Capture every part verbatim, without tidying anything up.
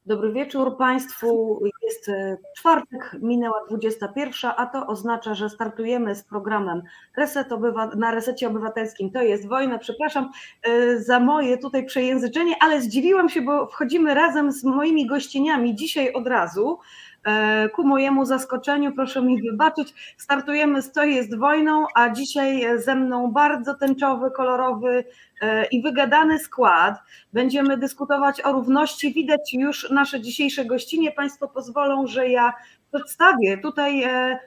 Dobry wieczór Państwu. Jest czwartek, minęła dwudziesta pierwsza, a to oznacza, że startujemy z programem Reset Obywa- na Resecie Obywatelskim. To jest wojna. Przepraszam za moje tutaj przejęzyczenie, ale zdziwiłam się, bo wchodzimy razem z moimi gościniami dzisiaj od razu. Ku mojemu zaskoczeniu, proszę mi wybaczyć, startujemy z To jest wojną, a dzisiaj ze mną bardzo tęczowy, kolorowy i wygadany skład. Będziemy dyskutować o równości. Widać już nasze dzisiejsze gościnie. Państwo pozwolą, że ja przedstawię. Tutaj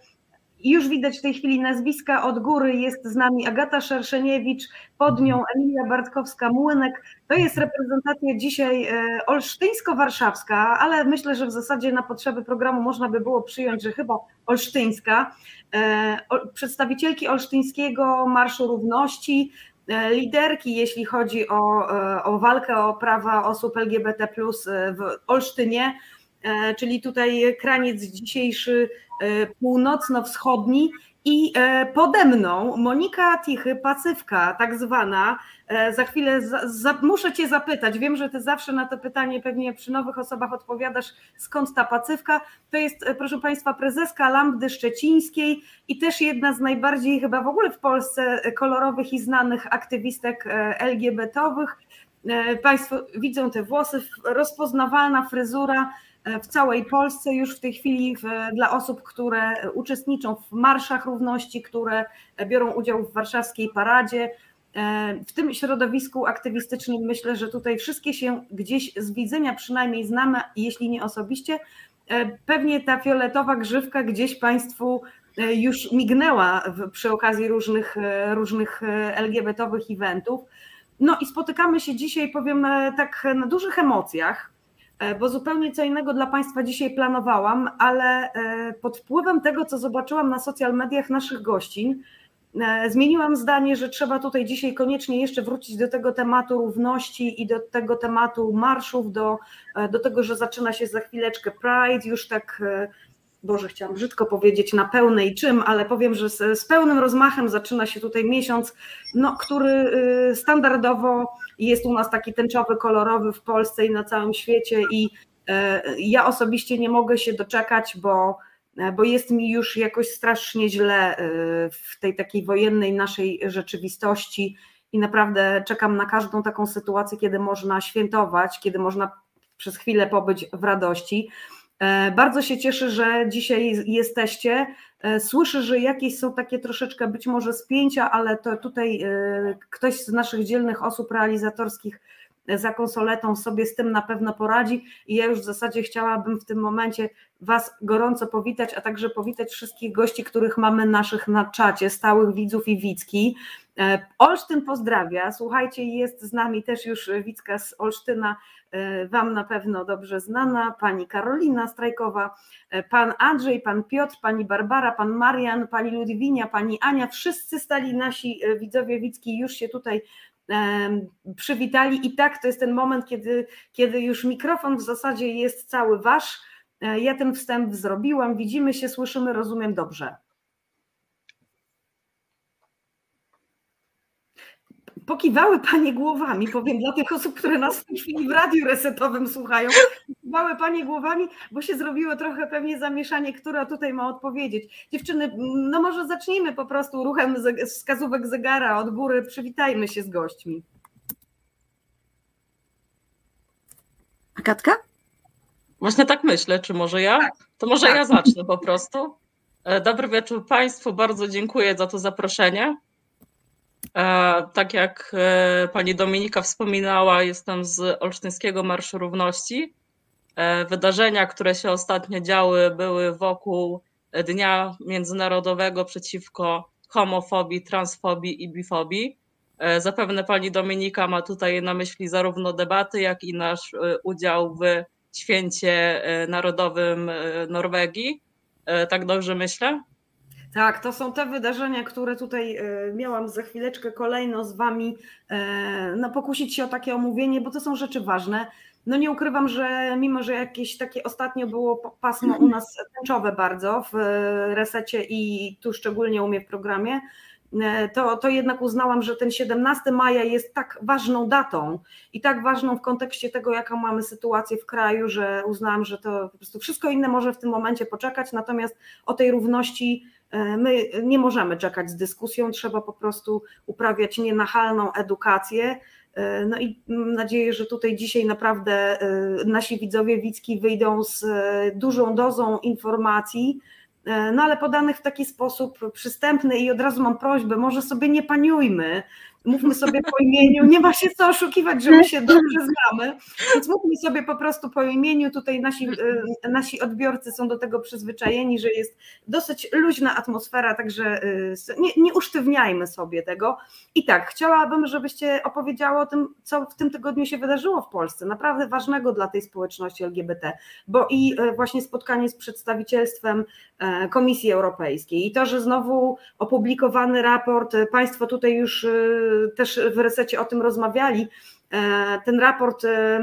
już widać w tej chwili nazwiska od góry. Jest z nami Agata Szerszeniewicz, pod nią Emilia Bartkowska-Młynek. To jest reprezentacja dzisiaj olsztyńsko-warszawska, ale myślę, że w zasadzie na potrzeby programu można by było przyjąć, że chyba olsztyńska. Przedstawicielki Olsztyńskiego Marszu Równości, liderki, jeśli chodzi o, o walkę o prawa osób L G B T plus w Olsztynie, czyli tutaj kraniec dzisiejszy północno-wschodni i pode mną Monika Tichy, Pacywka tak zwana. Za chwilę za, za, muszę Cię zapytać, wiem, że Ty zawsze na to pytanie pewnie przy nowych osobach odpowiadasz, skąd ta Pacywka. To jest, proszę Państwa, prezeska Lambdy Szczecińskiej i też jedna z najbardziej chyba w ogóle w Polsce kolorowych i znanych aktywistek L G B towych. Państwo widzą te włosy, rozpoznawalna fryzura w całej Polsce już w tej chwili w, dla osób, które uczestniczą w marszach równości, które biorą udział w warszawskiej paradzie. W tym środowisku aktywistycznym myślę, że tutaj wszystkie się gdzieś z widzenia przynajmniej znamy, jeśli nie osobiście. Pewnie ta fioletowa grzywka gdzieś Państwu już mignęła przy okazji różnych, różnych L G B towych eventów. No i spotykamy się dzisiaj, powiem tak, na dużych emocjach, bo zupełnie co innego dla Państwa dzisiaj planowałam, ale pod wpływem tego, co zobaczyłam na social mediach naszych gościń, zmieniłam zdanie, że trzeba tutaj dzisiaj koniecznie jeszcze wrócić do tego tematu równości i do tego tematu marszów, do, do tego, że zaczyna się za chwileczkę Pride, już tak, Boże, chciałam brzydko powiedzieć na pełnej czym, ale powiem, że z, z pełnym rozmachem zaczyna się tutaj miesiąc, no, który standardowo jest u nas taki tęczowy, kolorowy w Polsce i na całym świecie i ja osobiście nie mogę się doczekać, bo, bo jest mi już jakoś strasznie źle w tej takiej wojennej naszej rzeczywistości i naprawdę czekam na każdą taką sytuację, kiedy można świętować, kiedy można przez chwilę pobyć w radości. Bardzo się cieszę, że dzisiaj jesteście. Słyszę, że jakieś są takie troszeczkę być może spięcia, ale to tutaj ktoś z naszych dzielnych osób realizatorskich za konsoletą sobie z tym na pewno poradzi i ja już w zasadzie chciałabym w tym momencie Was gorąco powitać, a także powitać wszystkich gości, których mamy naszych na czacie, stałych widzów i widzki. Olsztyn pozdrawia, słuchajcie, jest z nami też już widzka z Olsztyna, Wam na pewno dobrze znana, pani Karolina Strajkowa, pan Andrzej, pan Piotr, pani Barbara, pan Marian, pani Ludwinia, pani Ania, wszyscy stali nasi widzowie widzki już się tutaj przywitali i tak to jest ten moment, kiedy, kiedy już mikrofon w zasadzie jest cały Wasz. Ja ten wstęp zrobiłam, widzimy się, słyszymy, rozumiem dobrze. Pokiwały Panie głowami, powiem dla tych osób, które nas w tej chwili w radiu resetowym słuchają, pokiwały Panie głowami, bo się zrobiło trochę pewnie zamieszanie, która tutaj ma odpowiedzieć. Dziewczyny, no może zacznijmy po prostu ruchem wskazówek zegara od góry, przywitajmy się z gośćmi. Agatka? Właśnie tak myślę, czy może ja? Tak. To może tak. Ja zacznę po prostu. Dobry wieczór Państwu, bardzo dziękuję za to zaproszenie. Tak jak pani Dominika wspominała, jestem z Olsztyńskiego Marszu Równości. Wydarzenia, które się ostatnio działy, były wokół Dnia Międzynarodowego przeciwko homofobii, transfobii i bifobii. Zapewne pani Dominika ma tutaj na myśli zarówno debaty, jak i nasz udział w święcie narodowym Norwegii. Tak dobrze myślę? Tak, to są te wydarzenia, które tutaj miałam za chwileczkę kolejno z Wami no, pokusić się o takie omówienie, bo to są rzeczy ważne. No nie ukrywam, że mimo, że jakieś takie ostatnio było pasmo u nas tęczowe bardzo w resecie i tu szczególnie u mnie w programie, to, to jednak uznałam, że ten siedemnastego maja jest tak ważną datą i tak ważną w kontekście tego, jaką mamy sytuację w kraju, że uznałam, że to po prostu wszystko inne może w tym momencie poczekać, natomiast o tej równości my nie możemy czekać z dyskusją, trzeba po prostu uprawiać nienachalną edukację. No i mam nadzieję, że tutaj dzisiaj naprawdę nasi widzowie widzki wyjdą z dużą dozą informacji, no ale podanych w taki sposób przystępny i od razu mam prośbę, może sobie nie paniujmy, mówmy sobie po imieniu, nie ma się co oszukiwać, że my się dobrze znamy, więc mówmy sobie po prostu po imieniu, tutaj nasi, nasi odbiorcy są do tego przyzwyczajeni, że jest dosyć luźna atmosfera, także nie, nie usztywniajmy sobie tego. I tak, chciałabym, żebyście opowiedziały o tym, co w tym tygodniu się wydarzyło w Polsce, naprawdę ważnego dla tej społeczności L G B T, bo i właśnie spotkanie z przedstawicielstwem Komisji Europejskiej i to, że znowu opublikowany raport, Państwo tutaj już też w Resecie o tym rozmawiali, ten raport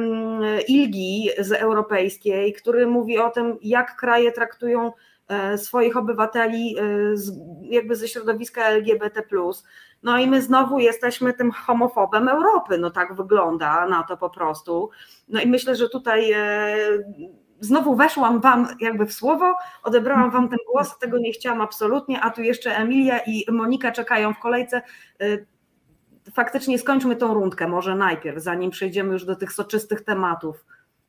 ILGI z europejskiej, który mówi o tym, jak kraje traktują swoich obywateli jakby ze środowiska L G B T plus. No i my znowu jesteśmy tym homofobem Europy, no tak wygląda na to po prostu. No i myślę, że tutaj znowu weszłam wam jakby w słowo, odebrałam wam ten głos, tego nie chciałam absolutnie, a tu jeszcze Emilia i Monika czekają w kolejce. Faktycznie skończmy tą rundkę może najpierw, zanim przejdziemy już do tych soczystych tematów.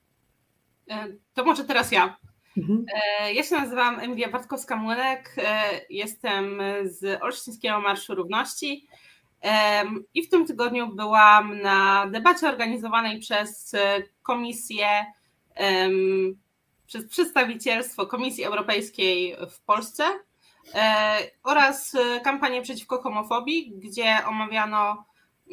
To może teraz ja. Mhm. Ja się nazywam Emilia Bartkowska-Młynek, jestem z Olsztyńskiego Marszu Równości i w tym tygodniu byłam na debacie organizowanej przez Komisję, przez przedstawicielstwo Komisji Europejskiej w Polsce oraz kampanię przeciwko homofobii, gdzie omawiano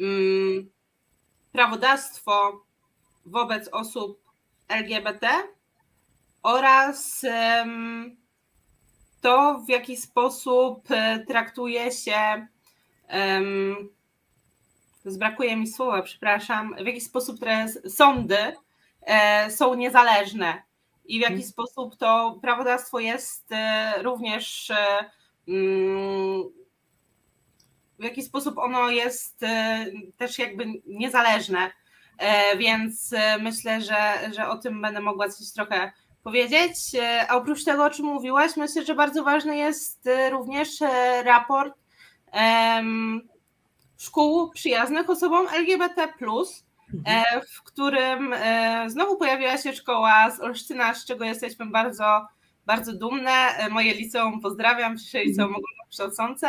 prawodawstwo wobec osób L G B T oraz to, w jaki sposób traktuje się, zbrakuje mi słowa, przepraszam, w jaki sposób teraz sądy są niezależne i w jaki hmm. sposób to prawodawstwo jest również, w jaki sposób ono jest też jakby niezależne, więc myślę, że, że o tym będę mogła coś trochę powiedzieć. A oprócz tego, o czym mówiłaś, myślę, że bardzo ważny jest również raport szkół przyjaznych osobom L G B T plus, w którym znowu pojawiła się szkoła z Olsztyna, z czego jesteśmy bardzo, bardzo dumne. Moje liceum pozdrawiam, przyszłe liceum ogólnokształcące.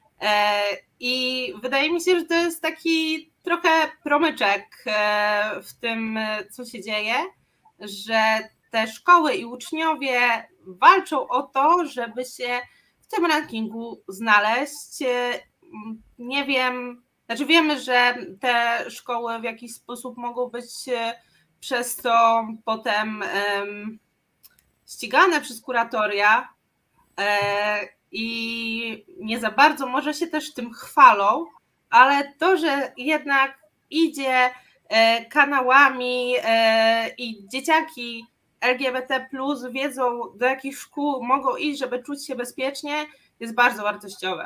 I wydaje mi się, że to jest taki trochę promyczek w tym, co się dzieje, że te szkoły i uczniowie walczą o to, żeby się w tym rankingu znaleźć. Nie wiem, znaczy wiemy, że te szkoły w jakiś sposób mogą być przez to potem ścigane przez kuratoria i nie za bardzo może się też tym chwalą, ale to, że jednak idzie kanałami i dzieciaki L G B T plus wiedzą, do jakich szkół mogą iść, żeby czuć się bezpiecznie, jest bardzo wartościowe.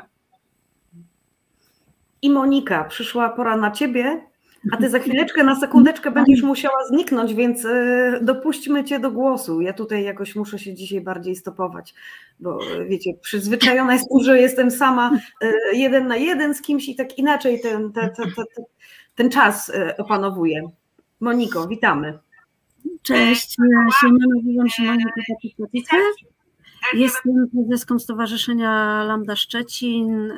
I Monika, przyszła pora na ciebie, a ty za chwileczkę, na sekundeczkę będziesz musiała zniknąć, więc dopuśćmy cię do głosu. Ja tutaj jakoś muszę się dzisiaj bardziej stopować, bo wiecie, przyzwyczajona jestem, że jestem sama jeden na jeden z kimś i tak inaczej ten, ten, ten, ten, ten czas opanowuję. Moniko, witamy. Cześć, ja się nazywam się Monika Patyk-Patyka. Jestem prezeską Stowarzyszenia Lambda Szczecin,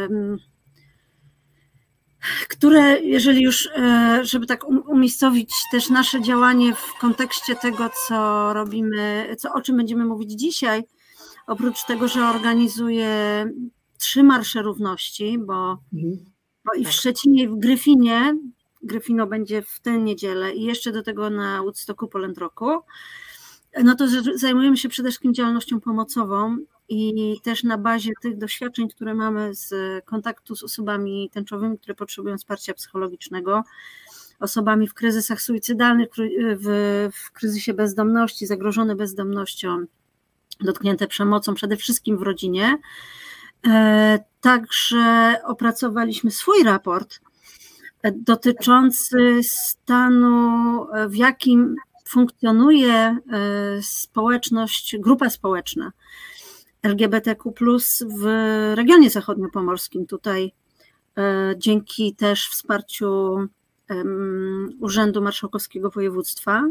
które, jeżeli już, żeby tak umiejscowić też nasze działanie w kontekście tego, co robimy, co, o czym będziemy mówić dzisiaj, oprócz tego, że organizuje trzy marsze równości, bo, bo i w Szczecinie, i w Gryfinie, Gryfino będzie w tę niedzielę i jeszcze do tego na Woodstocku po Land Rocku, no to zajmujemy się przede wszystkim działalnością pomocową i też na bazie tych doświadczeń, które mamy z kontaktu z osobami tęczowymi, które potrzebują wsparcia psychologicznego, osobami w kryzysach suicydalnych, w, w kryzysie bezdomności, zagrożone bezdomnością, dotknięte przemocą, przede wszystkim w rodzinie. Także opracowaliśmy swój raport dotyczący stanu, w jakim funkcjonuje społeczność, grupa społeczna L G B T Q plus w regionie zachodniopomorskim. Tutaj dzięki też wsparciu Urzędu Marszałkowskiego Województwa.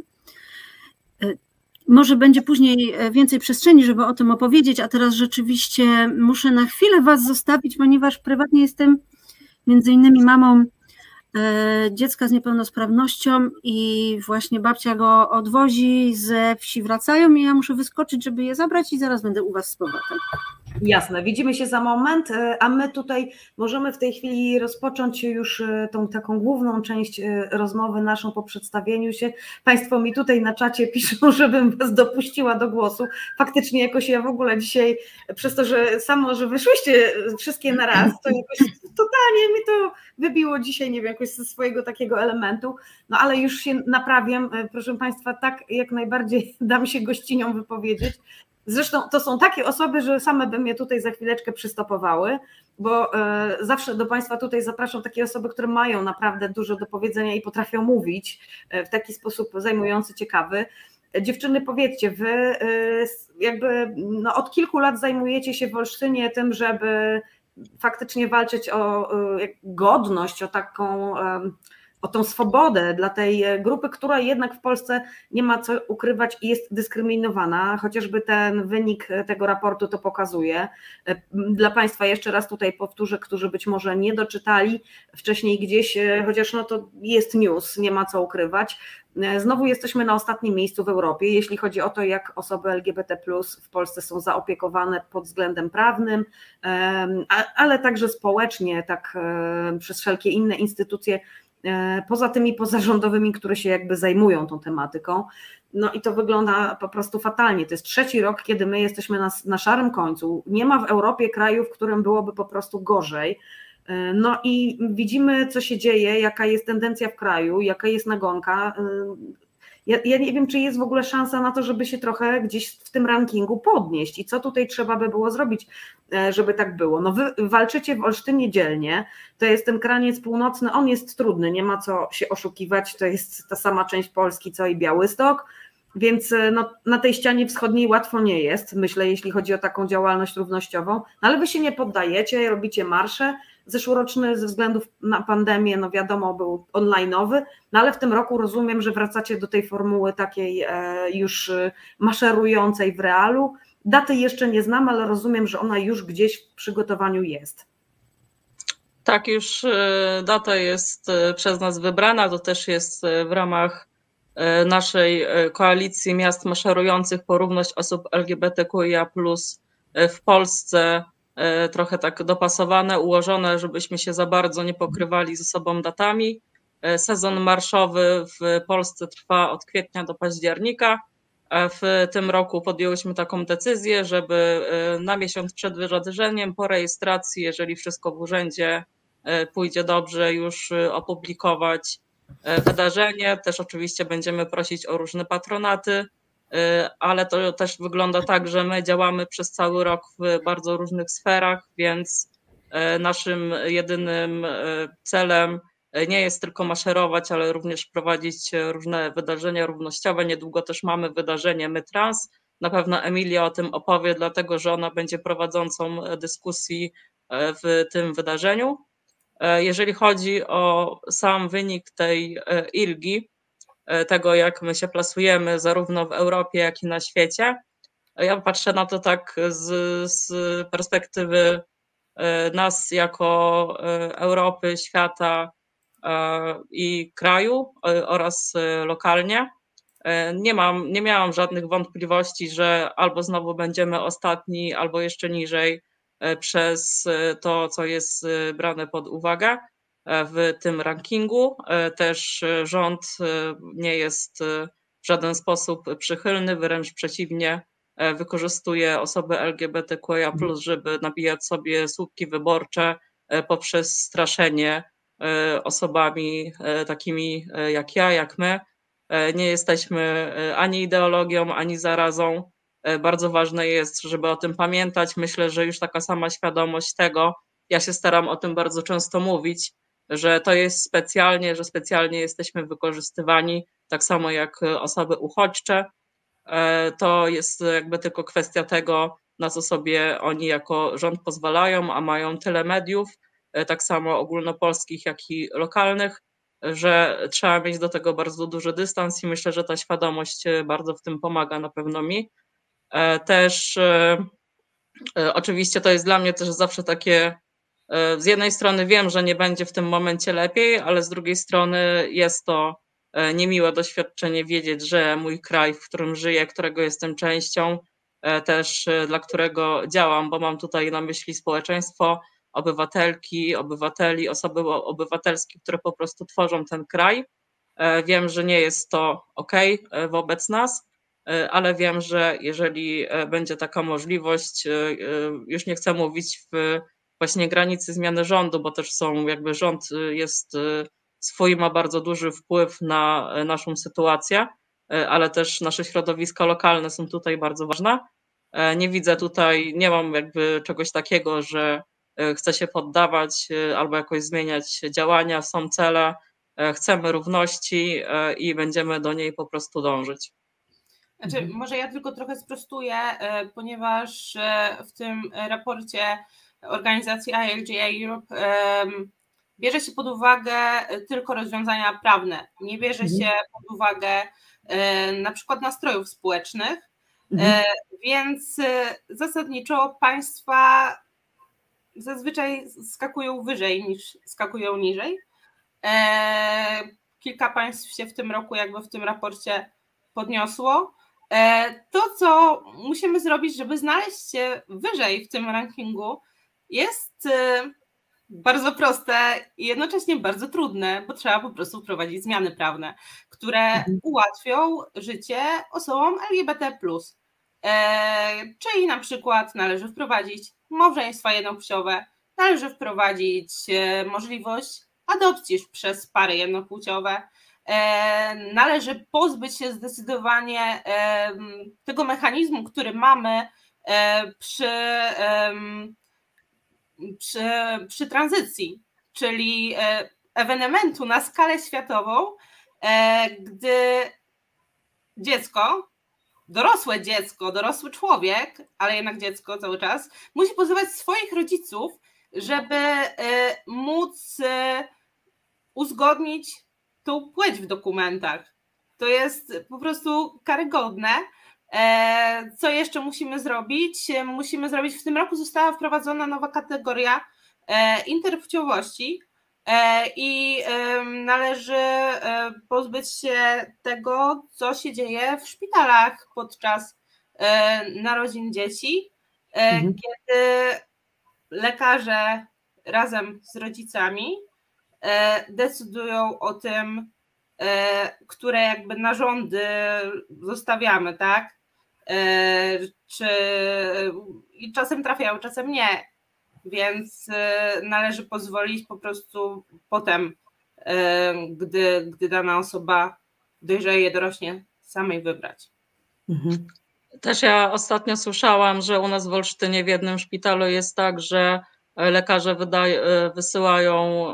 Może będzie później więcej przestrzeni, żeby o tym opowiedzieć, a teraz rzeczywiście muszę na chwilę Was zostawić, ponieważ prywatnie jestem między innymi mamą dziecka z niepełnosprawnością i właśnie babcia go odwozi, ze wsi wracają i ja muszę wyskoczyć, żeby je zabrać i zaraz będę u Was z powrotem. Jasne, widzimy się za moment, a my tutaj możemy w tej chwili rozpocząć już tą taką główną część rozmowy naszą po przedstawieniu się. Państwo mi tutaj na czacie piszą, żebym Was dopuściła do głosu. Faktycznie jakoś ja w ogóle dzisiaj, przez to, że samo, że wyszłyście wszystkie na raz, to jakoś totalnie mi to wybiło dzisiaj, nie wiem, jakoś ze swojego takiego elementu, no ale już się naprawiam, proszę Państwa, tak jak najbardziej dam się gościniom wypowiedzieć. Zresztą to są takie osoby, że same by mnie tutaj za chwileczkę przystopowały, bo e, zawsze do Państwa tutaj zapraszam takie osoby, które mają naprawdę dużo do powiedzenia i potrafią mówić w taki sposób zajmujący, ciekawy. Dziewczyny, powiedzcie, Wy e, jakby no, od kilku lat zajmujecie się w Olsztynie tym, żeby faktycznie walczyć o e, godność, o taką... E, o tą swobodę dla tej grupy, która jednak w Polsce nie ma co ukrywać i jest dyskryminowana, chociażby ten wynik tego raportu to pokazuje. Dla Państwa jeszcze raz tutaj powtórzę, którzy być może nie doczytali wcześniej gdzieś, chociaż no to jest news, nie ma co ukrywać. Znowu jesteśmy na ostatnim miejscu w Europie, jeśli chodzi o to, jak osoby L G B T plus w Polsce są zaopiekowane pod względem prawnym, ale także społecznie, tak przez wszelkie inne instytucje, poza tymi pozarządowymi, które się jakby zajmują tą tematyką. No i to wygląda po prostu fatalnie. To jest trzeci rok, kiedy my jesteśmy na, na szarym końcu. Nie ma w Europie kraju, w którym byłoby po prostu gorzej. No i widzimy, co się dzieje, jaka jest tendencja w kraju, jaka jest nagonka. Ja, ja nie wiem, czy jest w ogóle szansa na to, żeby się trochę gdzieś w tym rankingu podnieść i co tutaj trzeba by było zrobić, żeby tak było. No wy walczycie w Olsztynie dzielnie, to jest ten kraniec północny, on jest trudny, nie ma co się oszukiwać, to jest ta sama część Polski, co i Białystok, więc no, na tej ścianie wschodniej łatwo nie jest, myślę, jeśli chodzi o taką działalność równościową, no, ale wy się nie poddajecie, robicie marsze. Zeszłoroczny ze względów na pandemię, no wiadomo, był online'owy, no ale w tym roku rozumiem, że wracacie do tej formuły takiej już maszerującej w realu. Daty jeszcze nie znam, ale rozumiem, że ona już gdzieś w przygotowaniu jest. Tak, już data jest przez nas wybrana, to też jest w ramach naszej koalicji miast maszerujących po równość osób L G B T Q I A plus w Polsce, trochę tak dopasowane, ułożone, żebyśmy się za bardzo nie pokrywali ze sobą datami. Sezon marszowy w Polsce trwa od kwietnia do października. W tym roku podjęłyśmy taką decyzję, żeby na miesiąc przed wydarzeniem, po rejestracji, jeżeli wszystko w urzędzie pójdzie dobrze, już opublikować wydarzenie. Też oczywiście będziemy prosić o różne patronaty, ale to też wygląda tak, że my działamy przez cały rok w bardzo różnych sferach, więc naszym jedynym celem nie jest tylko maszerować, ale również prowadzić różne wydarzenia równościowe. Niedługo też mamy wydarzenie My Trans. Na pewno Emilia o tym opowie, dlatego że ona będzie prowadzącą dyskusji w tym wydarzeniu. Jeżeli chodzi o sam wynik tej I L G I, tego jak my się plasujemy zarówno w Europie, jak i na świecie, ja patrzę na to tak z, z perspektywy nas jako Europy, świata i kraju oraz lokalnie. Nie mam, nie miałam żadnych wątpliwości, że albo znowu będziemy ostatni, albo jeszcze niżej przez to, co jest brane pod uwagę w tym rankingu. Też rząd nie jest w żaden sposób przychylny, wręcz przeciwnie, wykorzystuje osoby L G B T Q I A plus, żeby nabijać sobie słupki wyborcze poprzez straszenie osobami takimi jak ja, jak my. Nie jesteśmy ani ideologią, ani zarazą. bardzo ważne jest, żeby o tym pamiętać. Myślę, że już taka sama świadomość tego, ja się staram o tym bardzo często mówić, że to jest specjalnie, że specjalnie jesteśmy wykorzystywani, tak samo jak osoby uchodźcze. To jest jakby tylko kwestia tego, na co sobie oni jako rząd pozwalają, a mają tyle mediów, tak samo ogólnopolskich, jak i lokalnych, że trzeba mieć do tego bardzo duży dystans i myślę, że ta świadomość bardzo w tym pomaga na pewno mi. Też oczywiście to jest dla mnie też zawsze takie, z jednej strony wiem, że nie będzie w tym momencie lepiej, ale z drugiej strony jest to niemiłe doświadczenie wiedzieć, że mój kraj, w którym żyję, którego jestem częścią, też dla którego działam, bo mam tutaj na myśli społeczeństwo, obywatelki, obywateli, osoby obywatelskie, które po prostu tworzą ten kraj. Wiem, że nie jest to ok wobec nas, ale wiem, że jeżeli będzie taka możliwość, już nie chcę mówić w właśnie granicy zmiany rządu, bo też są jakby rząd jest swój, ma bardzo duży wpływ na naszą sytuację, ale też nasze środowiska lokalne są tutaj bardzo ważne. Nie widzę tutaj, nie mam jakby czegoś takiego, że chcę się poddawać albo jakoś zmieniać działania, są cele, chcemy równości i będziemy do niej po prostu dążyć. Znaczy, może ja tylko trochę sprostuję, ponieważ w tym raporcie organizacji I L G A Europe bierze się pod uwagę tylko rozwiązania prawne, nie bierze się pod uwagę na przykład nastrojów społecznych, mhm. Więc zasadniczo państwa zazwyczaj skakują wyżej niż skakują niżej. Kilka państw się w tym roku jakby w tym raporcie podniosło. To, co musimy zrobić, żeby znaleźć się wyżej w tym rankingu, jest bardzo proste i jednocześnie bardzo trudne, bo trzeba po prostu wprowadzić zmiany prawne, które ułatwią życie osobom L G B T plus. Czyli na przykład należy wprowadzić małżeństwa jednopłciowe, należy wprowadzić możliwość adopcji przez pary jednopłciowe, należy pozbyć się zdecydowanie tego mechanizmu, który mamy przy, przy, przy tranzycji, czyli ewenementu na skalę światową, gdy dziecko, dorosłe dziecko, dorosły człowiek, ale jednak dziecko cały czas, musi pozywać swoich rodziców, żeby móc uzgodnić tą płeć w dokumentach. To jest po prostu karygodne. Co jeszcze musimy zrobić? Musimy zrobić, w tym roku została wprowadzona nowa kategoria interpłciowości i należy pozbyć się tego, co się dzieje w szpitalach podczas narodzin dzieci, mhm. kiedy lekarze razem z rodzicami decydują o tym, które jakby narządy zostawiamy, tak? Czy i czasem trafiają, czasem nie, więc należy pozwolić po prostu potem, gdy, gdy dana osoba dojrzeje, dorośnie, samej wybrać. Mhm. Też ja ostatnio słyszałam, że u nas w Olsztynie w jednym szpitalu jest tak, że lekarze wydaje, wysyłają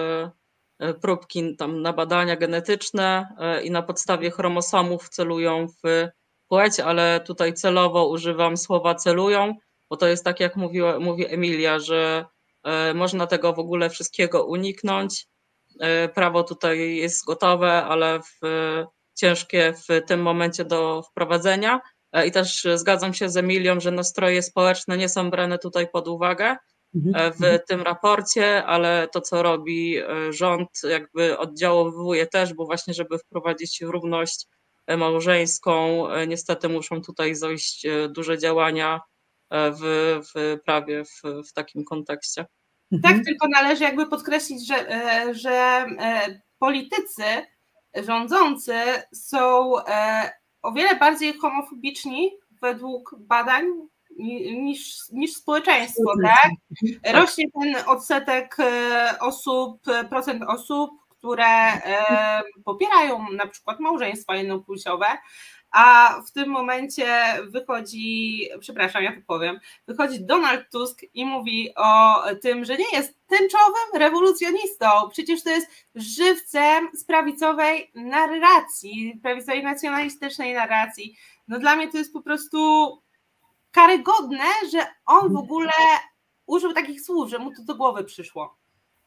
próbki tam na badania genetyczne i na podstawie chromosomów celują w płeć, ale tutaj celowo używam słowa celują, bo to jest tak, jak mówiła, mówi Emilia, że można tego w ogóle wszystkiego uniknąć. Prawo tutaj jest gotowe, ale w, ciężkie w tym momencie do wprowadzenia. I też zgadzam się z Emilią, że nastroje społeczne nie są brane tutaj pod uwagę w tym raporcie, ale to, co robi rząd, jakby oddziaływuje też, bo właśnie, żeby wprowadzić równość małżeńską, niestety muszą tutaj zajść duże działania w, w prawie w, w takim kontekście. Tak, tylko należy jakby podkreślić, że, że politycy rządzący są o wiele bardziej homofobiczni według badań niż, niż społeczeństwo, tak? Rośnie ten odsetek osób, procent osób, które popierają na przykład małżeństwa jednopłciowe, a w tym momencie wychodzi, przepraszam, ja to powiem, wychodzi Donald Tusk i mówi o tym, że nie jest tęczowym rewolucjonistą. Przecież to jest żywcem z prawicowej narracji, prawicowej nacjonalistycznej narracji. No dla mnie to jest po prostu karygodne, że on w ogóle użył takich słów, że mu to do głowy przyszło.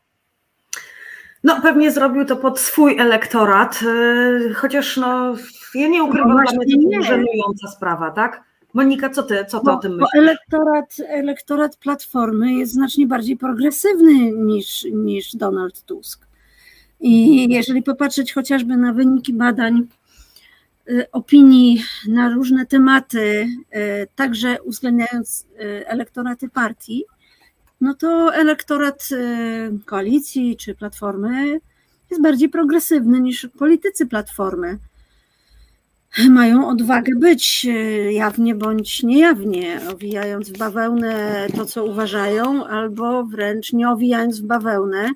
No pewnie zrobił to pod swój elektorat, chociaż no ja nie ukrywam, no dla mnie to żenująca sprawa, tak? Monika, co ty, co ty bo, o tym myślisz? myślisz? Bo elektorat, elektorat Platformy jest znacznie bardziej progresywny niż, niż Donald Tusk. I jeżeli popatrzeć chociażby na wyniki badań opinii na różne tematy, także uwzględniając elektoraty partii, no to elektorat koalicji czy Platformy jest bardziej progresywny niż politycy Platformy. Mają odwagę być jawnie bądź niejawnie, owijając w bawełnę to, co uważają, albo wręcz nie owijając w bawełnę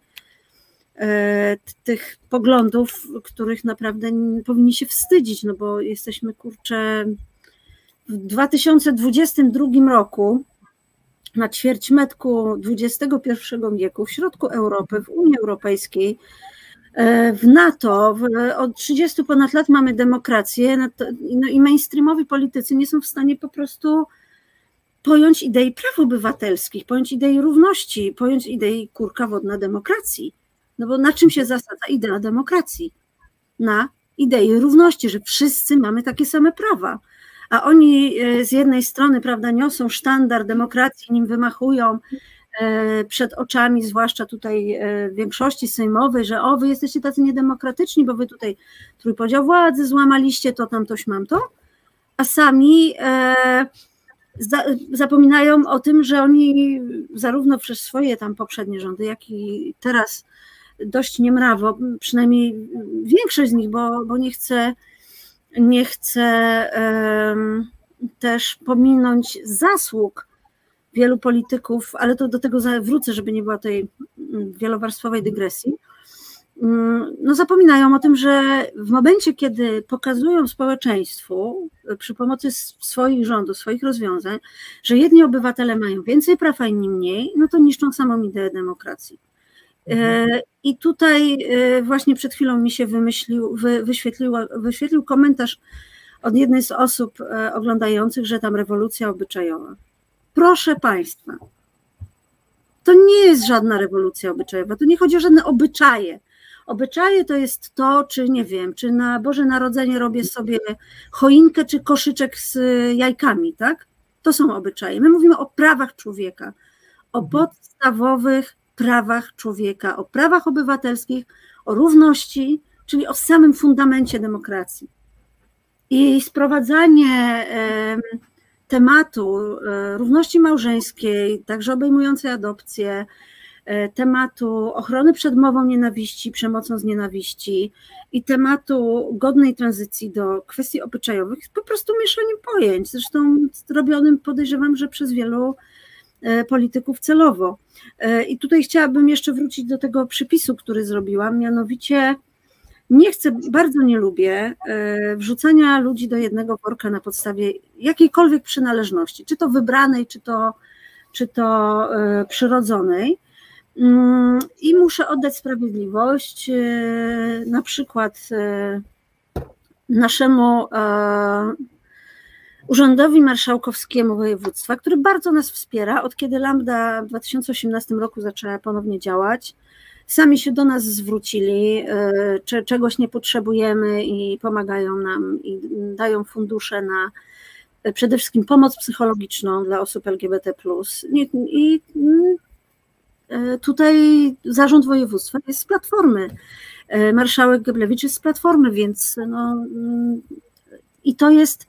tych poglądów, których naprawdę powinni się wstydzić, no bo jesteśmy, kurczę, w dwa tysiące dwudziestym drugim roku, na ćwierćmetku dwudziestego pierwszego wieku, w środku Europy, w Unii Europejskiej, w NATO, w, od trzydziestu ponad lat mamy demokrację, no, to, no i mainstreamowi politycy nie są w stanie po prostu pojąć idei praw obywatelskich, pojąć idei równości, pojąć idei kurka wodna demokracji. No bo na czym się zasadza idea demokracji? Na idei równości, że wszyscy mamy takie same prawa. A oni z jednej strony, prawda, niosą sztandar demokracji, nim wymachują przed oczami, zwłaszcza tutaj większości sejmowej, że o, wy jesteście tacy niedemokratyczni, bo wy tutaj trójpodział władzy złamaliście, to tam, toś mam to, a sami zapominają o tym, że oni zarówno przez swoje tam poprzednie rządy, jak i teraz dość niemrawo, przynajmniej większość z nich, bo, bo nie chcę, nie chcę um, też pominąć zasług wielu polityków, ale to do tego wrócę, żeby nie było tej wielowarstwowej dygresji. No zapominają o tym, że w momencie, kiedy pokazują społeczeństwu przy pomocy swoich rządów, swoich rozwiązań, że jedni obywatele mają więcej praw, a inni mniej, no to niszczą samą ideę demokracji. I tutaj właśnie przed chwilą mi się wymyślił, wyświetlił, wyświetlił komentarz od jednej z osób oglądających, że tam rewolucja obyczajowa. Proszę Państwa, to nie jest żadna rewolucja obyczajowa, to nie chodzi o żadne obyczaje. Obyczaje to jest to, czy nie wiem, czy na Boże Narodzenie robię sobie choinkę, czy koszyczek z jajkami, tak? To są obyczaje. My mówimy o prawach człowieka, o podstawowych prawach człowieka, o prawach obywatelskich, o równości, czyli o samym fundamencie demokracji. I sprowadzanie tematu równości małżeńskiej, także obejmującej adopcję, tematu ochrony przed mową nienawiści, przemocą z nienawiści i tematu godnej tranzycji do kwestii obyczajowych jest po prostu mieszaniem pojęć, zresztą robionym, podejrzewam, że przez wielu polityków celowo. I tutaj chciałabym jeszcze wrócić do tego przypisu, który zrobiłam, mianowicie nie chcę, bardzo nie lubię wrzucania ludzi do jednego worka na podstawie jakiejkolwiek przynależności, czy to wybranej, czy to, czy to przyrodzonej. I muszę oddać sprawiedliwość na przykład naszemu Urzędowi Marszałkowskiemu Województwa, który bardzo nas wspiera, od kiedy Lambda w dwa tysiące osiemnastym roku zaczęła ponownie działać. Sami się do nas zwrócili, czy czegoś nie potrzebujemy i pomagają nam i dają fundusze na przede wszystkim pomoc psychologiczną dla osób L G B T plus. I tutaj zarząd województwa jest z Platformy. Marszałek Geblewicz jest z Platformy, więc no, i to jest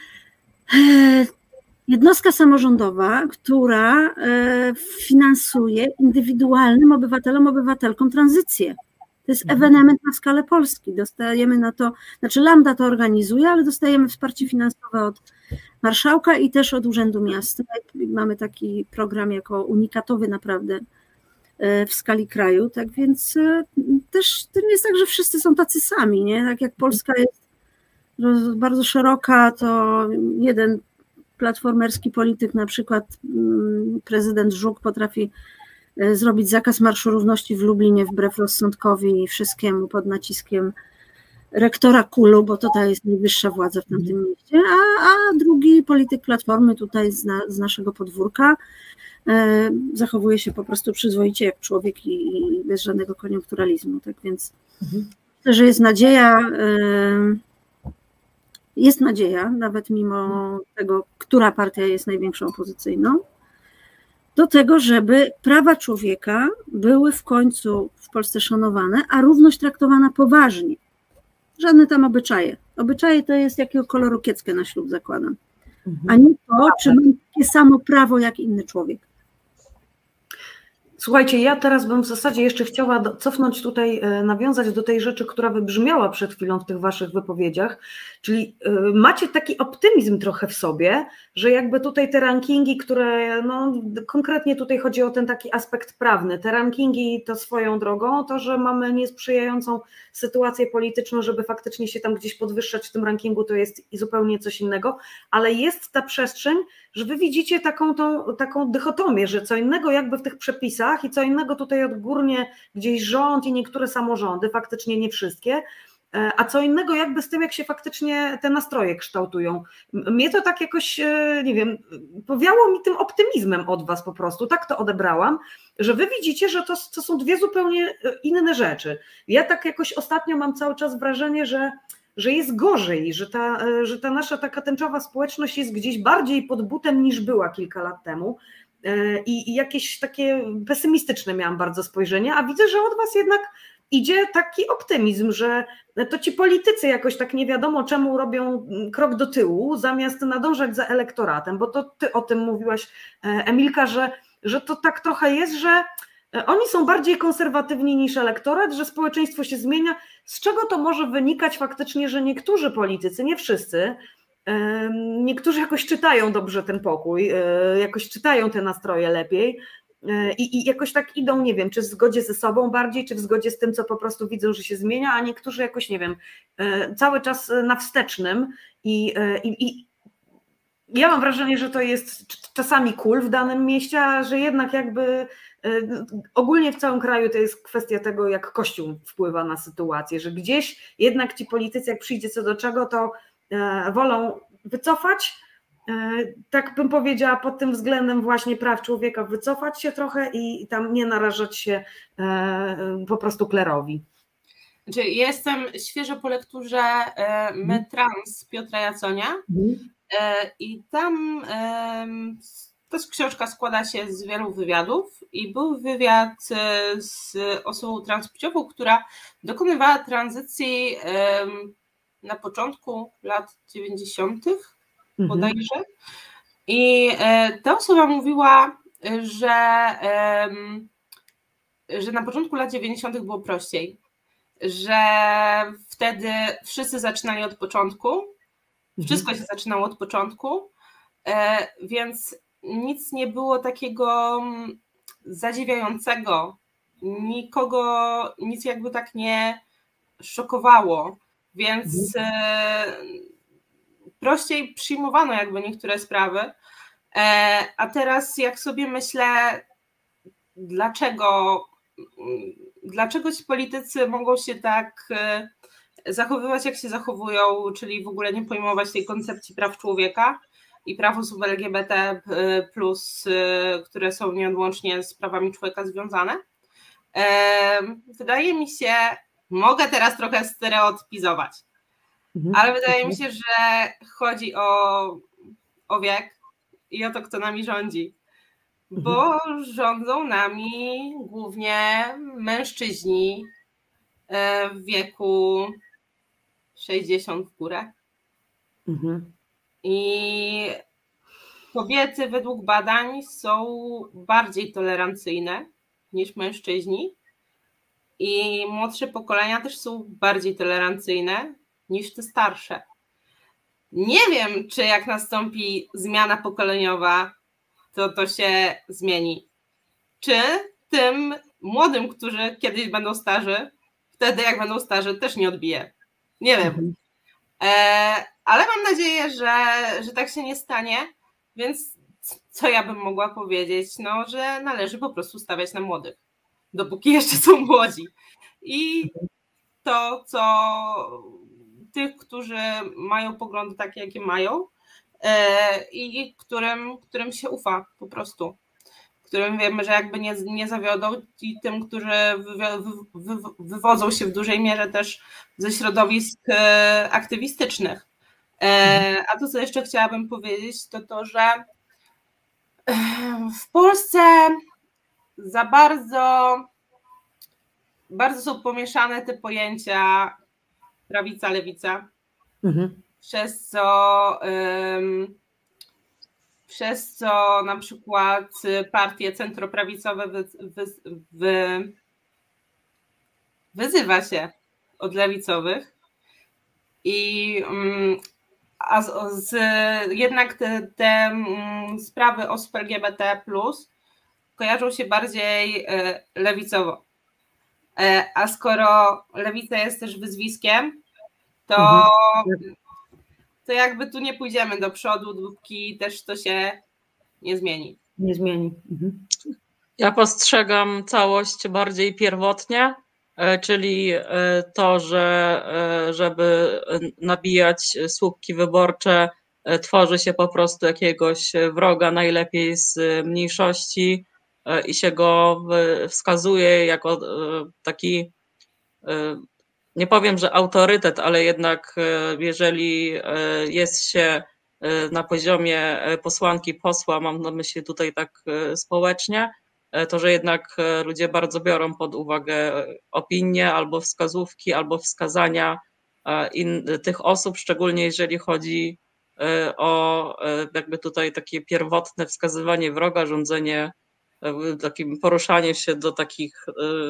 jednostka samorządowa, która finansuje indywidualnym obywatelom, obywatelkom tranzycję. To jest ewenement na skalę Polski. Dostajemy na to, znaczy Lambda to organizuje, ale dostajemy wsparcie finansowe od marszałka i też od Urzędu Miasta. Mamy taki program jako unikatowy naprawdę w skali kraju, tak więc też to nie jest tak, że wszyscy są tacy sami, nie? Tak jak Polska jest bardzo szeroka, to jeden platformerski polityk, na przykład prezydent Żuk, potrafi zrobić zakaz Marszu Równości w Lublinie wbrew rozsądkowi i wszystkiemu pod naciskiem rektora Kulu, bo to ta jest najwyższa władza w tamtym mieście, a, a drugi polityk Platformy tutaj z, na, z naszego podwórka e, zachowuje się po prostu przyzwoicie jak człowiek i, i bez żadnego koniunkturalizmu. Tak więc mhm. myślę, że jest nadzieja, e, jest nadzieja, nawet mimo tego, która partia jest największą opozycyjną, do tego, żeby prawa człowieka były w końcu w Polsce szanowane, a równość traktowana poważnie. Żadne tam obyczaje. Obyczaje to jest jakiego koloru kieckę na ślub zakładam. Mhm. A nie to, czy mam takie samo prawo jak inny człowiek. Słuchajcie, ja teraz bym w zasadzie jeszcze chciała do, cofnąć tutaj, nawiązać do tej rzeczy, która wybrzmiała przed chwilą w tych waszych wypowiedziach, czyli y, macie taki optymizm trochę w sobie, że jakby tutaj te rankingi, które, no konkretnie tutaj chodzi o ten taki aspekt prawny, te rankingi to swoją drogą, to, że mamy niesprzyjającą sytuację polityczną, żeby faktycznie się tam gdzieś podwyższać w tym rankingu, to jest zupełnie coś innego, ale jest ta przestrzeń, że wy widzicie taką, tą, taką dychotomię, że co innego jakby w tych przepisach i co innego tutaj odgórnie gdzieś rząd i niektóre samorządy, faktycznie nie wszystkie, a co innego jakby z tym, jak się faktycznie te nastroje kształtują. Mnie to tak jakoś, nie wiem, powiało mi tym optymizmem od was po prostu, tak to odebrałam, że wy widzicie, że to, to są dwie zupełnie inne rzeczy. Ja tak jakoś ostatnio mam cały czas wrażenie, że że jest gorzej, że ta, że ta nasza taka tęczowa społeczność jest gdzieś bardziej pod butem niż była kilka lat temu i, i jakieś takie pesymistyczne miałam bardzo spojrzenie, a widzę, że od was jednak idzie taki optymizm, że to ci politycy jakoś tak nie wiadomo czemu robią krok do tyłu, zamiast nadążać za elektoratem, bo to ty o tym mówiłaś, Emilka, że, że to tak trochę jest, że oni są bardziej konserwatywni niż elektorat, że społeczeństwo się zmienia. Z czego to może wynikać faktycznie, że niektórzy politycy, nie wszyscy, niektórzy jakoś czytają dobrze ten pokój, jakoś czytają te nastroje lepiej i, i jakoś tak idą, nie wiem, czy w zgodzie ze sobą bardziej, czy w zgodzie z tym, co po prostu widzą, że się zmienia, a niektórzy jakoś, nie wiem, cały czas na wstecznym i, i, i ja mam wrażenie, że to jest czasami cool w danym mieście, a że jednak jakby ogólnie w całym kraju to jest kwestia tego, jak Kościół wpływa na sytuację, że gdzieś jednak ci politycy, jak przyjdzie co do czego, to wolą wycofać, tak bym powiedziała pod tym względem właśnie praw człowieka, wycofać się trochę i tam nie narażać się po prostu klerowi. Znaczy, jestem świeżo po lekturze My Trans Piotra Jaconia mm. i tam ta książka składa się z wielu wywiadów i był wywiad z osobą transpłciową, która dokonywała tranzycji na początku lat dziewięćdziesiątych bodajże. I ta osoba mówiła, że, że na początku lat dziewięćdziesiątych było prościej, że wtedy wszyscy zaczynali od początku, wszystko się zaczynało od początku, więc nic nie było takiego zadziwiającego, nikogo nic jakby tak nie szokowało, więc prościej przyjmowano jakby niektóre sprawy, a teraz jak sobie myślę, dlaczego, dlaczego ci politycy mogą się tak zachowywać, jak się zachowują, czyli w ogóle nie pojmować tej koncepcji praw człowieka i praw osób L G B T plus, które są nieodłącznie z prawami człowieka związane. Wydaje mi się, mogę teraz trochę stereotypizować, ale wydaje mi się, że chodzi o, o wiek i o to, kto nami rządzi, bo rządzą nami głównie mężczyźni w wieku sześćdziesiąt w górę. Mhm. I kobiety według badań są bardziej tolerancyjne niż mężczyźni i młodsze pokolenia też są bardziej tolerancyjne niż te starsze. Nie wiem, czy jak nastąpi zmiana pokoleniowa, to to się zmieni. Czy tym młodym, którzy kiedyś będą starzy, wtedy jak będą starzy, też nie odbije. Nie wiem. ale mam nadzieję, że, że tak się nie stanie, więc co ja bym mogła powiedzieć? No, że należy po prostu stawiać na młodych, dopóki jeszcze są młodzi. I to, co tych, którzy mają poglądy takie, jakie mają i którym, którym się ufa po prostu, którym wiemy, że jakby nie, nie zawiodą, i tym, którzy wy, wy, wywodzą się w dużej mierze też ze środowisk aktywistycznych. A to, co jeszcze chciałabym powiedzieć, to to, że w Polsce za bardzo, bardzo są pomieszane te pojęcia prawica, lewica, mhm. przez co um, przez co na przykład partie centroprawicowe wy, wy, wy, wyzywa się od lewicowych i um, a z, z, jednak te, te um, sprawy osób L G B T plus kojarzą się bardziej e, lewicowo. E, a skoro lewica jest też wyzwiskiem, to, mhm. to jakby tu nie pójdziemy do przodu, dopóki też to się nie zmieni. Nie zmieni. Mhm. Ja postrzegam całość bardziej pierwotnie, czyli to, że żeby nabijać słupki wyborcze, tworzy się po prostu jakiegoś wroga, najlepiej z mniejszości, i się go wskazuje jako taki, nie powiem, że autorytet, ale jednak jeżeli jest się na poziomie posłanki, posła, mam na myśli tutaj tak społecznie, to, że jednak ludzie bardzo biorą pod uwagę opinie albo wskazówki, albo wskazania in, tych osób, szczególnie jeżeli chodzi o jakby tutaj takie pierwotne wskazywanie wroga, rządzenie, takim poruszanie się do takich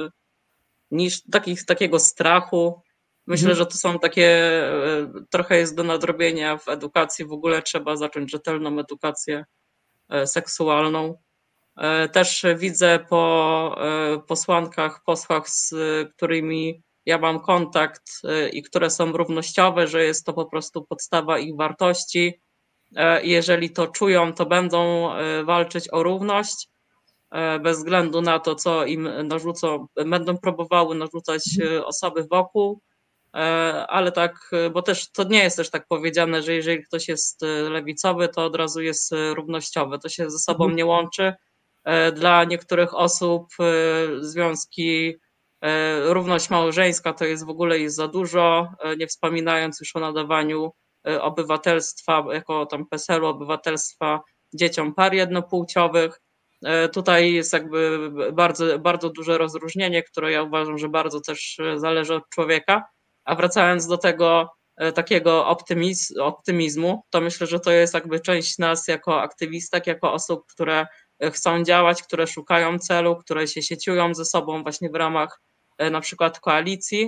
niż takich, takiego strachu. Myślę, mhm. że to są takie, trochę jest do nadrobienia w edukacji, w ogóle trzeba zacząć rzetelną edukację seksualną. Też widzę po posłankach, posłach, z którymi ja mam kontakt i które są równościowe, że jest to po prostu podstawa ich wartości. Jeżeli to czują, to będą walczyć o równość, bez względu na to, co im narzucą, będą próbowały narzucać osoby wokół, ale tak, bo też to nie jest też tak powiedziane, że jeżeli ktoś jest lewicowy, to od razu jest równościowy. To się ze sobą nie łączy. Dla niektórych osób związki, równość małżeńska to jest w ogóle jest za dużo, nie wspominając już o nadawaniu obywatelstwa, jako tam PESEL-u, obywatelstwa dzieciom par jednopłciowych. Tutaj jest jakby bardzo, bardzo duże rozróżnienie, które ja uważam, że bardzo też zależy od człowieka. A wracając do tego takiego optymiz- optymizmu, to myślę, że to jest jakby część nas jako aktywistek, jako osób, które chcą działać, które szukają celu, które się sieciują ze sobą właśnie w ramach na przykład koalicji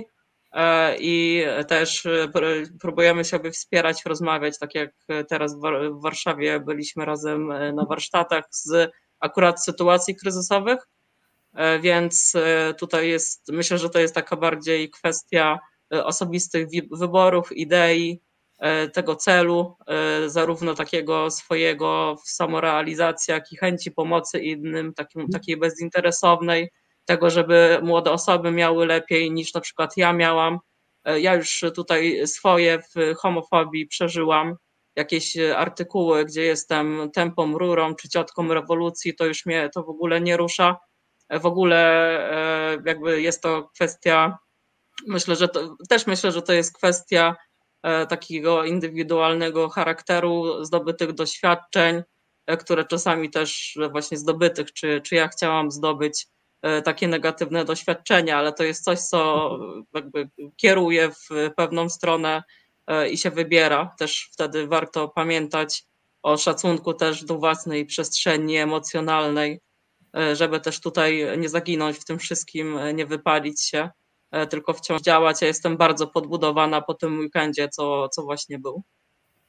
i też próbujemy sobie wspierać, rozmawiać, tak jak teraz w Warszawie byliśmy razem na warsztatach z akurat sytuacji kryzysowych, więc tutaj jest, myślę, że to jest taka bardziej kwestia osobistych wyborów, idei, tego celu, zarówno takiego swojego samorealizacji, jak i chęci pomocy innym, takim, takiej bezinteresownej, tego, żeby młode osoby miały lepiej niż na przykład ja miałam. Ja już tutaj swoje w homofobii przeżyłam, jakieś artykuły, gdzie jestem tępą rurą czy ciotką rewolucji, to już mnie to w ogóle nie rusza. W ogóle jakby jest to kwestia, myślę, że to, też myślę, że to jest kwestia takiego indywidualnego charakteru, zdobytych doświadczeń, które czasami też właśnie zdobytych, czy, czy ja chciałam zdobyć takie negatywne doświadczenia, ale to jest coś, co jakby kieruje w pewną stronę i się wybiera. Też wtedy warto pamiętać o szacunku też do własnej przestrzeni emocjonalnej, żeby też tutaj nie zaginąć w tym wszystkim, nie wypalić się, tylko wciąż działać. Ja jestem bardzo podbudowana po tym weekendzie, co, co właśnie był.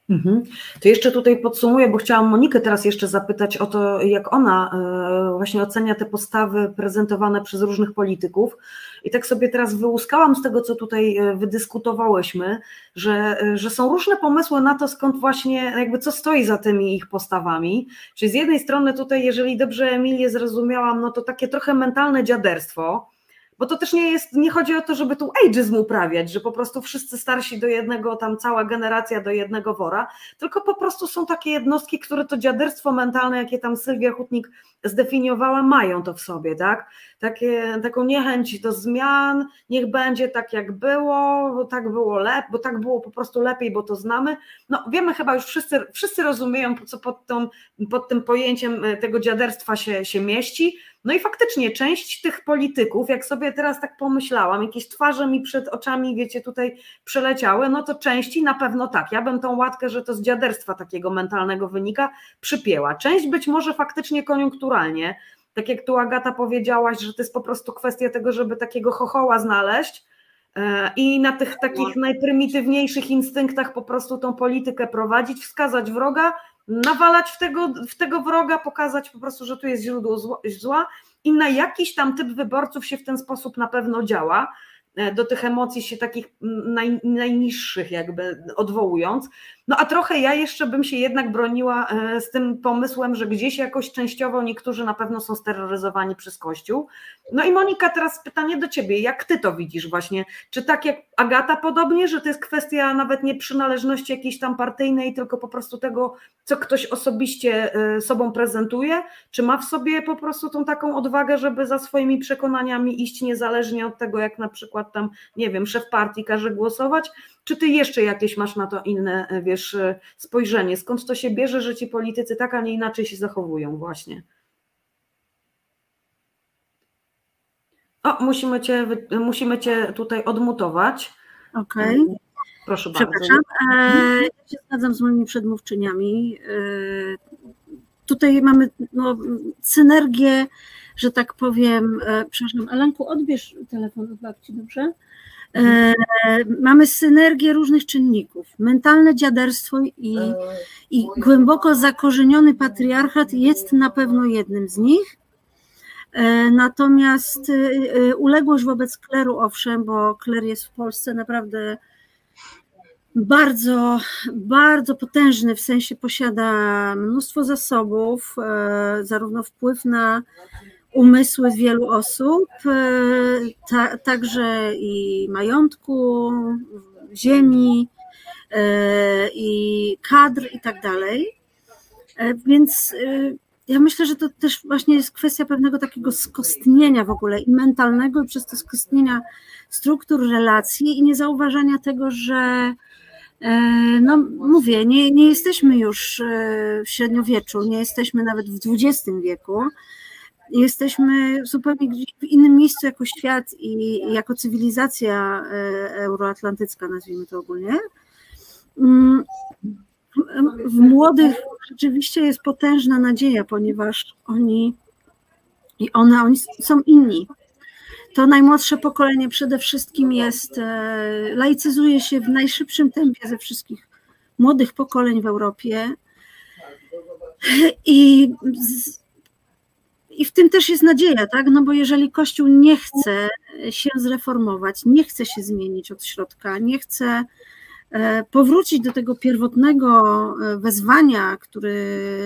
Mhm. To jeszcze tutaj podsumuję, bo chciałam Monikę teraz jeszcze zapytać o to, jak ona właśnie ocenia te postawy prezentowane przez różnych polityków. I tak sobie teraz wyłuskałam z tego, co tutaj wydyskutowałyśmy, że, że są różne pomysły na to, skąd właśnie, jakby co stoi za tymi ich postawami. Czyli z jednej strony tutaj, jeżeli dobrze Emilię zrozumiałam, no to takie trochę mentalne dziaderstwo, bo to też nie jest, nie chodzi o to, żeby tu ageizm uprawiać, że po prostu wszyscy starsi do jednego, tam cała generacja do jednego wora, tylko po prostu są takie jednostki, które to dziaderstwo mentalne, jakie tam Sylwia Hutnik zdefiniowała, mają to w sobie, tak? Takie, taką niechęć do zmian, niech będzie tak jak było, bo tak było lepiej, bo tak było po prostu lepiej, bo to znamy. No wiemy chyba już wszyscy, wszyscy rozumieją, co pod, tą, pod tym pojęciem tego dziaderstwa się, się mieści. No i faktycznie część tych polityków, jak sobie teraz tak pomyślałam, jakieś twarze mi przed oczami, wiecie, tutaj przeleciały, no to części na pewno tak, ja bym tą łatkę, że to z dziaderstwa takiego mentalnego wynika, przypięła. Część być może faktycznie koniunkturalnie, tak jak tu Agata powiedziałaś, że to jest po prostu kwestia tego, żeby takiego chochoła znaleźć i na tych takich najprymitywniejszych instynktach po prostu tą politykę prowadzić, wskazać wroga, nawalać w tego, w tego wroga, pokazać po prostu, że tu jest źródło zła i na jakiś tam typ wyborców się w ten sposób na pewno działa, do tych emocji się takich naj, najniższych jakby odwołując. No a trochę ja jeszcze bym się jednak broniła z tym pomysłem, że gdzieś jakoś częściowo niektórzy na pewno są steroryzowani przez Kościół. No i Monika, teraz pytanie do ciebie, jak ty to widzisz właśnie? Czy tak jak Agata podobnie, że to jest kwestia nawet nie przynależności jakiejś tam partyjnej, tylko po prostu tego, co ktoś osobiście sobą prezentuje? Czy ma w sobie po prostu tą taką odwagę, żeby za swoimi przekonaniami iść niezależnie od tego, jak na przykład tam, nie wiem, szef partii każe głosować? Czy ty jeszcze jakieś masz na to inne, wiesz, spojrzenie? Skąd to się bierze, że ci politycy tak, a nie inaczej się zachowują właśnie? O, musimy cię, musimy cię tutaj odmutować. Okej. Okay. Proszę Przepraszam. bardzo. Ja się zgadzam z moimi przedmówczyniami. Tutaj mamy no, synergię, że tak powiem. Przepraszam, Alanku, odbierz telefon od babci, dobrze? E, mamy synergię różnych czynników. Mentalne dziaderstwo i, i głęboko zakorzeniony patriarchat jest na pewno jednym z nich. E, natomiast e, uległość wobec kleru, owszem, bo kler jest w Polsce naprawdę bardzo, bardzo potężny, w sensie posiada mnóstwo zasobów, e, zarówno wpływ na umysły wielu osób, ta, także i majątku, ziemi, i kadr i tak dalej. Więc ja myślę, że to też właśnie jest kwestia pewnego takiego skostnienia w ogóle i mentalnego, i przez to skostnienia struktur relacji i niezauważania tego, że no mówię, nie, nie jesteśmy już w średniowieczu, nie jesteśmy nawet w dwudziestym wieku, jesteśmy zupełnie w innym miejscu jako świat i jako cywilizacja euroatlantycka, nazwijmy to ogólnie. W młodych rzeczywiście jest potężna nadzieja, ponieważ oni i one oni są inni. To najmłodsze pokolenie przede wszystkim jest, laicyzuje się w najszybszym tempie ze wszystkich młodych pokoleń w Europie i z, I w tym też jest nadzieja, tak? No bo jeżeli Kościół nie chce się zreformować, nie chce się zmienić od środka, nie chce powrócić do tego pierwotnego wezwania, który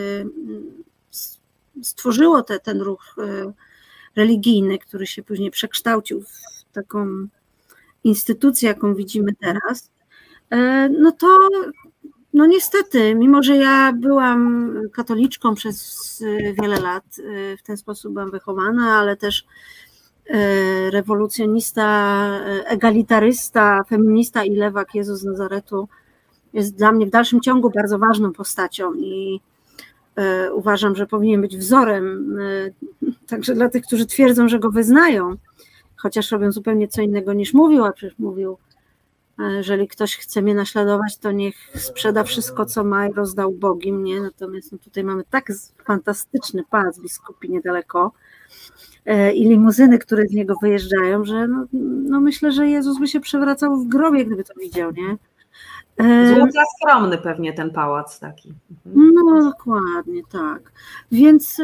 stworzyło te, ten ruch religijny, który się później przekształcił w taką instytucję, jaką widzimy teraz, no to no niestety, mimo że ja byłam katoliczką przez wiele lat, w ten sposób byłam wychowana, ale też rewolucjonista, egalitarysta, feminista i lewak Jezus z Nazaretu jest dla mnie w dalszym ciągu bardzo ważną postacią i uważam, że powinien być wzorem także dla tych, którzy twierdzą, że go wyznają, chociaż robią zupełnie co innego niż mówił, a przecież mówił: jeżeli ktoś chce mnie naśladować, to niech sprzeda wszystko, co ma i rozda ubogim, nie? Natomiast no tutaj mamy tak fantastyczny pałac biskupi niedaleko i limuzyny, które z niego wyjeżdżają, że no, no myślę, że Jezus by się przewracał w grobie, gdyby to widział, nie? Złoty, a skromny pewnie ten pałac taki. No dokładnie, tak. Więc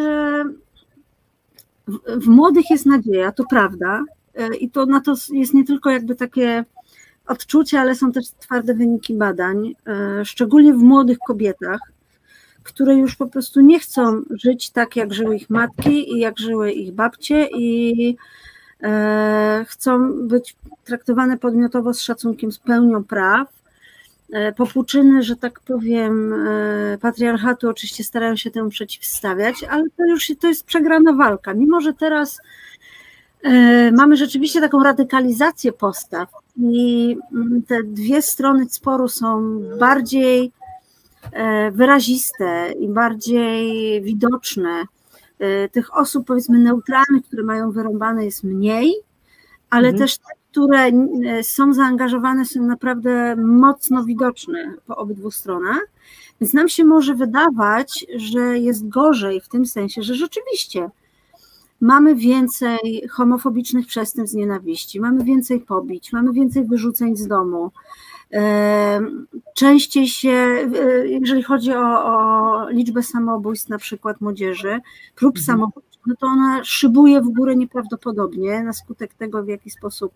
w, w młodych jest nadzieja, to prawda. I to na to jest nie tylko jakby takie odczucie, ale są też twarde wyniki badań, szczególnie w młodych kobietach, które już po prostu nie chcą żyć tak, jak żyły ich matki i jak żyły ich babcie i e, chcą być traktowane podmiotowo z szacunkiem, z pełnią praw. E, popłuczyny, że tak powiem, e, patriarchatu oczywiście starają się temu przeciwstawiać, ale to już to jest przegrana walka. Mimo że teraz e, mamy rzeczywiście taką radykalizację postaw i te dwie strony sporu są bardziej wyraziste i bardziej widoczne. Tych osób, powiedzmy, neutralnych, które mają wyrąbane, jest mniej, ale mhm. też te, które są zaangażowane, są naprawdę mocno widoczne po obydwu stronach. Więc nam się może wydawać, że jest gorzej w tym sensie, że rzeczywiście mamy więcej homofobicznych przestępstw z nienawiści, mamy więcej pobić, mamy więcej wyrzuceń z domu. Częściej się, jeżeli chodzi o, o liczbę samobójstw, na przykład młodzieży, prób mhm. samobójstw, no to ona szybuje w górę nieprawdopodobnie na skutek tego, w jaki sposób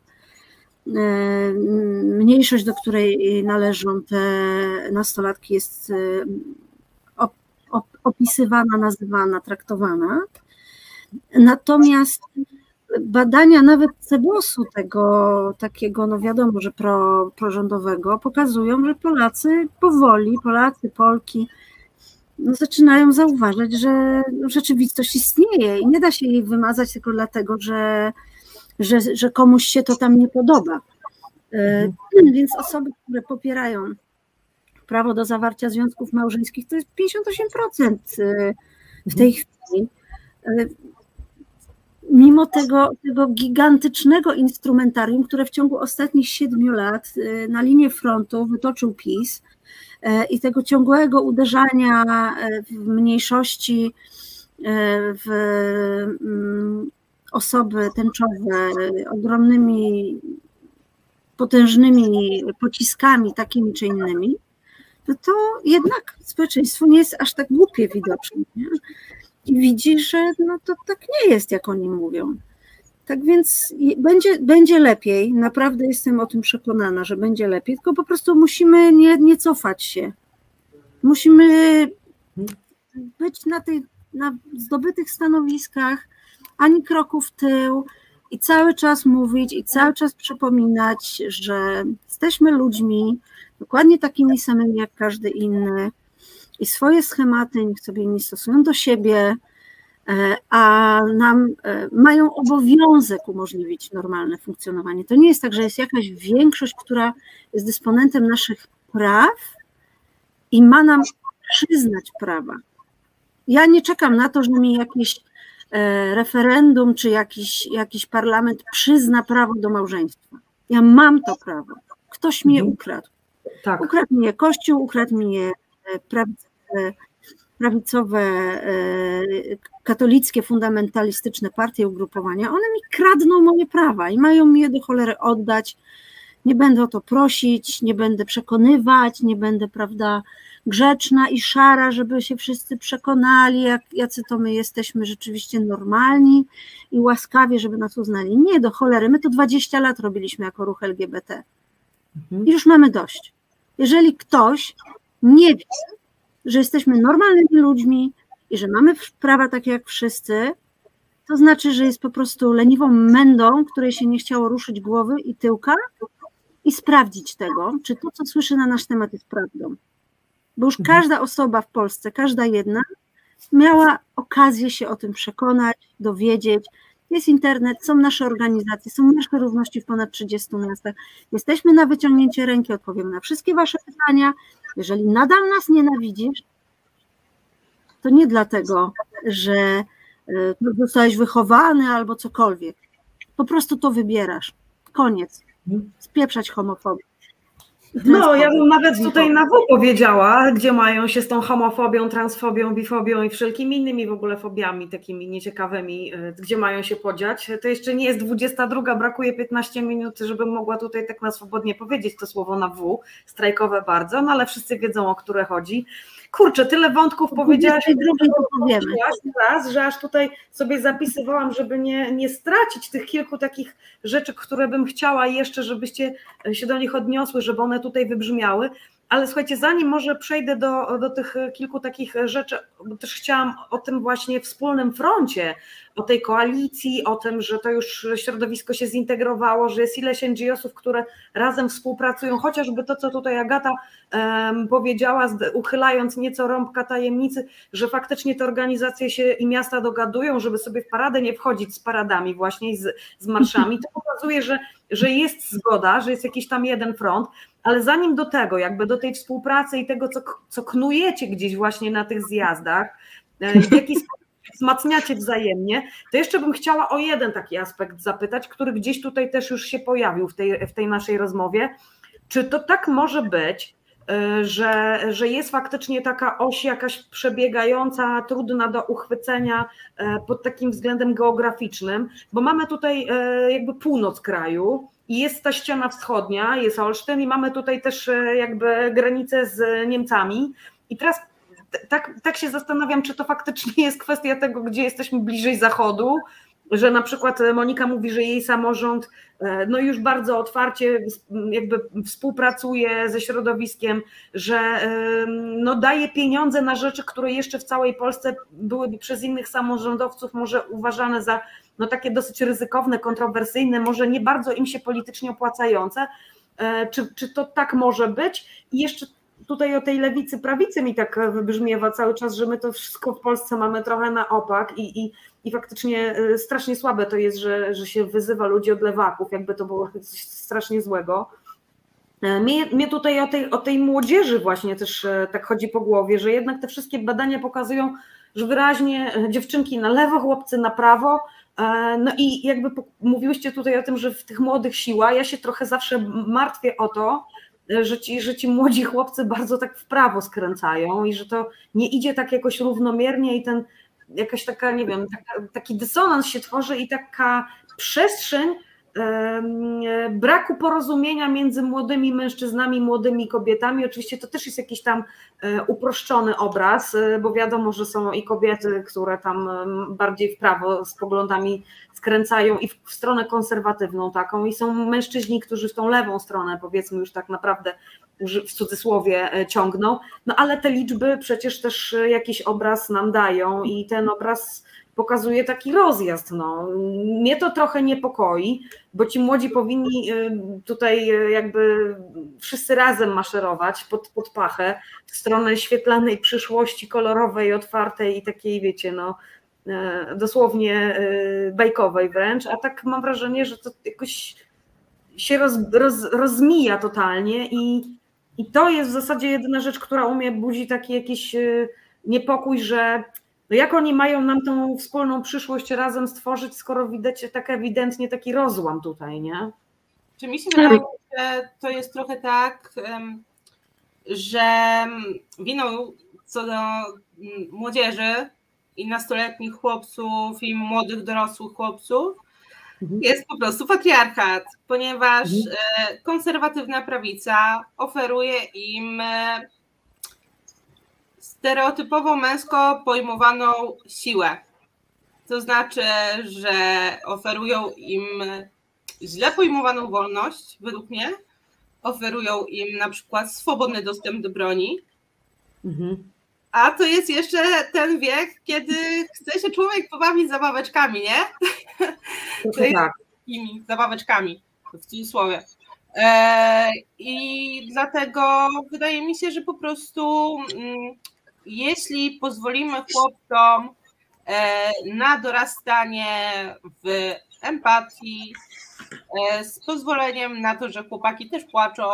mniejszość, do której należą te nastolatki, jest opisywana, nazywana, traktowana. Natomiast badania nawet CBOS-u tego takiego, no wiadomo, że pro, prorządowego, pokazują, że Polacy powoli, Polacy, Polki no, zaczynają zauważać, że rzeczywistość istnieje i nie da się jej wymazać tylko dlatego, że, że, że komuś się to tam nie podoba. Mhm. Więc osoby, które popierają prawo do zawarcia związków małżeńskich, to jest pięćdziesiąt osiem procent w tej chwili. Mimo tego, tego gigantycznego instrumentarium, które w ciągu ostatnich siedmiu lat na linię frontu wytoczył PiS i tego ciągłego uderzania w mniejszości, w osoby tęczowe ogromnymi, potężnymi pociskami takimi czy innymi, to, to jednak społeczeństwo nie jest aż tak głupie widoczne. Nie? I widzi, że no to tak nie jest, jak oni mówią. Tak więc będzie, będzie lepiej, naprawdę jestem o tym przekonana, że będzie lepiej, tylko po prostu musimy nie, nie cofać się. Musimy być na, tej, na zdobytych stanowiskach, ani kroku w tył i cały czas mówić i cały czas przypominać, że jesteśmy ludźmi dokładnie takimi samymi jak każdy inny, i swoje schematy niech sobie nie stosują do siebie, a nam mają obowiązek umożliwić normalne funkcjonowanie. To nie jest tak, że jest jakaś większość, która jest dysponentem naszych praw i ma nam przyznać prawa. Ja nie czekam na to, że mi jakieś referendum czy jakiś, jakiś parlament przyzna prawo do małżeństwa. Ja mam to prawo. Ktoś mnie ukradł. Tak. Ukradł mnie Kościół, ukradł mnie prawicowe, prawicowe katolickie, fundamentalistyczne partie, ugrupowania. One mi kradną moje prawa i mają mi je do cholery oddać. Nie będę o to prosić, nie będę przekonywać, nie będę, prawda, grzeczna i szara, żeby się wszyscy przekonali, jak, jacy to my jesteśmy rzeczywiście normalni i łaskawie, żeby nas uznali. Nie, do cholery, my to dwadzieścia lat robiliśmy jako ruch L G B T i już mamy dość. Jeżeli ktoś nie wie, że jesteśmy normalnymi ludźmi i że mamy prawa takie jak wszyscy, to znaczy, że jest po prostu leniwą mędą, której się nie chciało ruszyć głowy i tyłka i sprawdzić tego, czy to, co słyszy na nasz temat, jest prawdą. Bo już każda osoba w Polsce, każda jedna miała okazję się o tym przekonać, dowiedzieć. Jest internet, są nasze organizacje, są nasze równości w ponad trzydziestu miastach. Jesteśmy na wyciągnięcie ręki, odpowiemy na wszystkie wasze pytania. Jeżeli nadal nas nienawidzisz, to nie dlatego, że zostałeś wychowany albo cokolwiek. Po prostu to wybierasz. Koniec. Spieprzać homofobię. No, ja bym nawet tutaj na W powiedziała, gdzie mają się z tą homofobią, transfobią, bifobią i wszelkimi innymi w ogóle fobiami takimi nieciekawymi, gdzie mają się podziać. To jeszcze nie jest dwudziesta druga, brakuje piętnaście minut, żebym mogła tutaj tak na swobodnie powiedzieć to słowo na W, strajkowe bardzo, no ale wszyscy wiedzą, o które chodzi. Kurczę, tyle wątków powiedziałaś raz, że aż tutaj sobie zapisywałam, żeby nie, nie stracić tych kilku takich rzeczy, które bym chciała jeszcze, żebyście się do nich odniosły, żeby one tutaj wybrzmiały. Ale słuchajcie, zanim może przejdę do, do tych kilku takich rzeczy, bo też chciałam o tym właśnie wspólnym froncie, o tej koalicji, o tym, że to już środowisko się zintegrowało, że jest ileś N G O sów, które razem współpracują, chociażby to, co tutaj Agata um, powiedziała, uchylając nieco rąbka tajemnicy, że faktycznie te organizacje się i miasta dogadują, żeby sobie w paradę nie wchodzić z paradami właśnie, z, z marszami. To pokazuje, że, że jest zgoda, że jest jakiś tam jeden front. Ale zanim do tego, jakby do tej współpracy i tego, co, co knujecie gdzieś właśnie na tych zjazdach, w jaki sposób wzmacniacie wzajemnie, to jeszcze bym chciała o jeden taki aspekt zapytać, który gdzieś tutaj też już się pojawił w tej, w tej naszej rozmowie. Czy to tak może być, że, że jest faktycznie taka oś jakaś przebiegająca, trudna do uchwycenia pod takim względem geograficznym, bo mamy tutaj jakby północ kraju, i jest ta ściana wschodnia, jest Olsztyn i mamy tutaj też jakby granicę z Niemcami i teraz tak, tak się zastanawiam, czy to faktycznie jest kwestia tego, gdzie jesteśmy bliżej zachodu, że na przykład Monika mówi, że jej samorząd no już bardzo otwarcie jakby współpracuje ze środowiskiem, że no daje pieniądze na rzeczy, które jeszcze w całej Polsce byłyby przez innych samorządowców może uważane za no takie dosyć ryzykowne, kontrowersyjne, może nie bardzo im się politycznie opłacające. Czy, czy to tak może być? I jeszcze tutaj o tej lewicy, prawicy mi tak wybrzmiewa cały czas, że my to wszystko w Polsce mamy trochę na opak i, i, i faktycznie strasznie słabe to jest, że, że się wyzywa ludzi od lewaków, jakby to było coś strasznie złego. Mnie, mnie tutaj o tej, o tej młodzieży właśnie też tak chodzi po głowie, że jednak te wszystkie badania pokazują, że wyraźnie dziewczynki na lewo, chłopcy na prawo. No i jakby mówiłyście tutaj o tym, że w tych młodych siła, ja się trochę zawsze martwię o to, że ci, że ci młodzi chłopcy bardzo tak w prawo skręcają i że to nie idzie tak jakoś równomiernie i ten jakaś taka, nie wiem, taka, taki dysonans się tworzy i taka przestrzeń braku porozumienia między młodymi mężczyznami, młodymi kobietami. Oczywiście to też jest jakiś tam uproszczony obraz, bo wiadomo, że są i kobiety, które tam bardziej w prawo z poglądami skręcają i w stronę konserwatywną taką i są mężczyźni, którzy w tą lewą stronę powiedzmy już tak naprawdę w cudzysłowie ciągną, no ale te liczby przecież też jakiś obraz nam dają i ten obraz pokazuje taki rozjazd. No. Mnie to trochę niepokoi, bo ci młodzi powinni tutaj jakby wszyscy razem maszerować pod, pod pachę w stronę świetlanej przyszłości, kolorowej, otwartej i takiej, wiecie, no dosłownie bajkowej wręcz, a tak mam wrażenie, że to jakoś się roz, roz, rozmija totalnie i, i to jest w zasadzie jedyna rzecz, która u mnie budzi taki jakiś niepokój, że no jak oni mają nam tą wspólną przyszłość razem stworzyć, skoro widać tak ewidentnie taki rozłam tutaj, nie? Czy mi się wydaje, że to jest trochę tak, że winą co do młodzieży i nastoletnich chłopców i młodych dorosłych chłopców jest po prostu patriarchat, ponieważ konserwatywna prawica oferuje im stereotypowo męsko pojmowaną siłę. To znaczy, że oferują im źle pojmowaną wolność, według mnie, oferują im na przykład swobodny dostęp do broni, mhm. A to jest jeszcze ten wiek, kiedy chce się człowiek pobawić zabaweczkami, nie? To jest takimi zabaweczkami, w cudzysłowie. I dlatego wydaje mi się, że po prostu jeśli pozwolimy chłopcom na dorastanie w empatii, z pozwoleniem na to, że chłopaki też płaczą,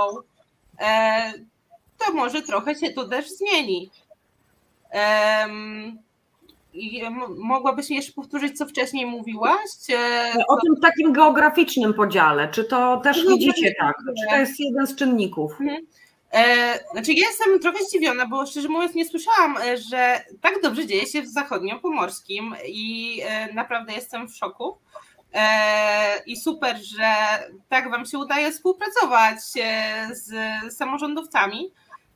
to może trochę się to też zmieni. I mogłabyś mi jeszcze powtórzyć, co wcześniej mówiłaś? O tym takim geograficznym podziale, czy to też widzicie tak? Czy to jest jeden z czynników? Mhm. Znaczy ja jestem trochę zdziwiona, bo szczerze mówiąc nie słyszałam, że tak dobrze dzieje się w zachodniopomorskim i naprawdę jestem w szoku. I super, że tak wam się udaje współpracować z samorządowcami.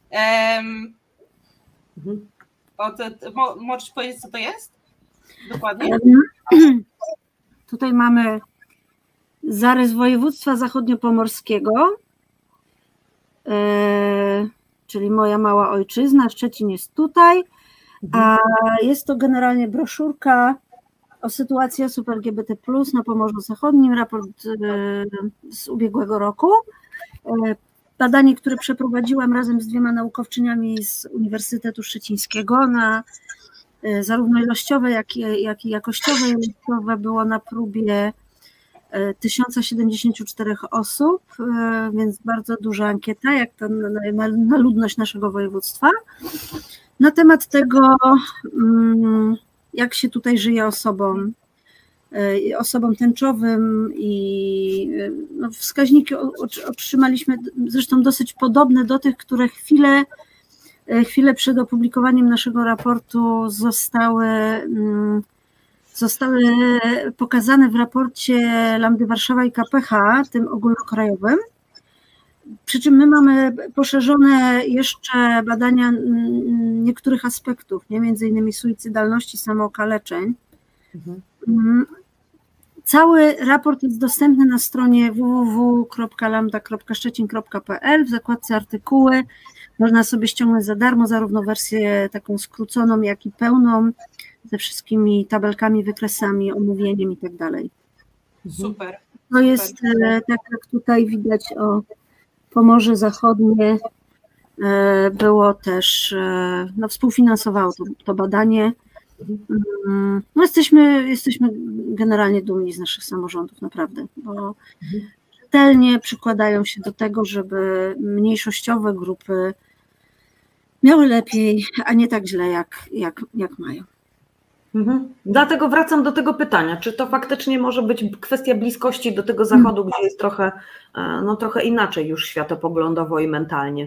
Mhm. O, to, to, możesz powiedzieć, co to jest? Dokładnie. Tutaj mamy zarys województwa zachodniopomorskiego, e, czyli moja mała ojczyzna, Szczecin jest tutaj, a jest to generalnie broszurka o sytuacji osób L G B T plus na Pomorzu Zachodnim, raport e, z ubiegłego roku. E, badanie, które przeprowadziłam razem z dwiema naukowczyniami z Uniwersytetu Szczecińskiego na zarówno ilościowe, jak i, jak i jakościowe. Ilościowe było na próbie tysiąc siedemdziesiąt cztery osób, więc bardzo duża ankieta, jak to na, na, na ludność naszego województwa, na temat tego, jak się tutaj żyje osobom, osobom tęczowym i no, wskaźniki otrzymaliśmy zresztą dosyć podobne do tych, które chwilę Chwilę przed opublikowaniem naszego raportu zostały, zostały pokazane w raporcie Lambdy Warszawa i K P H, tym ogólnokrajowym. Przy czym my mamy poszerzone jeszcze badania niektórych aspektów, nie? Między innymi suicydalności, samookaleczeń. Mhm. Cały raport jest dostępny na stronie w w w kropka lambda kropka szczecin kropka p l w zakładce artykuły. Można sobie ściągnąć za darmo zarówno wersję taką skróconą, jak i pełną, ze wszystkimi tabelkami, wykresami, omówieniem i tak dalej. Super. To jest, super. Tak jak tutaj widać, o Pomorze Zachodnie było też, no współfinansowało to, to badanie. No jesteśmy, jesteśmy generalnie dumni z naszych samorządów, naprawdę, bo rzetelnie przykładają się do tego, żeby mniejszościowe grupy miały lepiej, a nie tak źle, jak, jak, jak mają. Mhm. Dlatego wracam do tego pytania, czy to faktycznie może być kwestia bliskości do tego zachodu, hmm. gdzie jest trochę, no, trochę inaczej już światopoglądowo i mentalnie.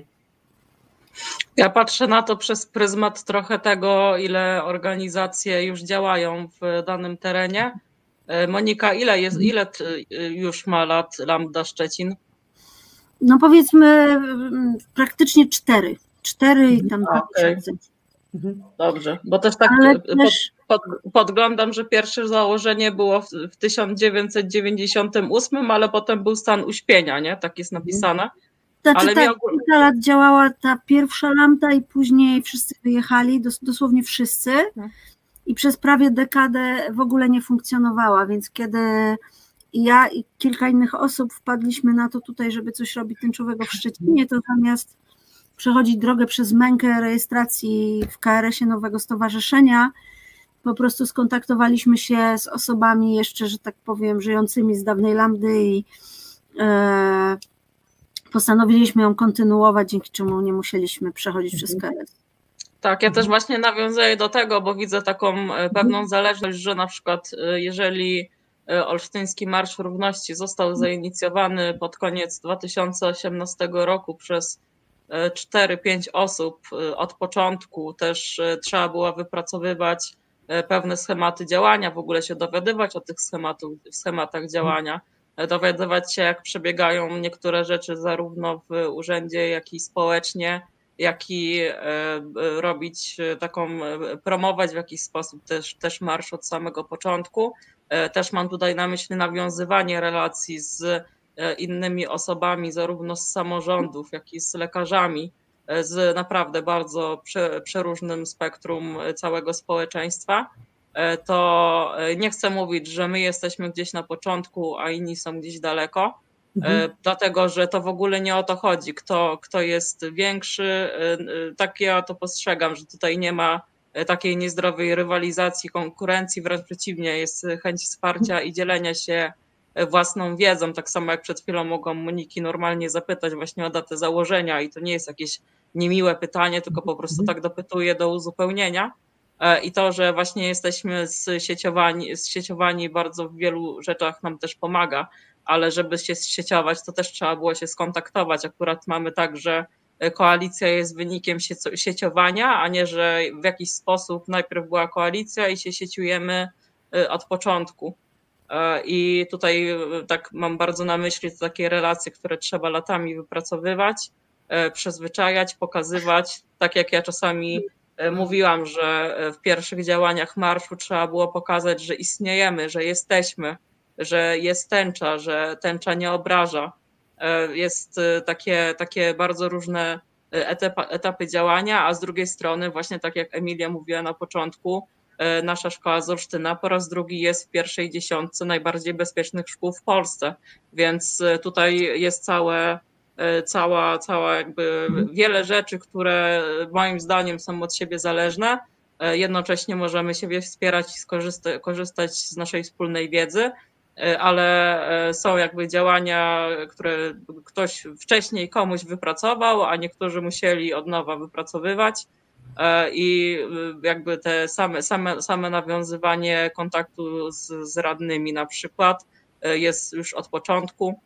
Ja patrzę na to przez pryzmat trochę tego, ile organizacje już działają w danym terenie. Monika, ile jest, ile już ma lat Lambda Szczecin? No powiedzmy praktycznie cztery. Cztery i tam dwa tysiące. Dobrze, bo też tak też... Pod, pod, podglądam, że pierwsze założenie było w, w tysiąc dziewięćset dziewięćdziesiątym ósmym, ale potem był stan uśpienia, nie? Tak jest napisane. Znaczy ale tak, ogólnie... kilka lat działała ta pierwsza lambda i później wszyscy wyjechali, dos, dosłownie wszyscy. I przez prawie dekadę w ogóle nie funkcjonowała, więc kiedy ja i kilka innych osób wpadliśmy na to tutaj, żeby coś robić tęczowego w Szczecinie, to zamiast przechodzić drogę przez mękę rejestracji w K R S-ie nowego stowarzyszenia, po prostu skontaktowaliśmy się z osobami jeszcze, że tak powiem, żyjącymi z dawnej lambdy i e, postanowiliśmy ją kontynuować, dzięki czemu nie musieliśmy przechodzić przez K R S. Tak, ja też właśnie nawiązuję do tego, bo widzę taką pewną zależność, że na przykład jeżeli Olsztyński Marsz Równości został zainicjowany pod koniec dwa tysiące osiemnastego roku przez cztery pięć osób od początku, też trzeba było wypracowywać pewne schematy działania, w ogóle się dowiadywać o tych schematów, schematach działania, dowiadywać się, jak przebiegają niektóre rzeczy zarówno w urzędzie, jak i społecznie, jak i robić taką, promować w jakiś sposób też, też marsz od samego początku. Też mam tutaj na myśli nawiązywanie relacji z innymi osobami, zarówno z samorządów, jak i z lekarzami, z naprawdę bardzo przeróżnym spektrum całego społeczeństwa. To nie chcę mówić, że my jesteśmy gdzieś na początku, a inni są gdzieś daleko, mhm. dlatego że to w ogóle nie o to chodzi, kto, kto jest większy. Tak ja to postrzegam, że tutaj nie ma takiej niezdrowej rywalizacji, konkurencji, wręcz przeciwnie, jest chęć wsparcia i dzielenia się własną wiedzą, tak samo jak przed chwilą mogłam Moniki normalnie zapytać właśnie o datę założenia i to nie jest jakieś niemiłe pytanie, tylko po prostu tak dopytuję do uzupełnienia. i to, że właśnie jesteśmy zsieciowani, zsieciowani bardzo w wielu rzeczach nam też pomaga, ale żeby się zsieciować, to też trzeba było się skontaktować. Akurat mamy tak, że koalicja jest wynikiem sieciowania, a nie, że w jakiś sposób najpierw była koalicja i się sieciujemy od początku. I tutaj tak mam bardzo na myśli takie relacje, które trzeba latami wypracowywać, przyzwyczajać, pokazywać. Tak jak ja czasami mówiłam, że w pierwszych działaniach marszu trzeba było pokazać, że istniejemy, że jesteśmy, że jest tęcza, że tęcza nie obraża. Jest takie, takie bardzo różne etapy, etapy działania, a z drugiej strony właśnie tak jak Emilia mówiła na początku, nasza szkoła z Olsztyna po raz drugi jest w pierwszej dziesiątce najbardziej bezpiecznych szkół w Polsce, więc tutaj jest całe, cała, cała jakby wiele rzeczy, które moim zdaniem są od siebie zależne. Jednocześnie możemy siebie wspierać i skorzystać, korzystać z naszej wspólnej wiedzy, ale są jakby działania, które ktoś wcześniej komuś wypracował, a niektórzy musieli od nowa wypracowywać. I jakby te same, same, same nawiązywanie kontaktu z, z radnymi na przykład jest już od początku.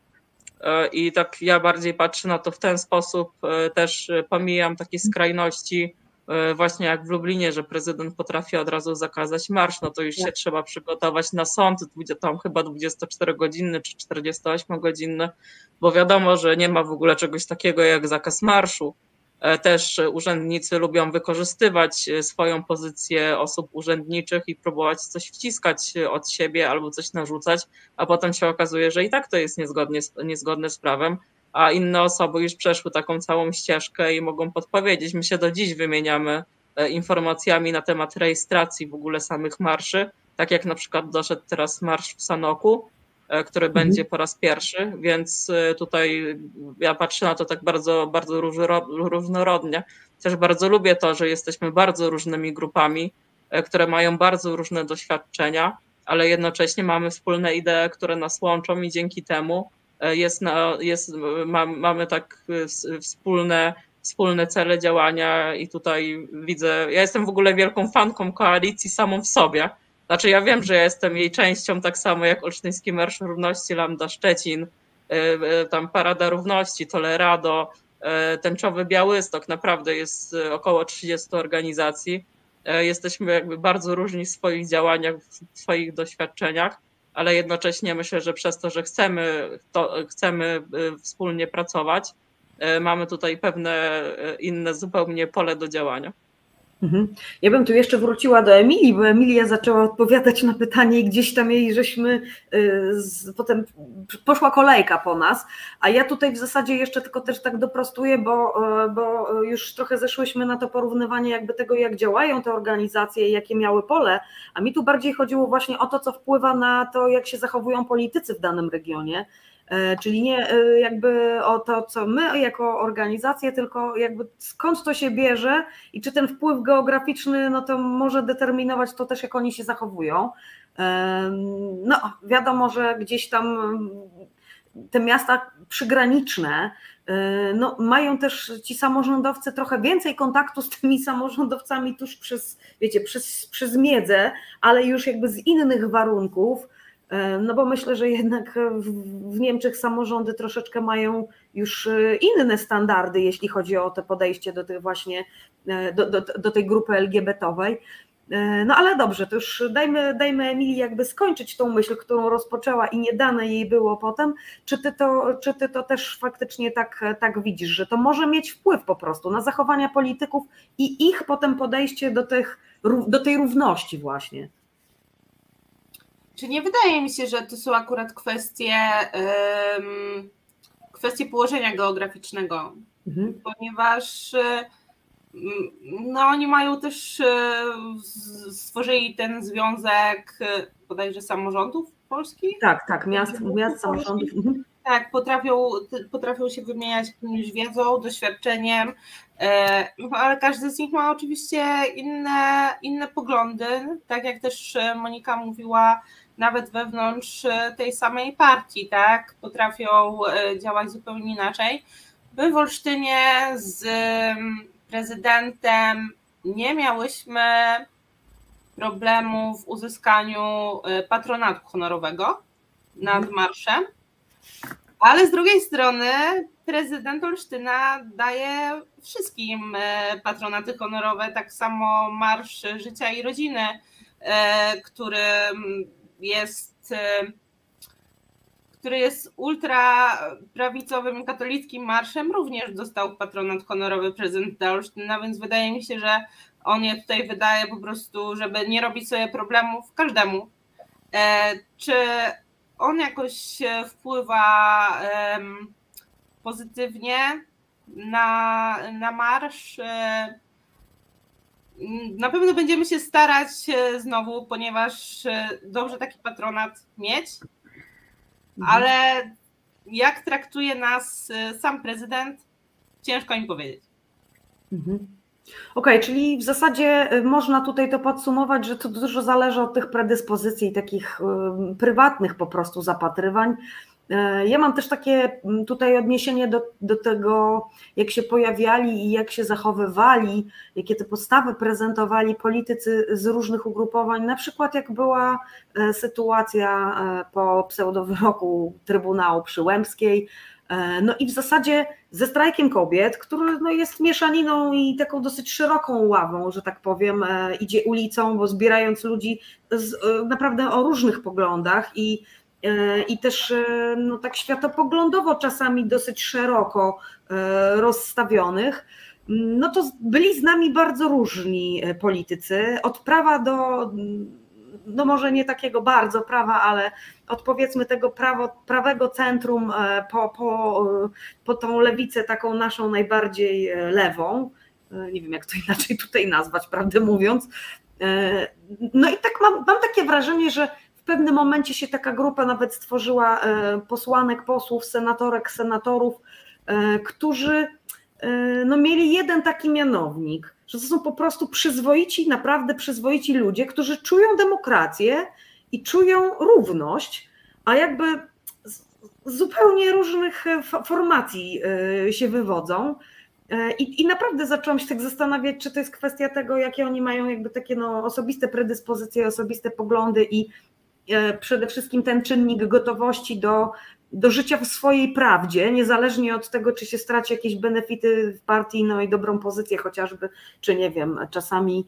I tak ja bardziej patrzę na to w ten sposób, też pomijam takie skrajności, właśnie jak w Lublinie, że prezydent potrafi od razu zakazać marsz, no to już się trzeba przygotować na sąd, tam chyba dwudziestoczterogodzinny czy czterdziestoośmiogodzinny, bo wiadomo, że nie ma w ogóle czegoś takiego jak zakaz marszu. Też urzędnicy lubią wykorzystywać swoją pozycję osób urzędniczych i próbować coś wciskać od siebie albo coś narzucać, a potem się okazuje, że i tak to jest niezgodnie, niezgodne z prawem, a inne osoby już przeszły taką całą ścieżkę i mogą podpowiedzieć. My się do dziś wymieniamy informacjami na temat rejestracji w ogóle samych marszy, tak jak na przykład doszedł teraz marsz w Sanoku, który mhm. będzie po raz pierwszy, więc tutaj ja patrzę na to tak bardzo, bardzo różnorodnie. Też bardzo lubię to, że jesteśmy bardzo różnymi grupami, które mają bardzo różne doświadczenia, ale jednocześnie mamy wspólne idee, które nas łączą i dzięki temu jest, na, jest, ma, mamy tak wspólne, wspólne cele działania i tutaj widzę, ja jestem w ogóle wielką fanką koalicji samą w sobie. Znaczy ja wiem, że ja jestem jej częścią tak samo jak Olsztyński Marsz Równości, Lambda Szczecin, tam Parada Równości, Tolerado, Tęczowy Białystok, naprawdę jest około trzydziestu organizacji. Jesteśmy jakby bardzo różni w swoich działaniach, w swoich doświadczeniach, ale jednocześnie myślę, że przez to, że chcemy, to, chcemy wspólnie pracować, mamy tutaj pewne inne zupełnie pole do działania. Ja bym tu jeszcze wróciła do Emilii, bo Emilia zaczęła odpowiadać na pytanie i gdzieś tam jej żeśmy, z, potem poszła kolejka po nas, a ja tutaj w zasadzie jeszcze tylko też tak doprostuję, bo, bo już trochę zeszłyśmy na to porównywanie jakby tego, jak działają te organizacje i jakie miały pole, a mi tu bardziej chodziło właśnie o to, co wpływa na to, jak się zachowują politycy w danym regionie. Czyli nie jakby o to, co my jako organizacje, tylko jakby skąd to się bierze i czy ten wpływ geograficzny no to może determinować to też, jak oni się zachowują. No wiadomo, że gdzieś tam te miasta przygraniczne no, mają też ci samorządowcy trochę więcej kontaktu z tymi samorządowcami tuż przez, wiecie, przez, przez miedzę, ale już jakby z innych warunków. No bo myślę, że jednak w Niemczech samorządy troszeczkę mają już inne standardy, jeśli chodzi o to podejście do tych właśnie, do, do, do tej grupy elgebetowej. No ale dobrze, to już dajmy, dajmy Emilii jakby skończyć tą myśl, którą rozpoczęła i nie dane jej było potem. Czy ty to, czy ty to też faktycznie tak, tak widzisz, że to może mieć wpływ po prostu na zachowania polityków i ich potem podejście do, tych, do tej równości właśnie? Czy nie wydaje mi się, że to są akurat kwestie, um, kwestie położenia geograficznego, mhm. ponieważ no, oni mają też, stworzyli ten związek bodajże samorządów polskich? Tak, tak, miast, miast samorządów. Mhm. Tak, potrafią, potrafią się wymieniać jakąś wiedzą, doświadczeniem, no, ale każdy z nich ma oczywiście inne, inne poglądy, tak jak też Monika mówiła, nawet wewnątrz tej samej partii, tak, potrafią działać zupełnie inaczej. My w Olsztynie z prezydentem nie miałyśmy problemu w uzyskaniu patronatu honorowego nad marszem, ale z drugiej strony prezydent Olsztyna daje wszystkim patronaty honorowe, tak samo Marsz Życia i Rodziny, który jest, który jest ultraprawicowym i katolickim marszem, również dostał patronat honorowy prezydenta Olsztyna, więc wydaje mi się, że on je tutaj wydaje po prostu, żeby nie robić sobie problemów każdemu. Czy on jakoś wpływa pozytywnie na, na marsz? Na pewno będziemy się starać znowu, ponieważ dobrze taki patronat mieć, mhm. ale jak traktuje nas sam prezydent, ciężko mi powiedzieć. Mhm. Okej, okay, czyli w zasadzie można tutaj to podsumować, że to dużo zależy od tych predyspozycji, takich y, prywatnych po prostu zapatrywań. Y, ja mam też takie tutaj odniesienie do, do tego, jak się pojawiali i jak się zachowywali, jakie te postawy prezentowali politycy z różnych ugrupowań, na przykład jak była y, sytuacja y, po pseudowyroku Trybunału Przyłębskiej. No i w zasadzie ze strajkiem kobiet, który no jest mieszaniną i taką dosyć szeroką ławą, że tak powiem, idzie ulicą, bo zbierając ludzi z, naprawdę o różnych poglądach i, i też no tak światopoglądowo czasami dosyć szeroko rozstawionych, no to byli z nami bardzo różni politycy, od prawa do... no może nie takiego bardzo prawa, ale od powiedzmy tego prawo, prawego centrum po, po, po tą lewicę taką naszą najbardziej lewą, nie wiem jak to inaczej tutaj nazwać, prawdę mówiąc. No i tak mam, mam takie wrażenie, że w pewnym momencie się taka grupa nawet stworzyła posłanek, posłów, senatorek, senatorów, którzy no mieli jeden taki mianownik, że to są po prostu przyzwoici, naprawdę przyzwoici ludzie, którzy czują demokrację i czują równość, a jakby z zupełnie różnych formacji się wywodzą. I, i naprawdę zaczęłam się tak zastanawiać, czy to jest kwestia tego, jakie oni mają jakby takie no, osobiste predyspozycje, osobiste poglądy i przede wszystkim ten czynnik gotowości do do życia w swojej prawdzie, niezależnie od tego, czy się straci jakieś benefity w partii, no i dobrą pozycję chociażby, czy nie wiem, czasami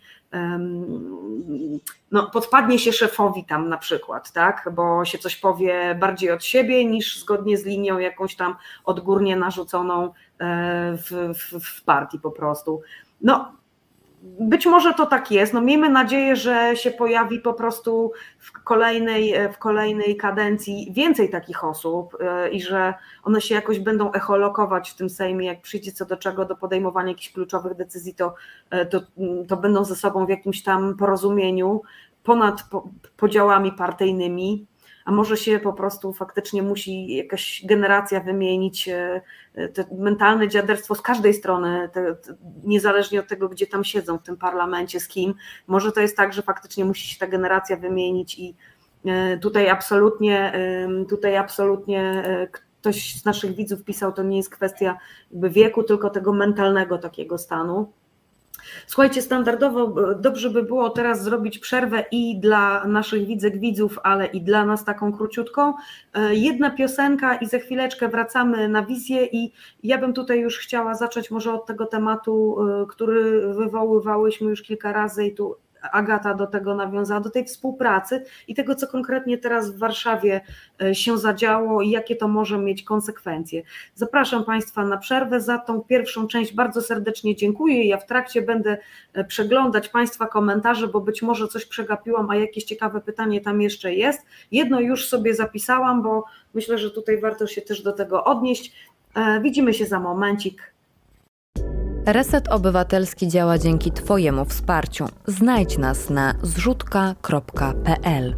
um, no, podpadnie się szefowi tam na przykład, tak, bo się coś powie bardziej od siebie niż zgodnie z linią jakąś tam odgórnie narzuconą w, w, w partii po prostu. No, być może to tak jest, no miejmy nadzieję, że się pojawi po prostu w kolejnej, w kolejnej kadencji więcej takich osób i że one się jakoś będą echolokować w tym Sejmie, jak przyjdzie co do czego, do podejmowania jakichś kluczowych decyzji, to, to, to będą ze sobą w jakimś tam porozumieniu ponad podziałami partyjnymi, a może się po prostu faktycznie musi jakaś generacja wymienić, te mentalne dziaderstwo z każdej strony, te, te, niezależnie od tego, gdzie tam siedzą w tym parlamencie, z kim. Może to jest tak, że faktycznie musi się ta generacja wymienić i tutaj absolutnie, tutaj absolutnie ktoś z naszych widzów pisał, to nie jest kwestia jakby wieku, tylko tego mentalnego takiego stanu. Słuchajcie, standardowo dobrze by było teraz zrobić przerwę i dla naszych widzek, widzów, ale i dla nas taką króciutką. Jedna piosenka i za chwileczkę wracamy na wizję i ja bym tutaj już chciała zacząć może od tego tematu, który wywoływałyśmy już kilka razy i tu Agata do tego nawiązała, do tej współpracy i tego, co konkretnie teraz w Warszawie się zadziało i jakie to może mieć konsekwencje. Zapraszam Państwa na przerwę. Za tą pierwszą część bardzo serdecznie dziękuję. Ja w trakcie będę przeglądać Państwa komentarze, bo być może coś przegapiłam, a jakieś ciekawe pytanie tam jeszcze jest. Jedno już sobie zapisałam, bo myślę, że tutaj warto się też do tego odnieść. Widzimy się za momencik. Reset Obywatelski działa dzięki Twojemu wsparciu. Znajdź nas na zrzutka kropka pe el.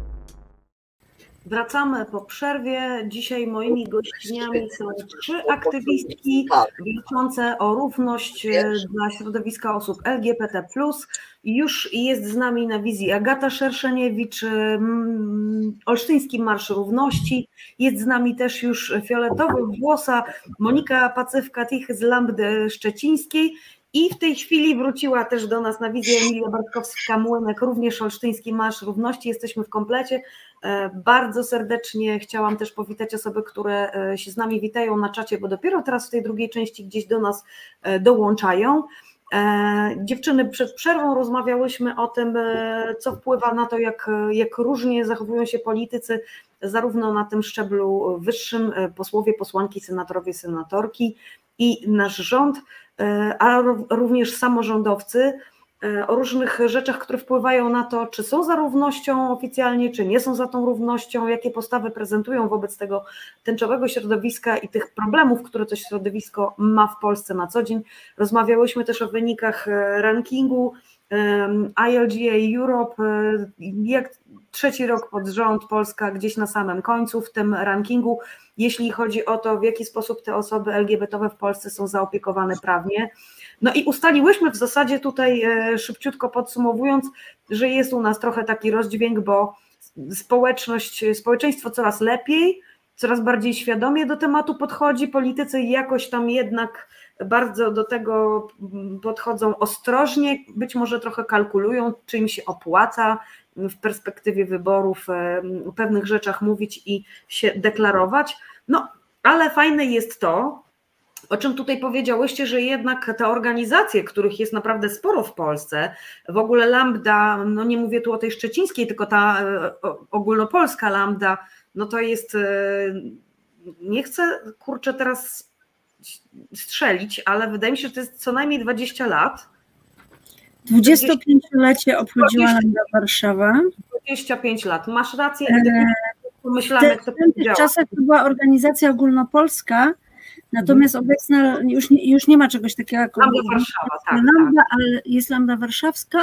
Wracamy po przerwie. Dzisiaj moimi gościniami są trzy aktywistki walczące o równość dla środowiska osób L G B T plus. Już jest z nami na wizji Agata Szerszeniewicz, Olsztyński Marsz Równości. Jest z nami też już fioletowo włosa Monika Pacywka-Tych z Lambdy Szczecińskiej. I w tej chwili wróciła też do nas na wizję Emilia Bartkowska-Młynek, również Olsztyński Marsz Równości. Jesteśmy w komplecie. Bardzo serdecznie chciałam też powitać osoby, które się z nami witają na czacie, bo dopiero teraz w tej drugiej części gdzieś do nas dołączają. Dziewczyny, przed przerwą rozmawiałyśmy o tym, co wpływa na to, jak, jak różnie zachowują się politycy, zarówno na tym szczeblu wyższym, posłowie, posłanki, senatorowie, senatorki i nasz rząd, a również samorządowcy, o różnych rzeczach, które wpływają na to, czy są za równością oficjalnie, czy nie są za tą równością, jakie postawy prezentują wobec tego tęczowego środowiska i tych problemów, które to środowisko ma w Polsce na co dzień. Rozmawiałyśmy też o wynikach rankingu I L G A Europe, jak trzeci rok pod rząd Polska gdzieś na samym końcu w tym rankingu, jeśli chodzi o to, w jaki sposób te osoby L G B T owe w Polsce są zaopiekowane prawnie. No i ustaliłyśmy w zasadzie tutaj, szybciutko podsumowując, że jest u nas trochę taki rozdźwięk, bo społeczność, społeczeństwo coraz lepiej, coraz bardziej świadomie do tematu podchodzi, politycy jakoś tam jednak bardzo do tego podchodzą ostrożnie, być może trochę kalkulują, czy im się opłaca w perspektywie wyborów o pewnych rzeczach mówić i się deklarować. No, ale fajne jest to, o czym tutaj powiedziałyście, że jednak te organizacje, których jest naprawdę sporo w Polsce, w ogóle Lambda, no nie mówię tu o tej szczecińskiej, tylko ta ogólnopolska Lambda, no to jest, nie chcę kurczę teraz strzelić, ale wydaje mi się, że to jest co najmniej dwadzieścia lat. dwudziestopięciolecie obchodziła Lambda Warszawa. dwadzieścia pięć lat, masz rację. Pomyślamy, w tych czasach to była organizacja ogólnopolska, natomiast hmm. obecna już nie, już nie ma czegoś takiego jak Lambda Warszawa, tak, Lambda, tak. Ale jest Lambda Warszawska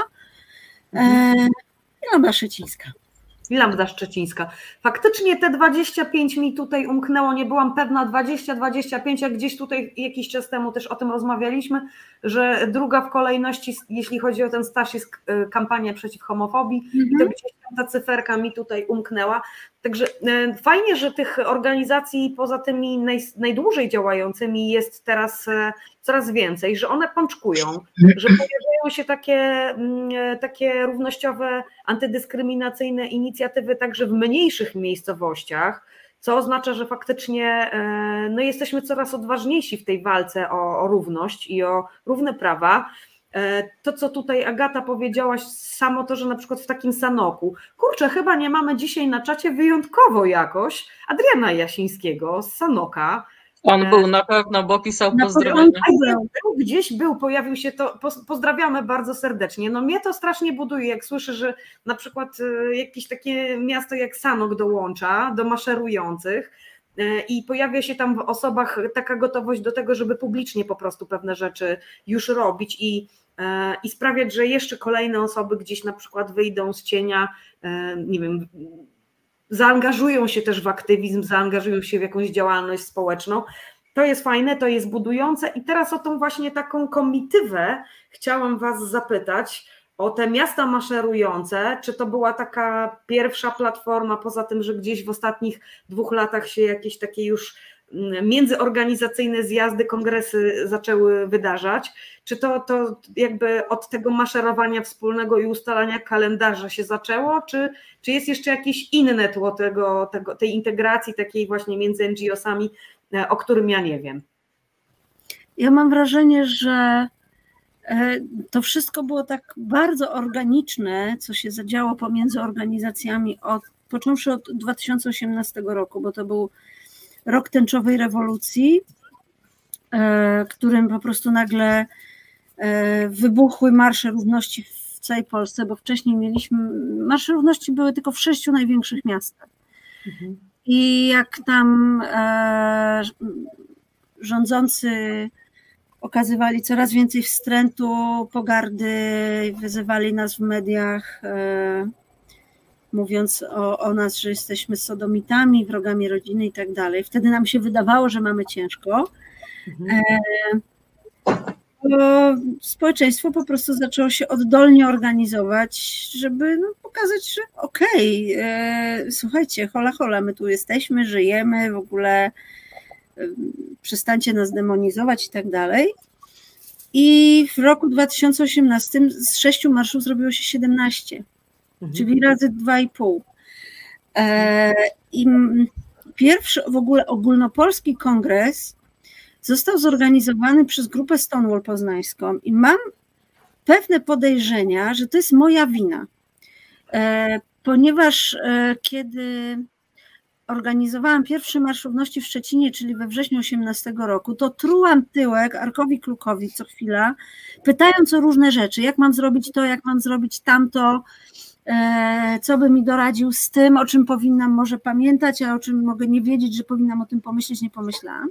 hmm. e, i Lambda Szczecińska. I Lambda Szczecińska. Faktycznie te dwadzieścia pięć mi tutaj umknęło, nie byłam pewna, dwadzieścia dwadzieścia pięć, jak gdzieś tutaj jakiś czas temu też o tym rozmawialiśmy, że druga w kolejności, jeśli chodzi o ten staż, jest kampania przeciw homofobii mm-hmm. i to gdzieś tam ta cyferka mi tutaj umknęła. Także fajnie, że tych organizacji poza tymi naj, najdłużej działającymi jest teraz coraz więcej, że one pączkują, że pojawiają się takie, takie równościowe, antydyskryminacyjne inicjatywy także w mniejszych miejscowościach, co oznacza, że faktycznie no, jesteśmy coraz odważniejsi w tej walce o, o równość i o równe prawa. To, co tutaj Agata powiedziałaś, samo to, że na przykład w takim Sanoku, kurczę, chyba nie mamy dzisiaj na czacie wyjątkowo jakoś Adriana Jasińskiego z Sanoka. On był na pewno, bo pisał pozdrowienia. Był, gdzieś był, pojawił się, to pozdrawiamy bardzo serdecznie. No mnie to strasznie buduje, jak słyszę, że na przykład jakieś takie miasto jak Sanok dołącza do maszerujących i pojawia się tam w osobach taka gotowość do tego, żeby publicznie po prostu pewne rzeczy już robić i i sprawiać, że jeszcze kolejne osoby gdzieś na przykład wyjdą z cienia, nie wiem, zaangażują się też w aktywizm, zaangażują się w jakąś działalność społeczną. To jest fajne, to jest budujące i teraz o tą właśnie taką komitywę chciałam Was zapytać, o te miasta maszerujące, czy to była taka pierwsza platforma, poza tym, że gdzieś w ostatnich dwóch latach się jakieś takie już międzyorganizacyjne zjazdy, kongresy zaczęły wydarzać, czy to, to jakby od tego maszerowania wspólnego i ustalania kalendarza się zaczęło, czy, czy jest jeszcze jakieś inne tło tego, tego, tej integracji takiej właśnie między N G O sami, o którym ja nie wiem? Ja mam wrażenie, że to wszystko było tak bardzo organiczne, co się zadziało pomiędzy organizacjami, od, począwszy od dwa tysiące osiemnastego roku, bo to był rok tęczowej rewolucji, którym po prostu nagle wybuchły marsze równości w całej Polsce, bo wcześniej mieliśmy, marsze równości były tylko w sześciu największych miastach. Mhm. I jak tam rządzący okazywali coraz więcej wstrętu, pogardy, wyzywali nas w mediach, mówiąc o, o nas, że jesteśmy sodomitami, wrogami rodziny i tak dalej. Wtedy nam się wydawało, że mamy ciężko. Mhm. Bo społeczeństwo po prostu zaczęło się oddolnie organizować, żeby no, pokazać, że okej, okay, słuchajcie, hola hola, my tu jesteśmy, żyjemy, w ogóle przestańcie nas demonizować i tak dalej. I w roku dwa tysiące osiemnastym z sześciu marszów zrobiło się siedemnaście, mhm. czyli razy dwa i pół. I pierwszy w ogóle ogólnopolski kongres został zorganizowany przez grupę Stonewall Poznańską i mam pewne podejrzenia, że to jest moja wina, ponieważ kiedy organizowałam pierwszy Marsz Równości w Szczecinie, czyli we wrześniu osiemnastego roku, to trułam tyłek Arkowi Klukowi co chwila, pytając o różne rzeczy, jak mam zrobić to, jak mam zrobić tamto, co by mi doradził z tym, o czym powinnam może pamiętać, a o czym mogę nie wiedzieć, że powinnam o tym pomyśleć, nie pomyślałam.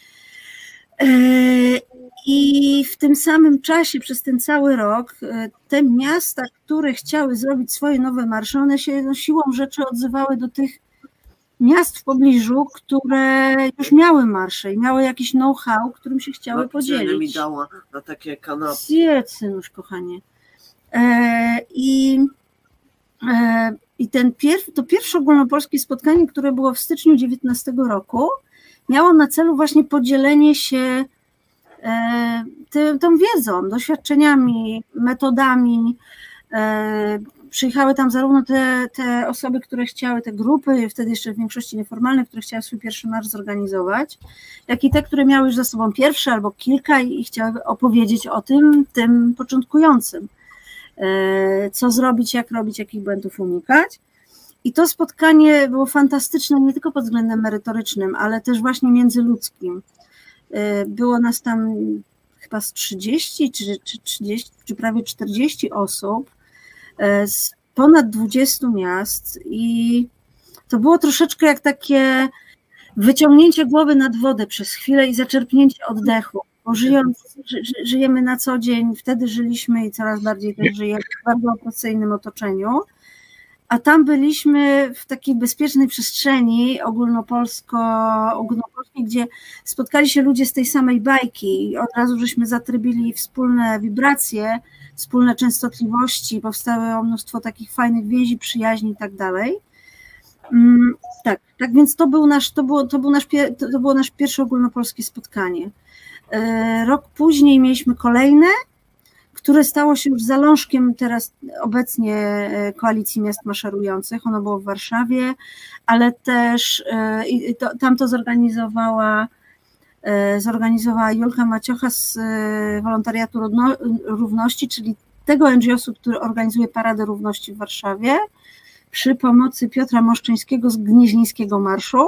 I w tym samym czasie, przez ten cały rok, te miasta, które chciały zrobić swoje nowe marsze, one się no, siłą rzeczy odzywały do tych miast w pobliżu, które już miały marsze i miały jakiś know-how, którym się chciały no, podzielić. mi dała na takie kanapy. Zjedz, synuś, kochanie. E, I e, i ten pierw, to pierwsze ogólnopolskie spotkanie, które było w styczniu dziewiętnastego roku, miało na celu właśnie podzielenie się e, ty, tą wiedzą, doświadczeniami, metodami. E, Przyjechały tam zarówno te, te osoby, które chciały, te grupy, wtedy jeszcze w większości nieformalne, które chciały swój pierwszy marsz zorganizować, jak i te, które miały już za sobą pierwszy albo kilka i, i chciały opowiedzieć o tym, tym początkującym. Co zrobić, jak robić, jakich błędów unikać. I to spotkanie było fantastyczne nie tylko pod względem merytorycznym, ale też właśnie międzyludzkim. Było nas tam chyba z trzydzieści czy, czy, trzydzieści, czy prawie czterdzieści osób, z ponad dwudziestu miast i to było troszeczkę jak takie wyciągnięcie głowy nad wodę przez chwilę i zaczerpnięcie oddechu, bo żyjąc, ży, żyjemy na co dzień, wtedy żyliśmy i coraz bardziej też żyjemy w bardzo opresyjnym otoczeniu, a tam byliśmy w takiej bezpiecznej przestrzeni ogólnopolsko, ogólnopolskiej, gdzie spotkali się ludzie z tej samej bajki i od razu żeśmy zatrybili wspólne wibracje, wspólne częstotliwości, powstało mnóstwo takich fajnych więzi, przyjaźni i tak dalej. Tak, tak więc to był nasz, to było, to był nasz, to było nasze pierwsze ogólnopolskie spotkanie. Rok później mieliśmy kolejne, które stało się już zalążkiem teraz obecnie Koalicji Miast Maszerujących. Ono było w Warszawie, ale też i to, tam to zorganizowała zorganizowała Julka Maciocha z Wolontariatu Równości, czyli tego en dżi o-su, który organizuje Paradę Równości w Warszawie, przy pomocy Piotra Moszczyńskiego z Gnieźnieńskiego Marszu.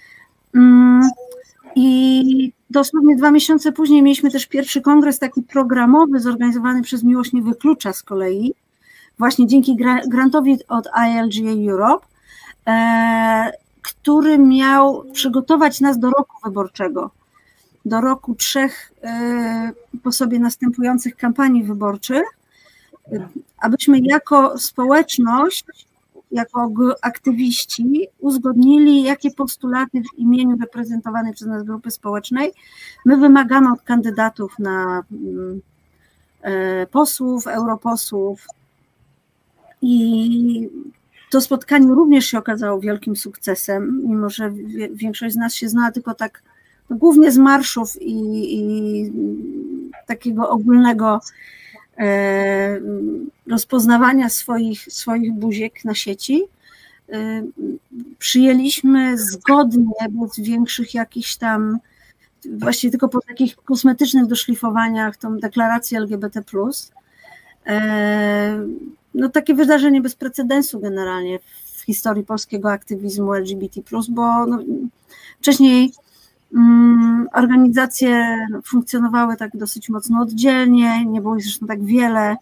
I dosłownie dwa miesiące później mieliśmy też pierwszy kongres taki programowy, zorganizowany przez Miłość Nie Wyklucza z kolei, właśnie dzięki grantowi od I L G A Europe, który miał przygotować nas do roku wyborczego, do roku trzech po sobie następujących kampanii wyborczych, abyśmy jako społeczność, jako aktywiści uzgodnili, jakie postulaty w imieniu reprezentowanej przez nas grupy społecznej my wymagamy od kandydatów na posłów, europosłów. I to spotkanie również się okazało wielkim sukcesem, mimo że większość z nas się zna tylko tak głównie z marszów i, i takiego ogólnego e, rozpoznawania swoich, swoich buziek na sieci. E, przyjęliśmy zgodnie, bez większych jakichś tam, właściwie tylko po takich kosmetycznych doszlifowaniach, tą deklarację L G B T plus. E, no takie wydarzenie bez precedensu generalnie w historii polskiego aktywizmu L G B T plus, bo no, wcześniej organizacje funkcjonowały tak dosyć mocno oddzielnie, nie było ich zresztą tak wiele,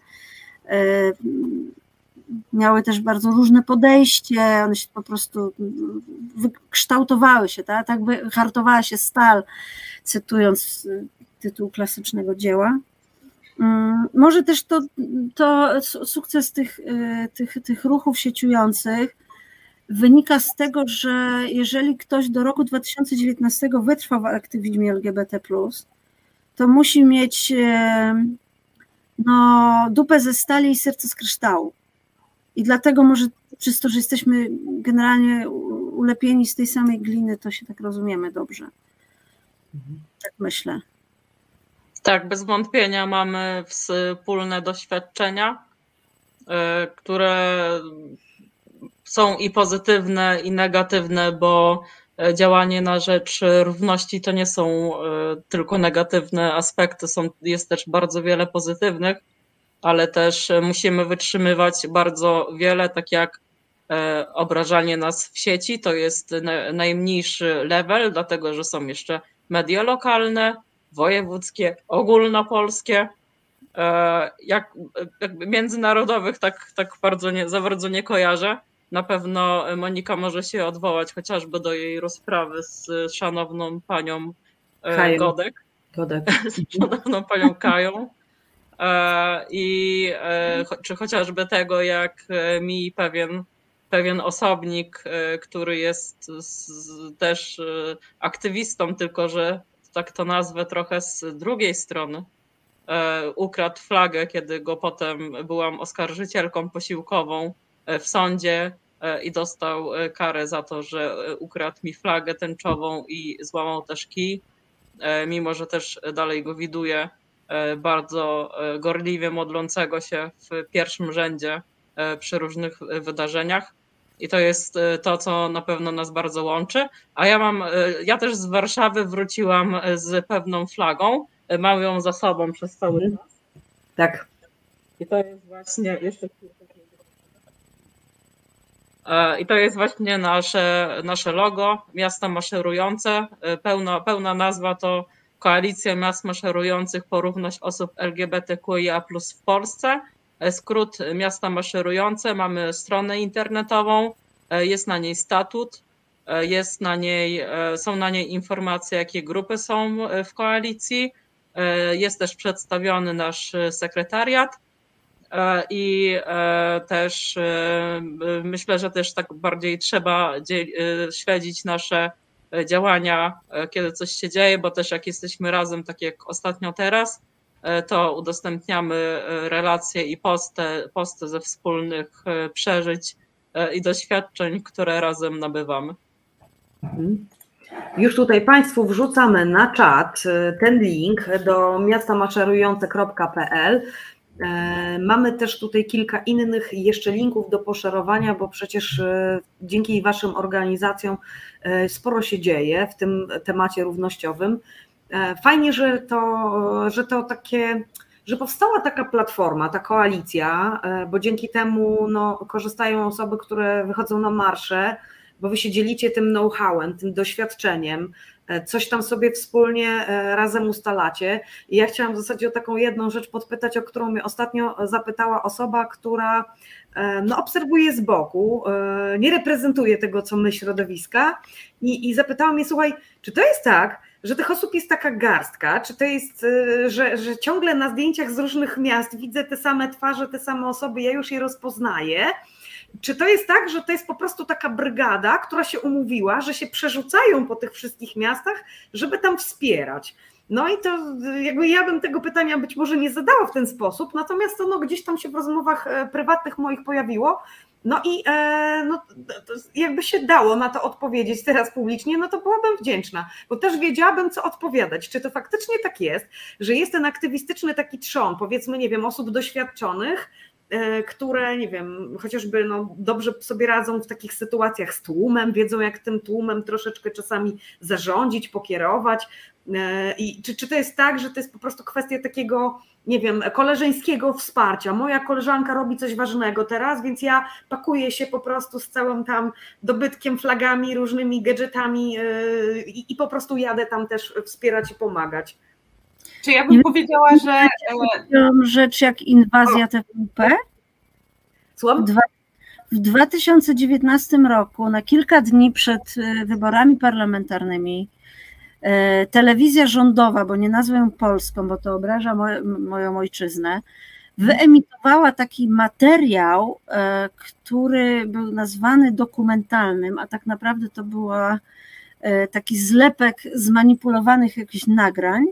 miały też bardzo różne podejście, one się po prostu wykształtowały się, tak, tak by hartowała się stal, cytując tytuł klasycznego dzieła. Może też to, to sukces tych, tych, tych ruchów sieciujących wynika z tego, że jeżeli ktoś do roku dwa tysiące dziewiętnastego wytrwał w aktywizmie L G B T plus, to musi mieć no, dupę ze stali i serce z kryształu. I dlatego może przez to, że jesteśmy generalnie ulepieni z tej samej gliny, to się tak rozumiemy dobrze. Tak myślę. Tak, bez wątpienia mamy wspólne doświadczenia, które są i pozytywne, i negatywne, bo działanie na rzecz równości to nie są tylko negatywne aspekty, są, jest też bardzo wiele pozytywnych, ale też musimy wytrzymywać bardzo wiele, tak jak obrażanie nas w sieci, to jest najmniejszy level, dlatego że są jeszcze media lokalne, wojewódzkie, ogólnopolskie, jak, jakby międzynarodowych tak, tak bardzo nie, za bardzo nie kojarzę. Na pewno Monika może się odwołać chociażby do jej rozprawy z szanowną panią Kajem. Godek, Godek. z szanowną panią Kają. I czy chociażby tego, jak mi pewien, pewien osobnik, który jest też aktywistą, tylko że tak to nazwę trochę z drugiej strony, ukradł flagę, kiedy go potem byłam oskarżycielką posiłkową w sądzie i dostał karę za to, że ukradł mi flagę tęczową i złamał też kij, mimo że też dalej go widuję bardzo gorliwie modlącego się w pierwszym rzędzie przy różnych wydarzeniach. I to jest to, co na pewno nas bardzo łączy. A ja mam, ja też z Warszawy wróciłam z pewną flagą. Mam ją za sobą przez cały czas. Tak. I to jest właśnie jeszcze I to jest właśnie nasze, nasze logo, Miasta Maszerujące. Pełna, pełna nazwa to Koalicja Miast Maszerujących po równość osób L G B T Q I A plus w Polsce. Skrót Miasta Maszerujące. Mamy stronę internetową, jest na niej statut, jest na niej, są na niej informacje, jakie grupy są w koalicji. Jest też przedstawiony nasz sekretariat i też myślę, że też tak bardziej trzeba śledzić nasze działania, kiedy coś się dzieje, bo też jak jesteśmy razem, tak jak ostatnio teraz, to udostępniamy relacje i posty, posty ze wspólnych przeżyć i doświadczeń, które razem nabywamy. Już tutaj Państwu wrzucamy na czat ten link do miasta maszerujące kropka p l. Mamy też tutaj kilka innych jeszcze linków do poszerowania, bo przecież dzięki Waszym organizacjom sporo się dzieje w tym temacie równościowym. Fajnie, że to, że to takie, że powstała taka platforma, ta koalicja, bo dzięki temu no, korzystają osoby, które wychodzą na marsze, bo Wy się dzielicie tym know-howem, tym doświadczeniem, coś tam sobie wspólnie razem ustalacie. I ja chciałam w zasadzie o taką jedną rzecz podpytać, o którą mnie ostatnio zapytała osoba, która no, obserwuje z boku, nie reprezentuje tego, co my, środowiska, i, i zapytała mnie, słuchaj, czy to jest tak, że tych osób jest taka garstka, czy to jest, że, że ciągle na zdjęciach z różnych miast widzę te same twarze, te same osoby, ja już je rozpoznaję. Czy to jest tak, że to jest po prostu taka brygada, która się umówiła, że się przerzucają po tych wszystkich miastach, żeby tam wspierać? No i to jakby ja bym tego pytania być może nie zadała w ten sposób, natomiast to no, gdzieś tam się w rozmowach prywatnych moich pojawiło. No i e, no, jakby się dało na to odpowiedzieć teraz publicznie, no to byłabym wdzięczna, bo też wiedziałabym, co odpowiadać. Czy to faktycznie tak jest, że jest ten aktywistyczny taki trzon, powiedzmy, nie wiem, osób doświadczonych, które, nie wiem, chociażby no, dobrze sobie radzą w takich sytuacjach z tłumem, wiedzą, jak tym tłumem troszeczkę czasami zarządzić, pokierować. I czy, czy to jest tak, że to jest po prostu kwestia takiego, nie wiem, koleżeńskiego wsparcia? Moja koleżanka robi coś ważnego teraz, więc ja pakuję się po prostu z całym tam dobytkiem, flagami, różnymi gadżetami i, i po prostu jadę tam też wspierać i pomagać. Czy ja bym powiedziała, że... Rzecz jak inwazja T V P. Słucham? W dwa tysiące dziewiętnastym roku, na kilka dni przed wyborami parlamentarnymi, telewizja rządowa, bo nie nazwę ją polską, bo to obraża moją, moją ojczyznę, wyemitowała taki materiał, który był nazwany dokumentalnym, a tak naprawdę to był taki zlepek zmanipulowanych jakichś nagrań.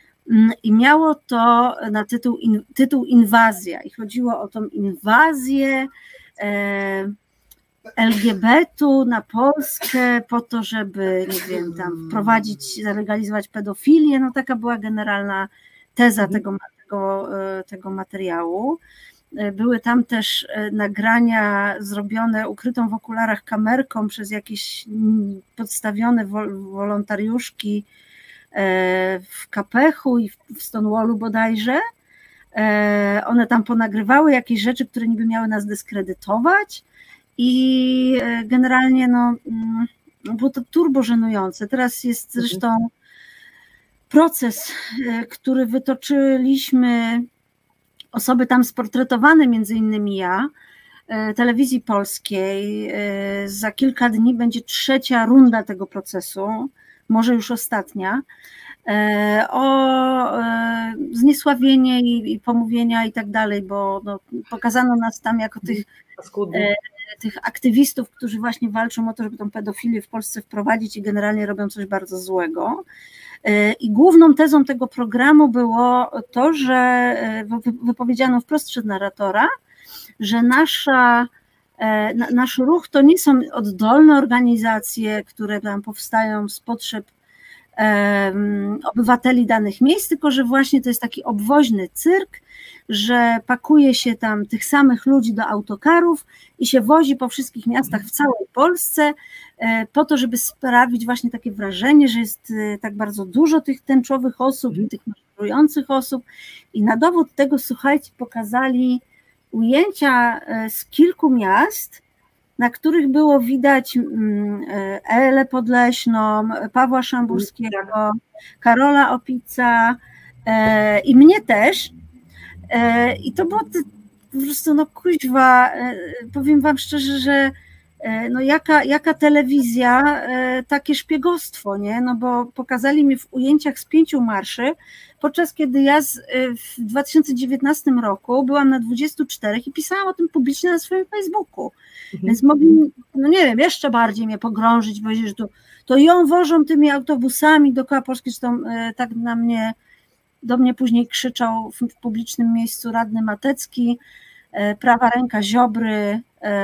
I miało to na tytuł, tytuł Inwazja i chodziło o tą inwazję L G B T na Polskę po to, żeby, nie wiem, tam wprowadzić, zalegalizować pedofilię, no taka była generalna teza tego, tego, tego materiału. Były tam też nagrania zrobione ukrytą w okularach kamerką przez jakieś podstawione wolontariuszki w Kapechu i w Stonewallu bodajże. One tam ponagrywały jakieś rzeczy, które niby miały nas dyskredytować i generalnie no, było to turbo żenujące. Teraz jest zresztą proces, który wytoczyliśmy, osoby tam sportretowane, między innymi ja, Telewizji Polskiej. Za kilka dni będzie trzecia runda tego procesu, może już ostatnia, o zniesławienie i, i pomówienia i tak dalej, bo no, pokazano nas tam jako tych, tych aktywistów, którzy właśnie walczą o to, żeby tą pedofilię w Polsce wprowadzić i generalnie robią coś bardzo złego. I główną tezą tego programu było to, że wypowiedziano wprost przez narratora, że nasza, nasz ruch to nie są oddolne organizacje, które tam powstają z potrzeb obywateli danych miejsc, tylko że właśnie to jest taki obwoźny cyrk, że pakuje się tam tych samych ludzi do autokarów i się wozi po wszystkich miastach w całej Polsce po to, żeby sprawić właśnie takie wrażenie, że jest tak bardzo dużo tych tęczowych osób i tych maszerujących osób. I na dowód tego, słuchajcie, pokazali ujęcia z kilku miast, na których było widać Elę Podleśną, Pawła Szamburskiego, Karola Opica i mnie też. I to było po prostu, no kuźwa, powiem wam szczerze, że no jaka, jaka telewizja, takie szpiegostwo, nie? No bo pokazali mi w ujęciach z pięciu marszy, podczas kiedy ja z, w dwa tysiące dziewiętnastym roku byłam na dwudziestu czterech i pisałam o tym publicznie na swoim Facebooku. Mhm. Więc mogli, no nie wiem, jeszcze bardziej mnie pogrążyć, powiedzieć, że to, to ją wożą tymi autobusami dookoła Polski, zresztą tak na mnie, do mnie później krzyczał w, w publicznym miejscu radny Matecki, prawa ręka Ziobry,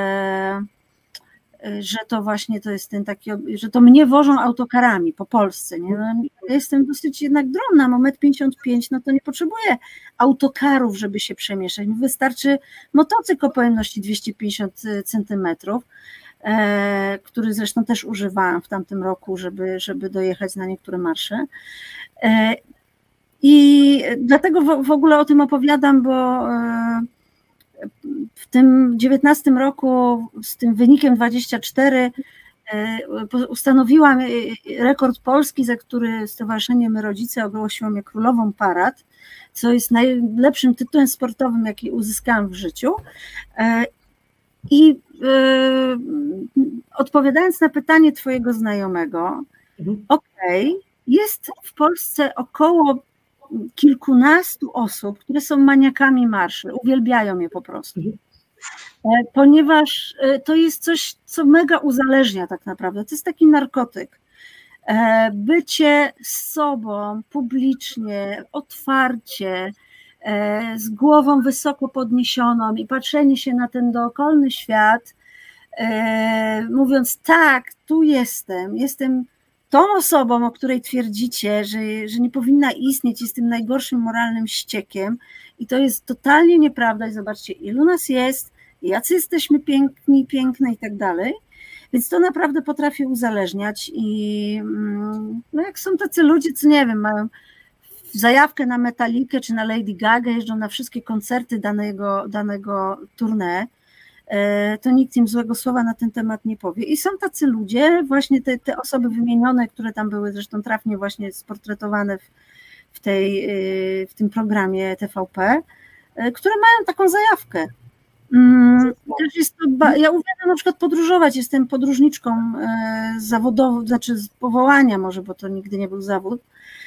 że to właśnie to jest ten taki, że to mnie wożą autokarami po Polsce. Nie? No, ja jestem dosyć jednak drobna, mam metr pięćdziesiąt pięć, no to nie potrzebuję autokarów, żeby się przemieszczać. Wystarczy motocykl o pojemności dwieście pięćdziesiąt centymetrów, e, który zresztą też używałam w tamtym roku, żeby, żeby dojechać na niektóre marsze. E, I dlatego w, w ogóle o tym opowiadam, bo e, w tym dziewiętnastym roku z tym wynikiem dwadzieścia cztery ustanowiłam rekord Polski, za który Stowarzyszenie My Rodzice ogłosiło mnie Królową Parad, co jest najlepszym tytułem sportowym, jaki uzyskałam w życiu. I odpowiadając na pytanie twojego znajomego, mhm. okej, okay, jest w Polsce około kilkunastu osób, które są maniakami marszy, uwielbiają je po prostu, ponieważ to jest coś, co mega uzależnia tak naprawdę, to jest taki narkotyk. Bycie z sobą publicznie, otwarcie, z głową wysoko podniesioną i patrzenie się na ten dookolny świat, mówiąc tak, tu jestem, jestem tą osobą, o której twierdzicie, że, że nie powinna istnieć, jest tym najgorszym moralnym ściekiem i to jest totalnie nieprawda i zobaczcie, ilu nas jest, jacy jesteśmy piękni, piękne i tak dalej, więc to naprawdę potrafi uzależniać i no jak są tacy ludzie, co nie wiem, mają zajawkę na Metallicę czy na Lady Gaga, jeżdżą na wszystkie koncerty danego, danego tournée, to nikt im złego słowa na ten temat nie powie. I są tacy ludzie, właśnie te, te osoby wymienione, które tam były zresztą trafnie właśnie sportretowane w, w, tej, w tym programie T V P, które mają taką zajawkę. Też jest to, ja uwielbiam na przykład podróżować, jestem podróżniczką zawodową, znaczy z powołania może, bo to nigdy nie był zawód,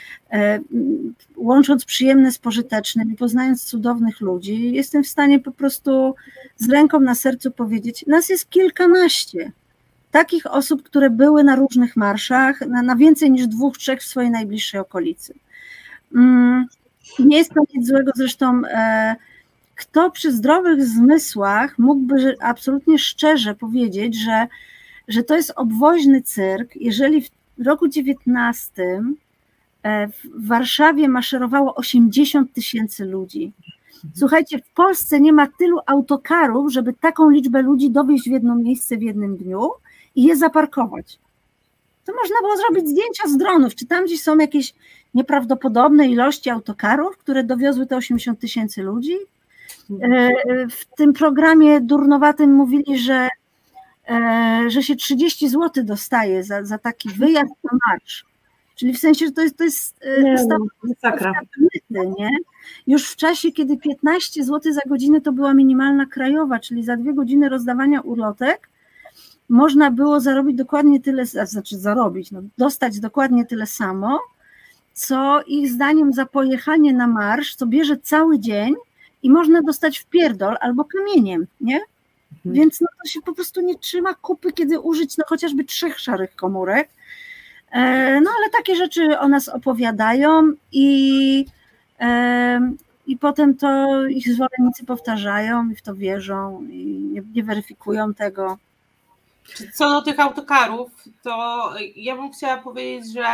łącząc przyjemne z pożytecznym i poznając cudownych ludzi, jestem w stanie po prostu z ręką na sercu powiedzieć, nas jest kilkanaście takich osób, które były na różnych marszach, na, na więcej niż dwóch, trzech w swojej najbliższej okolicy. Nie jest to nic złego, zresztą kto przy zdrowych zmysłach mógłby absolutnie szczerze powiedzieć, że, że to jest obwoźny cyrk, jeżeli w roku dziewiętnastym W Warszawie maszerowało osiemdziesiąt tysięcy ludzi. Słuchajcie, w Polsce nie ma tylu autokarów, żeby taką liczbę ludzi dowieźć w jedno miejsce w jednym dniu i je zaparkować. To można było zrobić zdjęcia z dronów. Czy tam gdzieś są jakieś nieprawdopodobne ilości autokarów, które dowiozły te osiemdziesiąt tysięcy ludzi? W tym programie durnowatym mówili, że, że się trzydzieści złotych dostaje za, za taki wyjazd na marsz. Czyli w sensie, że to jest, to jest masakra. Nie? Już w czasie, kiedy piętnaście złotych za godzinę to była minimalna krajowa, czyli za dwie godziny rozdawania urlotek można było zarobić dokładnie tyle, znaczy zarobić, no, dostać dokładnie tyle samo, co ich zdaniem za pojechanie na marsz, co bierze cały dzień i można dostać w pierdol albo kamieniem, nie? Mhm. Więc no, to się po prostu nie trzyma kupy, kiedy użyć no, chociażby trzech szarych komórek. No ale takie rzeczy o nas opowiadają i, i potem to ich zwolennicy powtarzają i w to wierzą i nie, nie weryfikują tego. Co do tych autokarów, to ja bym chciała powiedzieć, że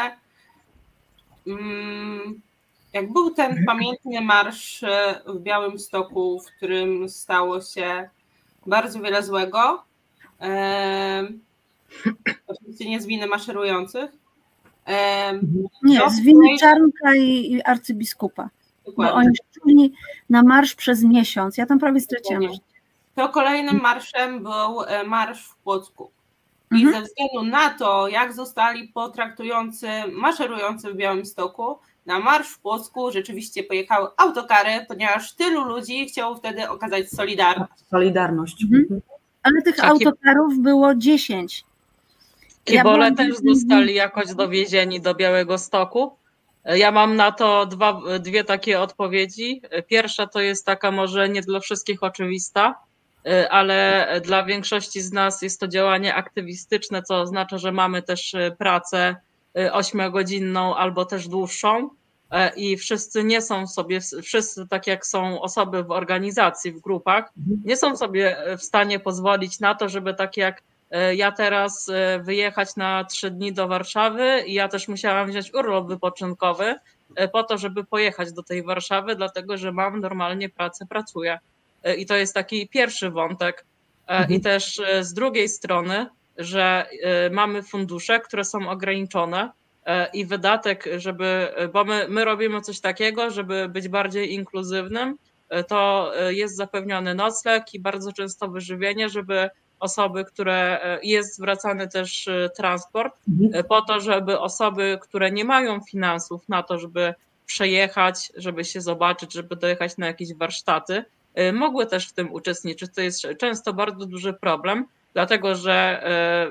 jak był ten pamiętny marsz w Białymstoku, w którym stało się bardzo wiele złego, oczywiście nie z winy maszerujących. Nie, z winy Czarnka i, i arcybiskupa. Dokładnie. Bo oni szli na marsz przez miesiąc. Ja tam prawie straciłam. To kolejnym marszem był marsz w Płocku. I mhm. ze względu na to, jak zostali potraktujący maszerujący w Białymstoku, na marsz w Płocku rzeczywiście pojechały autokary, ponieważ tylu ludzi chciało wtedy okazać solidarność. Solidarność. Mhm. Ale tych Taki... autokarów było dziesięć. Kibole ja też zostali jakoś dowiezieni do Białegostoku. Ja mam na to dwa, dwie takie odpowiedzi. Pierwsza to jest taka może nie dla wszystkich oczywista, ale dla większości z nas jest to działanie aktywistyczne, co oznacza, że mamy też pracę ośmiogodzinną albo też dłuższą i wszyscy nie są sobie, wszyscy tak jak są osoby w organizacji, w grupach, nie są sobie w stanie pozwolić na to, żeby tak jak ja teraz wyjechać na trzy dni do Warszawy i ja też musiałam wziąć urlop wypoczynkowy po to, żeby pojechać do tej Warszawy, dlatego że mam normalnie pracę, pracuję. I to jest taki pierwszy wątek. Mhm. I też z drugiej strony, że mamy fundusze, które są ograniczone i wydatek, żeby, bo my, my robimy coś takiego, żeby być bardziej inkluzywnym, to jest zapewniony nocleg i bardzo często wyżywienie, żeby osoby, które jest zwracany też transport mhm. po to, żeby osoby, które nie mają finansów na to, żeby przejechać, żeby się zobaczyć, żeby dojechać na jakieś warsztaty, mogły też w tym uczestniczyć. To jest często bardzo duży problem, dlatego że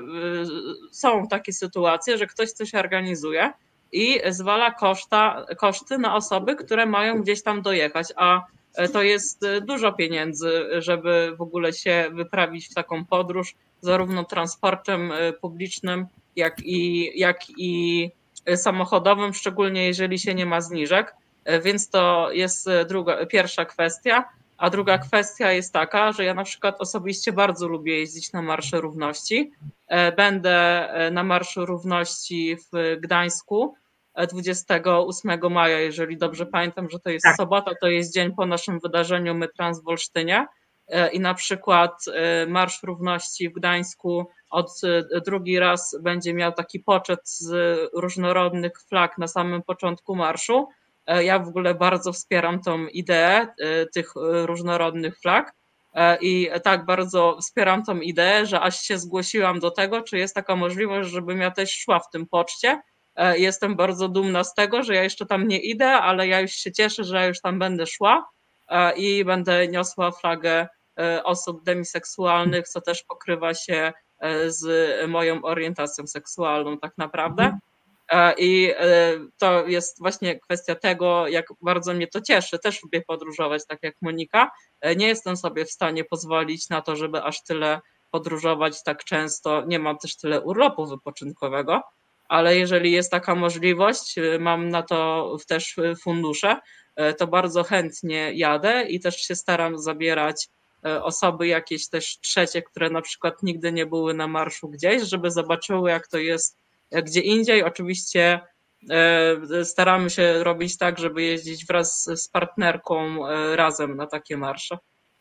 są takie sytuacje, że ktoś coś organizuje i zwala koszta, koszty na osoby, które mają gdzieś tam dojechać, a to jest dużo pieniędzy, żeby w ogóle się wyprawić w taką podróż, zarówno transportem publicznym, jak i, jak i samochodowym, szczególnie jeżeli się nie ma zniżek. Więc to jest druga, pierwsza kwestia. A druga kwestia jest taka, że ja na przykład osobiście bardzo lubię jeździć na Marsze Równości. Będę na Marszu Równości w Gdańsku dwudziestego ósmego maja, jeżeli dobrze pamiętam, że to jest tak. sobota, to jest dzień po naszym wydarzeniu My Trans w Olsztynie i na przykład Marsz Równości w Gdańsku od drugi raz będzie miał taki poczet z różnorodnych flag na samym początku marszu. Ja w ogóle bardzo wspieram tą ideę tych różnorodnych flag i tak bardzo wspieram tą ideę, że aż się zgłosiłam do tego, czy jest taka możliwość, żebym ja też szła w tym poczcie. Jestem bardzo dumna z tego, że ja jeszcze tam nie idę, ale ja już się cieszę, że ja już tam będę szła i będę niosła flagę osób demiseksualnych, co też pokrywa się z moją orientacją seksualną tak naprawdę. I to jest właśnie kwestia tego, jak bardzo mnie to cieszy. Też lubię podróżować, tak jak Monika. Nie jestem sobie w stanie pozwolić na to, żeby aż tyle podróżować tak często. Nie mam też tyle urlopu wypoczynkowego, ale jeżeli jest taka możliwość, mam na to też fundusze, to bardzo chętnie jadę i też się staram zabierać osoby jakieś też trzecie, które na przykład nigdy nie były na marszu gdzieś, żeby zobaczyły, jak to jest gdzie indziej. Oczywiście staramy się robić tak, żeby jeździć wraz z partnerką razem na takie marsze.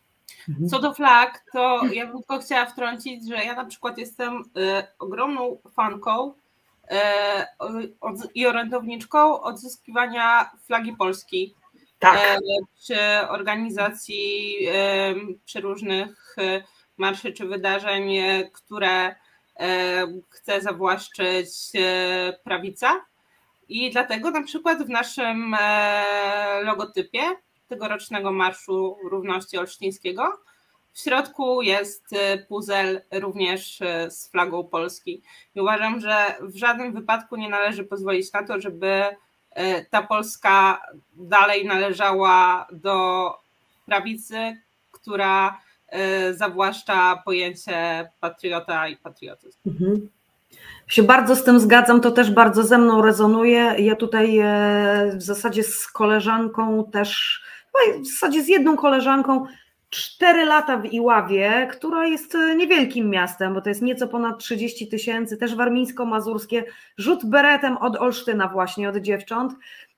Co do flag, to ja bym tylko chciała wtrącić, że ja na przykład jestem y, ogromną fanką y, od, i orędowniczką odzyskiwania flagi Polski. Tak. Y, przy organizacji y, przeróżnych y, marszy czy wydarzeń, y, które y, chce zawłaszczyć y, prawica. I dlatego na przykład w naszym y, logotypie tegorocznego Marszu Równości Olsztyńskiego w środku jest puzel również z flagą Polski. I uważam, że w żadnym wypadku nie należy pozwolić na to, żeby ta Polska dalej należała do prawicy, która zawłaszcza pojęcie patriota i patriotyzm. Mhm. Się bardzo z tym zgadzam, to też bardzo ze mną rezonuje. Ja tutaj w zasadzie z koleżanką też, w zasadzie z jedną koleżanką, cztery lata w Iławie, która jest niewielkim miastem, bo to jest nieco ponad trzydzieści tysięcy, też warmińsko-mazurskie, rzut beretem od Olsztyna właśnie, od dziewcząt.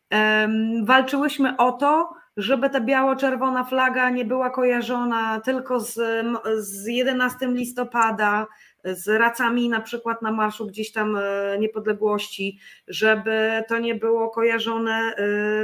Walczyłyśmy o to, żeby ta biało-czerwona flaga nie była kojarzona tylko z, z jedenastego listopada, z racami na przykład na Marszu gdzieś tam Niepodległości, żeby to nie było kojarzone,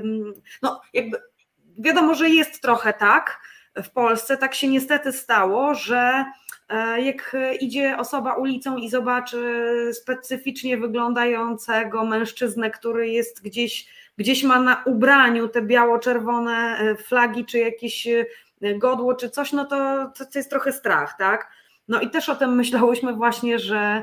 no jakby wiadomo, że jest trochę tak w Polsce, tak się niestety stało, że jak idzie osoba ulicą i zobaczy specyficznie wyglądającego mężczyznę, który jest gdzieś, gdzieś ma na ubraniu te biało-czerwone flagi, czy jakieś godło, czy coś, no to, to jest trochę strach, tak? No i też o tym myślałyśmy właśnie, że,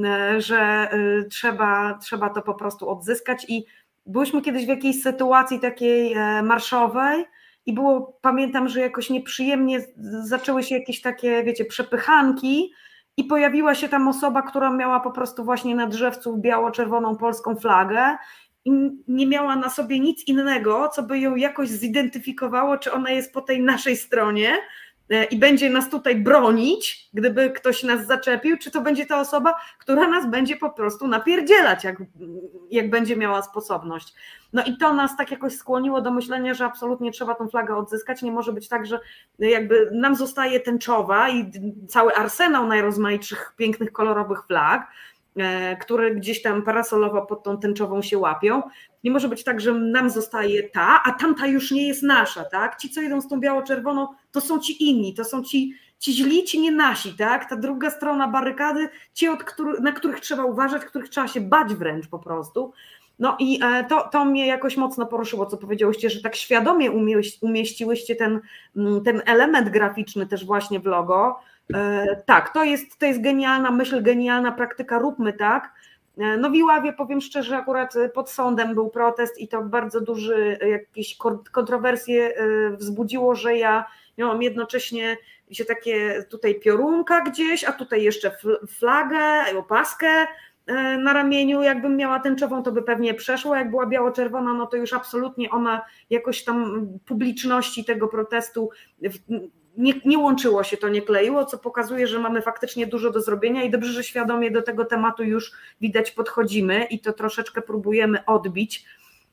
że trzeba, trzeba to po prostu odzyskać i byłyśmy kiedyś w jakiejś sytuacji takiej marszowej i było, pamiętam, że jakoś nieprzyjemnie zaczęły się jakieś takie, wiecie, przepychanki i pojawiła się tam osoba, która miała po prostu właśnie na drzewcu biało-czerwoną polską flagę i nie miała na sobie nic innego, co by ją jakoś zidentyfikowało, czy ona jest po tej naszej stronie i będzie nas tutaj bronić, gdyby ktoś nas zaczepił, czy to będzie ta osoba, która nas będzie po prostu napierdzielać, jak, jak będzie miała sposobność. No i to nas tak jakoś skłoniło do myślenia, że absolutnie trzeba tą flagę odzyskać. Nie może być tak, że jakby nam zostaje tęczowa i cały arsenał najrozmaitszych, pięknych, kolorowych flag, które gdzieś tam parasolowo pod tą tęczową się łapią. Nie może być tak, że nam zostaje ta, a tamta już nie jest nasza, tak? Ci, co idą z tą biało-czerwoną, to są ci inni, to są ci, ci źli, ci nie nasi, tak? Ta druga strona barykady, ci, od których, na których trzeba uważać, których trzeba się bać wręcz po prostu. No i to, to mnie jakoś mocno poruszyło, co powiedziałyście, że tak świadomie umieściłyście ten, ten element graficzny też właśnie w logo. Tak, to jest, to jest genialna myśl, genialna praktyka, róbmy tak. No w Iławie, powiem szczerze, akurat pod sądem był protest i to bardzo duży, jakieś kontrowersje wzbudziło, że ja miałam jednocześnie się takie tutaj piorunka gdzieś, a tutaj jeszcze flagę, opaskę na ramieniu, jakbym miała tęczową, to by pewnie przeszło, jak była biało-czerwona, no to już absolutnie ona jakoś tam publiczności tego protestu nie, nie łączyło się to, nie kleiło, co pokazuje, że mamy faktycznie dużo do zrobienia i dobrze, że świadomie do tego tematu już widać podchodzimy i to troszeczkę próbujemy odbić.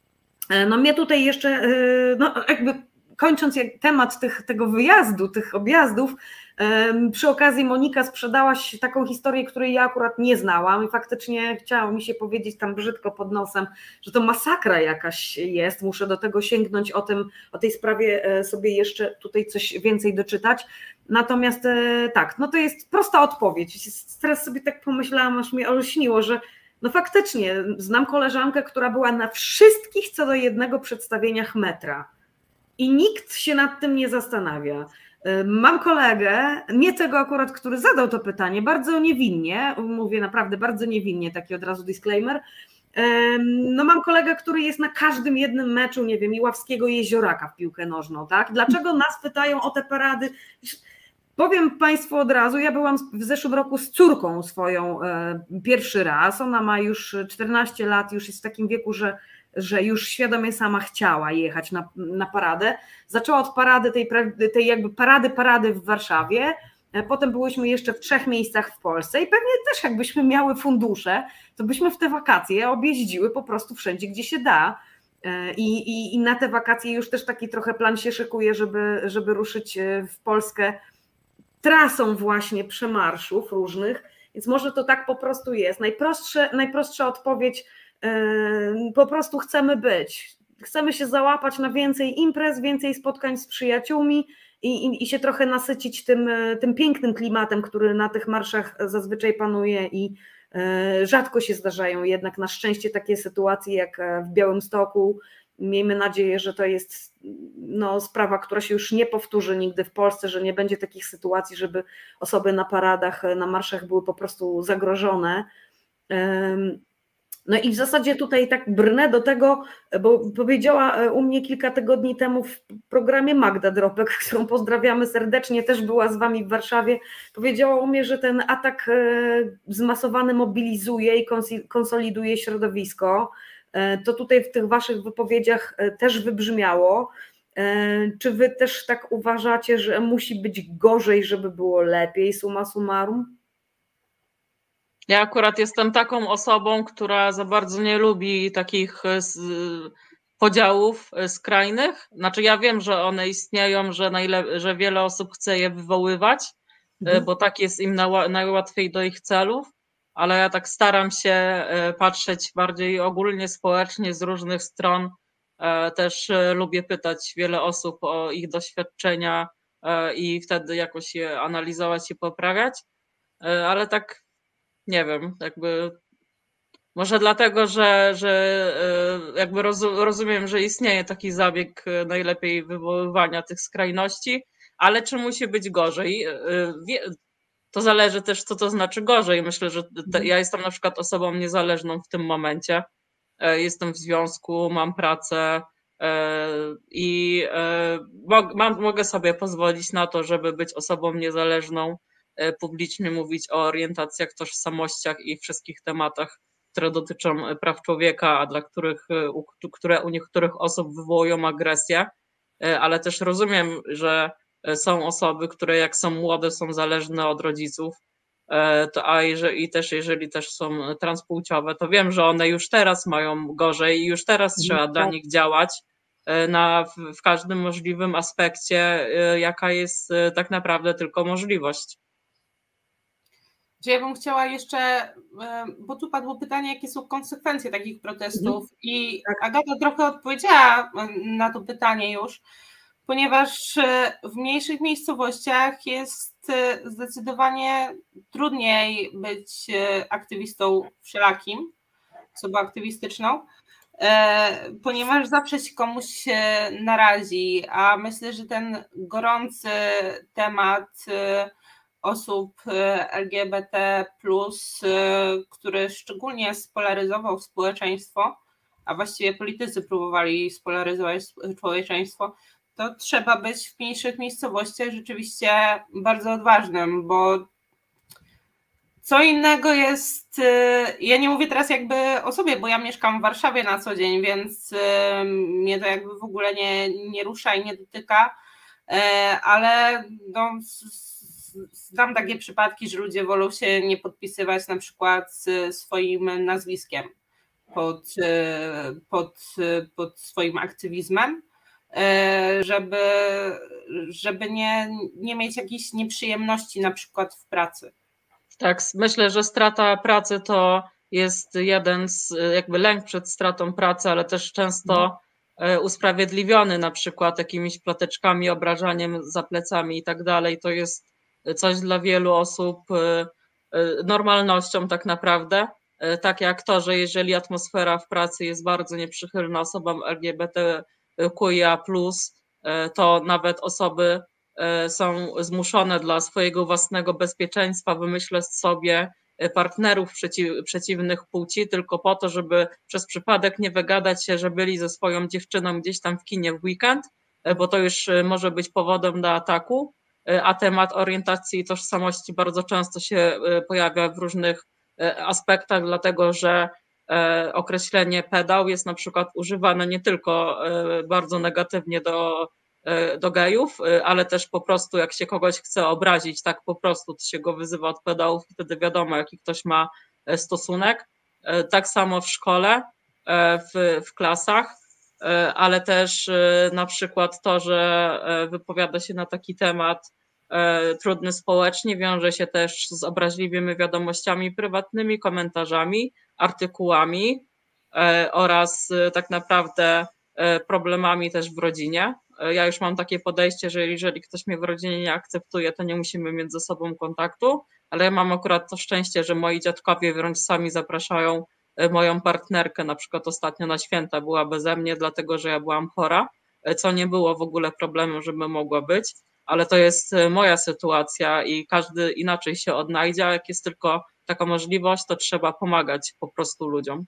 No mnie tutaj jeszcze, no jakby kończąc temat tych, tego wyjazdu, tych objazdów, przy okazji Monika sprzedałaś taką historię, której ja akurat nie znałam i faktycznie chciało mi się powiedzieć tam brzydko pod nosem, że to masakra jakaś jest, muszę do tego sięgnąć, o tym, o tej sprawie sobie jeszcze tutaj coś więcej doczytać. Natomiast tak, no to jest prosta odpowiedź. Teraz sobie tak pomyślałam, aż mnie olśniło, że no faktycznie znam koleżankę, która była na wszystkich co do jednego przedstawieniach metra i nikt się nad tym nie zastanawia. Mam kolegę, nie tego akurat, który zadał to pytanie, bardzo niewinnie, mówię naprawdę bardzo niewinnie, taki od razu disclaimer. No mam kolegę, który jest na każdym jednym meczu, nie wiem, Iławskiego Jezioraka w piłkę nożną, tak? Dlaczego nas pytają o te parady? Powiem Państwu od razu, ja byłam w zeszłym roku z córką swoją pierwszy raz, ona ma już czternaście lat, już jest w takim wieku, że że już świadomie sama chciała jechać na, na paradę. Zaczęła od parady, tej, tej jakby parady, parady w Warszawie Potem byłyśmy jeszcze w trzech miejscach w Polsce i pewnie też jakbyśmy miały fundusze, to byśmy w te wakacje objeździły po prostu wszędzie, gdzie się da. I, i, i na te wakacje już też taki trochę plan się szykuje, żeby, żeby ruszyć w Polskę trasą właśnie przemarszów różnych, więc może to tak po prostu jest. Najprostsze, najprostsza odpowiedź, yy, po prostu chcemy być. Chcemy się załapać na więcej imprez, więcej spotkań z przyjaciółmi i, i, i się trochę nasycić tym, tym pięknym klimatem, który na tych marszach zazwyczaj panuje i yy, rzadko się zdarzają jednak na szczęście takie sytuacje jak w Białymstoku. Miejmy nadzieję, że to jest no, sprawa, która się już nie powtórzy nigdy w Polsce, że nie będzie takich sytuacji, żeby osoby na paradach, na marszach były po prostu zagrożone. No i w zasadzie tutaj tak brnę do tego, bo powiedziała u mnie kilka tygodni temu w programie Magda Dropek, którą pozdrawiamy serdecznie, też była z wami w Warszawie, powiedziała u mnie, że ten atak zmasowany mobilizuje i konsoliduje środowisko. To tutaj w tych waszych wypowiedziach też wybrzmiało. Czy wy też tak uważacie, że musi być gorzej, żeby było lepiej, summa summarum? Ja akurat jestem taką osobą, która za bardzo nie lubi takich podziałów skrajnych. Znaczy ja wiem, że one istnieją, że, najle- że wiele osób chce je wywoływać, mhm. bo tak jest im na- najłatwiej do ich celów. Ale ja tak staram się patrzeć bardziej ogólnie, społecznie, z różnych stron. Też lubię pytać wiele osób o ich doświadczenia i wtedy jakoś je analizować i poprawiać. Ale tak nie wiem, jakby może dlatego, że, że jakby rozumiem, że istnieje taki zabieg najlepiej wywoływania tych skrajności, ale czy musi być gorzej? To zależy też, co to znaczy gorzej. Myślę, że te, ja jestem na przykład osobą niezależną w tym momencie. Jestem w związku, mam pracę i mam, mogę sobie pozwolić na to, żeby być osobą niezależną, publicznie mówić o orientacjach, tożsamościach i wszystkich tematach, które dotyczą praw człowieka, a dla których, które u niektórych osób wywołują agresję, ale też rozumiem, że są osoby, które jak są młode, są zależne od rodziców, to, a jeżeli, i też jeżeli też są transpłciowe, to wiem, że one już teraz mają gorzej i już teraz trzeba dla nich działać na, w, w każdym możliwym aspekcie, jaka jest tak naprawdę tylko możliwość. Gdzie ja bym chciała jeszcze, bo tu padło pytanie, jakie są konsekwencje takich protestów mhm. i Agata trochę odpowiedziała na to pytanie już, ponieważ w mniejszych miejscowościach jest zdecydowanie trudniej być aktywistą wszelakim, osobą aktywistyczną, ponieważ zawsze się komuś narazi, a myślę, że ten gorący temat osób L G B T plus, który szczególnie spolaryzował społeczeństwo, a właściwie politycy próbowali spolaryzować społeczeństwo, to trzeba być w mniejszych miejscowościach rzeczywiście bardzo odważnym, bo co innego jest, ja nie mówię teraz jakby o sobie, bo ja mieszkam w Warszawie na co dzień, więc mnie to jakby w ogóle nie, nie rusza i nie dotyka, ale no, znam takie przypadki, że ludzie wolą się nie podpisywać na przykład swoim nazwiskiem pod, pod, pod swoim aktywizmem, żeby, żeby nie, nie mieć jakichś nieprzyjemności na przykład w pracy. Tak, myślę, że strata pracy to jest jeden z, jakby lęk przed stratą pracy, ale też często usprawiedliwiony na przykład jakimiś ploteczkami, obrażaniem za plecami i tak dalej. To jest coś dla wielu osób normalnością tak naprawdę. Tak jak to, że jeżeli atmosfera w pracy jest bardzo nieprzychylna osobom L G B T Q I A plus, to nawet osoby są zmuszone dla swojego własnego bezpieczeństwa wymyśleć sobie partnerów przeciw, przeciwnych płci tylko po to, żeby przez przypadek nie wygadać się, że byli ze swoją dziewczyną gdzieś tam w kinie w weekend, bo to już może być powodem do ataku, a temat orientacji i tożsamości bardzo często się pojawia w różnych aspektach, dlatego że określenie pedał jest na przykład używane nie tylko bardzo negatywnie do do gejów, ale też po prostu jak się kogoś chce obrazić, tak po prostu to się go wyzywa od pedałów i wtedy wiadomo, jaki ktoś ma stosunek. Tak samo w szkole, w, w klasach, ale też na przykład to, że wypowiada się na taki temat trudny społecznie, wiąże się też z obraźliwymi wiadomościami prywatnymi, komentarzami, artykułami oraz tak naprawdę problemami też w rodzinie. Ja już mam takie podejście, że jeżeli ktoś mnie w rodzinie nie akceptuje, to nie musimy mieć ze sobą kontaktu, ale ja mam akurat to szczęście, że moi dziadkowie wręcz sami zapraszają moją partnerkę, na przykład ostatnio na święta była beze mnie, dlatego że ja byłam chora, co nie było w ogóle problemem, żeby mogła być, ale to jest moja sytuacja i każdy inaczej się odnajdzie, a jak jest tylko taka możliwość, to trzeba pomagać po prostu ludziom.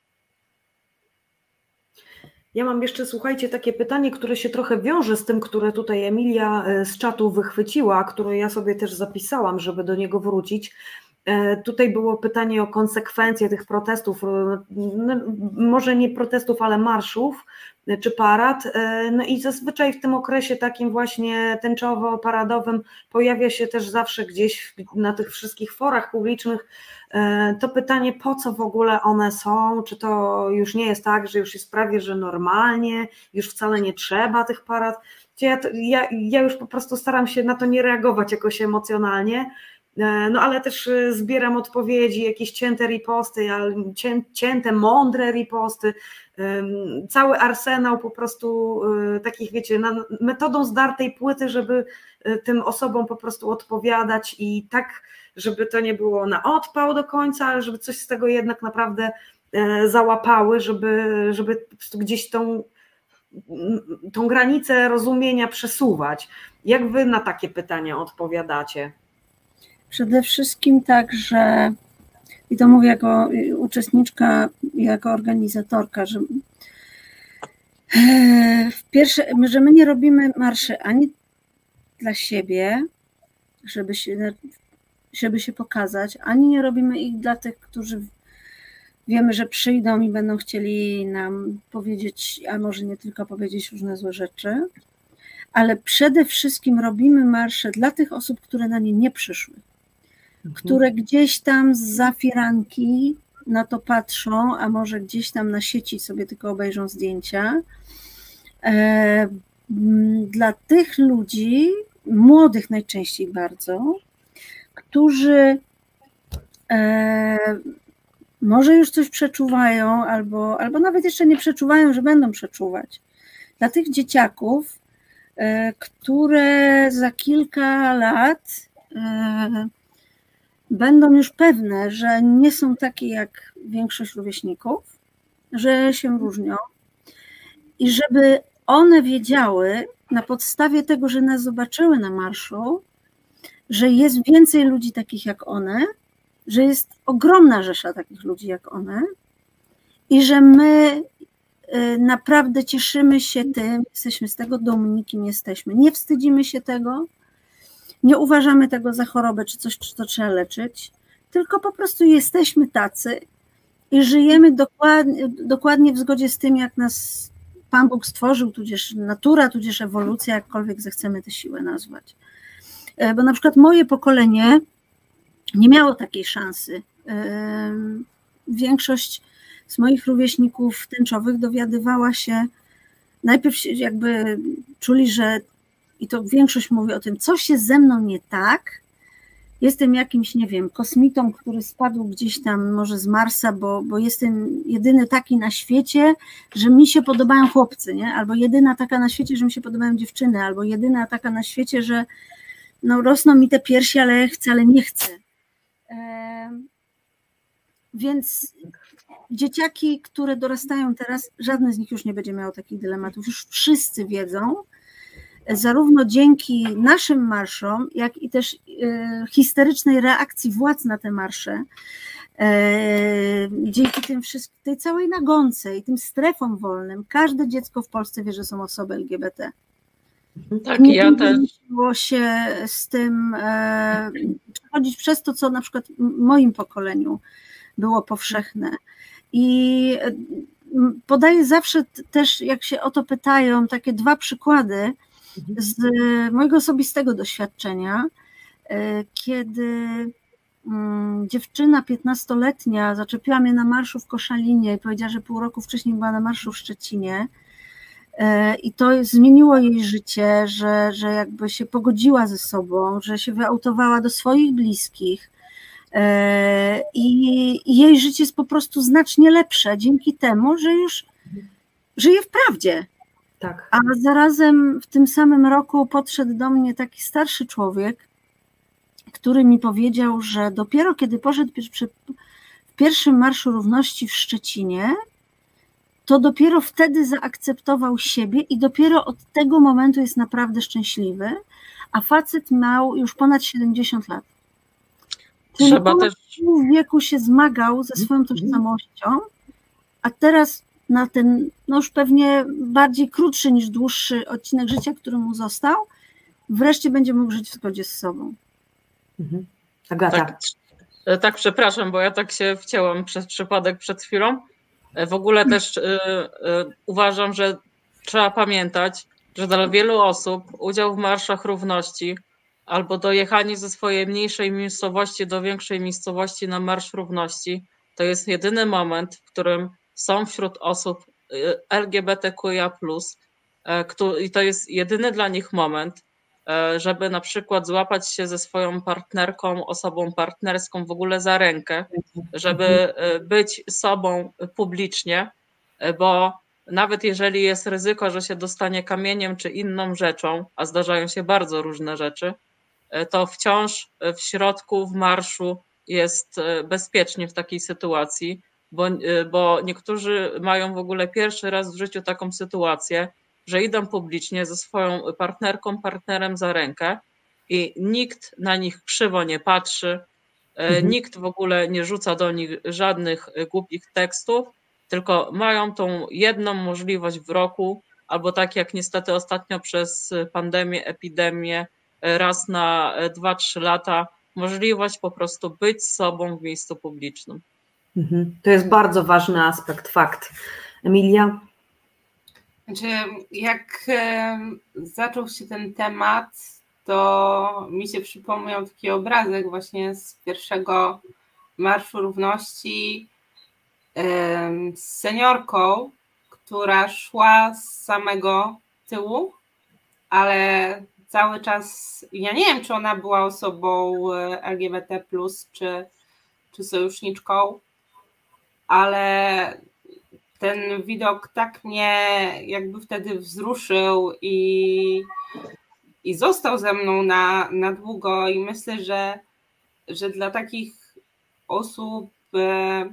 Ja mam jeszcze, słuchajcie, takie pytanie, które się trochę wiąże z tym, które tutaj Emilia z czatu wychwyciła, które ja sobie też zapisałam, żeby do niego wrócić. Tutaj było pytanie o konsekwencje tych protestów, no, może nie protestów, ale marszów czy parad. No i zazwyczaj w tym okresie takim właśnie tęczowo-paradowym pojawia się też zawsze gdzieś na tych wszystkich forach publicznych to pytanie, po co w ogóle one są, czy to już nie jest tak, że już jest prawie, że normalnie, już wcale nie trzeba tych parad. Ja, ja, ja już po prostu staram się na to nie reagować jakoś emocjonalnie, no ale też zbieram odpowiedzi, jakieś cięte riposty, cięte, mądre riposty, cały arsenał po prostu takich, wiecie, metodą zdartej płyty, żeby tym osobom po prostu odpowiadać i tak, żeby to nie było na odpał do końca, ale żeby coś z tego jednak naprawdę załapały, żeby, żeby po prostu gdzieś tą, tą granicę rozumienia przesuwać. Jak wy na takie pytania odpowiadacie? Przede wszystkim tak, że i to mówię jako uczestniczka, jako organizatorka, że w pierwsze, że my nie robimy marszy ani dla siebie, żeby się, żeby się pokazać, ani nie robimy ich dla tych, którzy wiemy, że przyjdą i będą chcieli nam powiedzieć, a może nie tylko powiedzieć różne złe rzeczy, ale przede wszystkim robimy marsze dla tych osób, które na nie nie przyszły, mhm. które gdzieś tam zza firanki na to patrzą, a może gdzieś tam na sieci sobie tylko obejrzą zdjęcia. E, dla tych ludzi, młodych najczęściej bardzo, którzy e, może już coś przeczuwają, albo, albo nawet jeszcze nie przeczuwają, że będą przeczuwać. Dla tych dzieciaków, e, które za kilka lat e, będą już pewne, że nie są takie jak większość rówieśników, że się różnią i żeby one wiedziały na podstawie tego, że nas zobaczyły na marszu, że jest więcej ludzi takich jak one, że jest ogromna rzesza takich ludzi jak one i że my naprawdę cieszymy się tym, jesteśmy z tego dumni, kim jesteśmy. Nie wstydzimy się tego, nie uważamy tego za chorobę czy coś, czy to trzeba leczyć, tylko po prostu jesteśmy tacy i żyjemy dokładnie, dokładnie w zgodzie z tym, jak nas Pan Bóg stworzył, tudzież natura, tudzież ewolucja, jakkolwiek zechcemy tę siłę nazwać. Bo na przykład moje pokolenie nie miało takiej szansy. Większość z moich rówieśników tęczowych dowiadywała się, najpierw jakby czuli, że, i to większość mówi o tym, coś jest ze mną nie tak, jestem jakimś, nie wiem, kosmitą, który spadł gdzieś tam może z Marsa, bo, bo jestem jedyny taki na świecie, że mi się podobają chłopcy, nie? Albo jedyna taka na świecie, że mi się podobają dziewczyny, albo jedyna taka na świecie, że no rosną mi te piersi, ale wcale nie chcę. E, więc dzieciaki, które dorastają teraz, żadne z nich już nie będzie miało takich dylematów. Już wszyscy wiedzą, zarówno dzięki naszym marszom, jak i też e, histerycznej reakcji władz na te marsze, e, dzięki tym wszystkim, tej całej nagonce i tym strefom wolnym, każde dziecko w Polsce wie, że są osoby L G B T. Tak, nie ja też. Nie się z tym e, przechodzić przez to, co na przykład w moim pokoleniu było powszechne. I podaję zawsze też, jak się o to pytają, takie dwa przykłady. z mojego osobistego doświadczenia, kiedy dziewczyna piętnastoletnia zaczepiła mnie na marszu w Koszalinie i powiedziała, że pół roku wcześniej była na marszu w Szczecinie i to zmieniło jej życie, że, że jakby się pogodziła ze sobą, że się wyautowała do swoich bliskich i jej życie jest po prostu znacznie lepsze dzięki temu, że już żyje w prawdzie. Tak. A zarazem w tym samym roku podszedł do mnie taki starszy człowiek, który mi powiedział, że dopiero kiedy poszedł w pierwszym Marszu Równości w Szczecinie, to dopiero wtedy zaakceptował siebie i dopiero od tego momentu jest naprawdę szczęśliwy, a facet miał już ponad siedemdziesiąt lat. Trzeba też... W wieku się zmagał ze swoją tożsamością, a teraz na ten, no już pewnie bardziej krótszy niż dłuższy odcinek życia, który mu został, wreszcie będzie mógł żyć w zgodzie z sobą. Mhm. Agata. Tak, tak, przepraszam, bo ja tak się wcięłam przez przypadek przed chwilą. W ogóle też y, y, uważam, że trzeba pamiętać, że dla wielu osób udział w marszach równości albo dojechanie ze swojej mniejszej miejscowości do większej miejscowości na Marsz Równości to jest jedyny moment, w którym są wśród osób L G B T Q I A plus, i to jest jedyny dla nich moment, żeby na przykład złapać się ze swoją partnerką, osobą partnerską w ogóle za rękę, żeby być sobą publicznie, bo nawet jeżeli jest ryzyko, że się dostanie kamieniem czy inną rzeczą, a zdarzają się bardzo różne rzeczy, to wciąż w środku, w marszu jest bezpiecznie w takiej sytuacji, bo, bo niektórzy mają w ogóle pierwszy raz w życiu taką sytuację, że idą publicznie ze swoją partnerką, partnerem za rękę i nikt na nich krzywo nie patrzy, mhm. nikt w ogóle nie rzuca do nich żadnych głupich tekstów, tylko mają tą jedną możliwość w roku, albo tak jak niestety ostatnio przez pandemię, epidemię, raz na dwa trzy lata, możliwość po prostu być sobą w miejscu publicznym. Mhm. To jest bardzo ważny aspekt, fakt. Emilia? Znaczy, jak zaczął się ten temat, to mi się przypomniał taki obrazek właśnie z pierwszego Marszu Równości z seniorką, która szła z samego tyłu, ale cały czas, ja nie wiem, czy ona była osobą L G B T plus, czy, czy sojuszniczką, ale ten widok tak mnie jakby wtedy wzruszył i, i został ze mną na, na długo i myślę, że, że dla takich osób, e,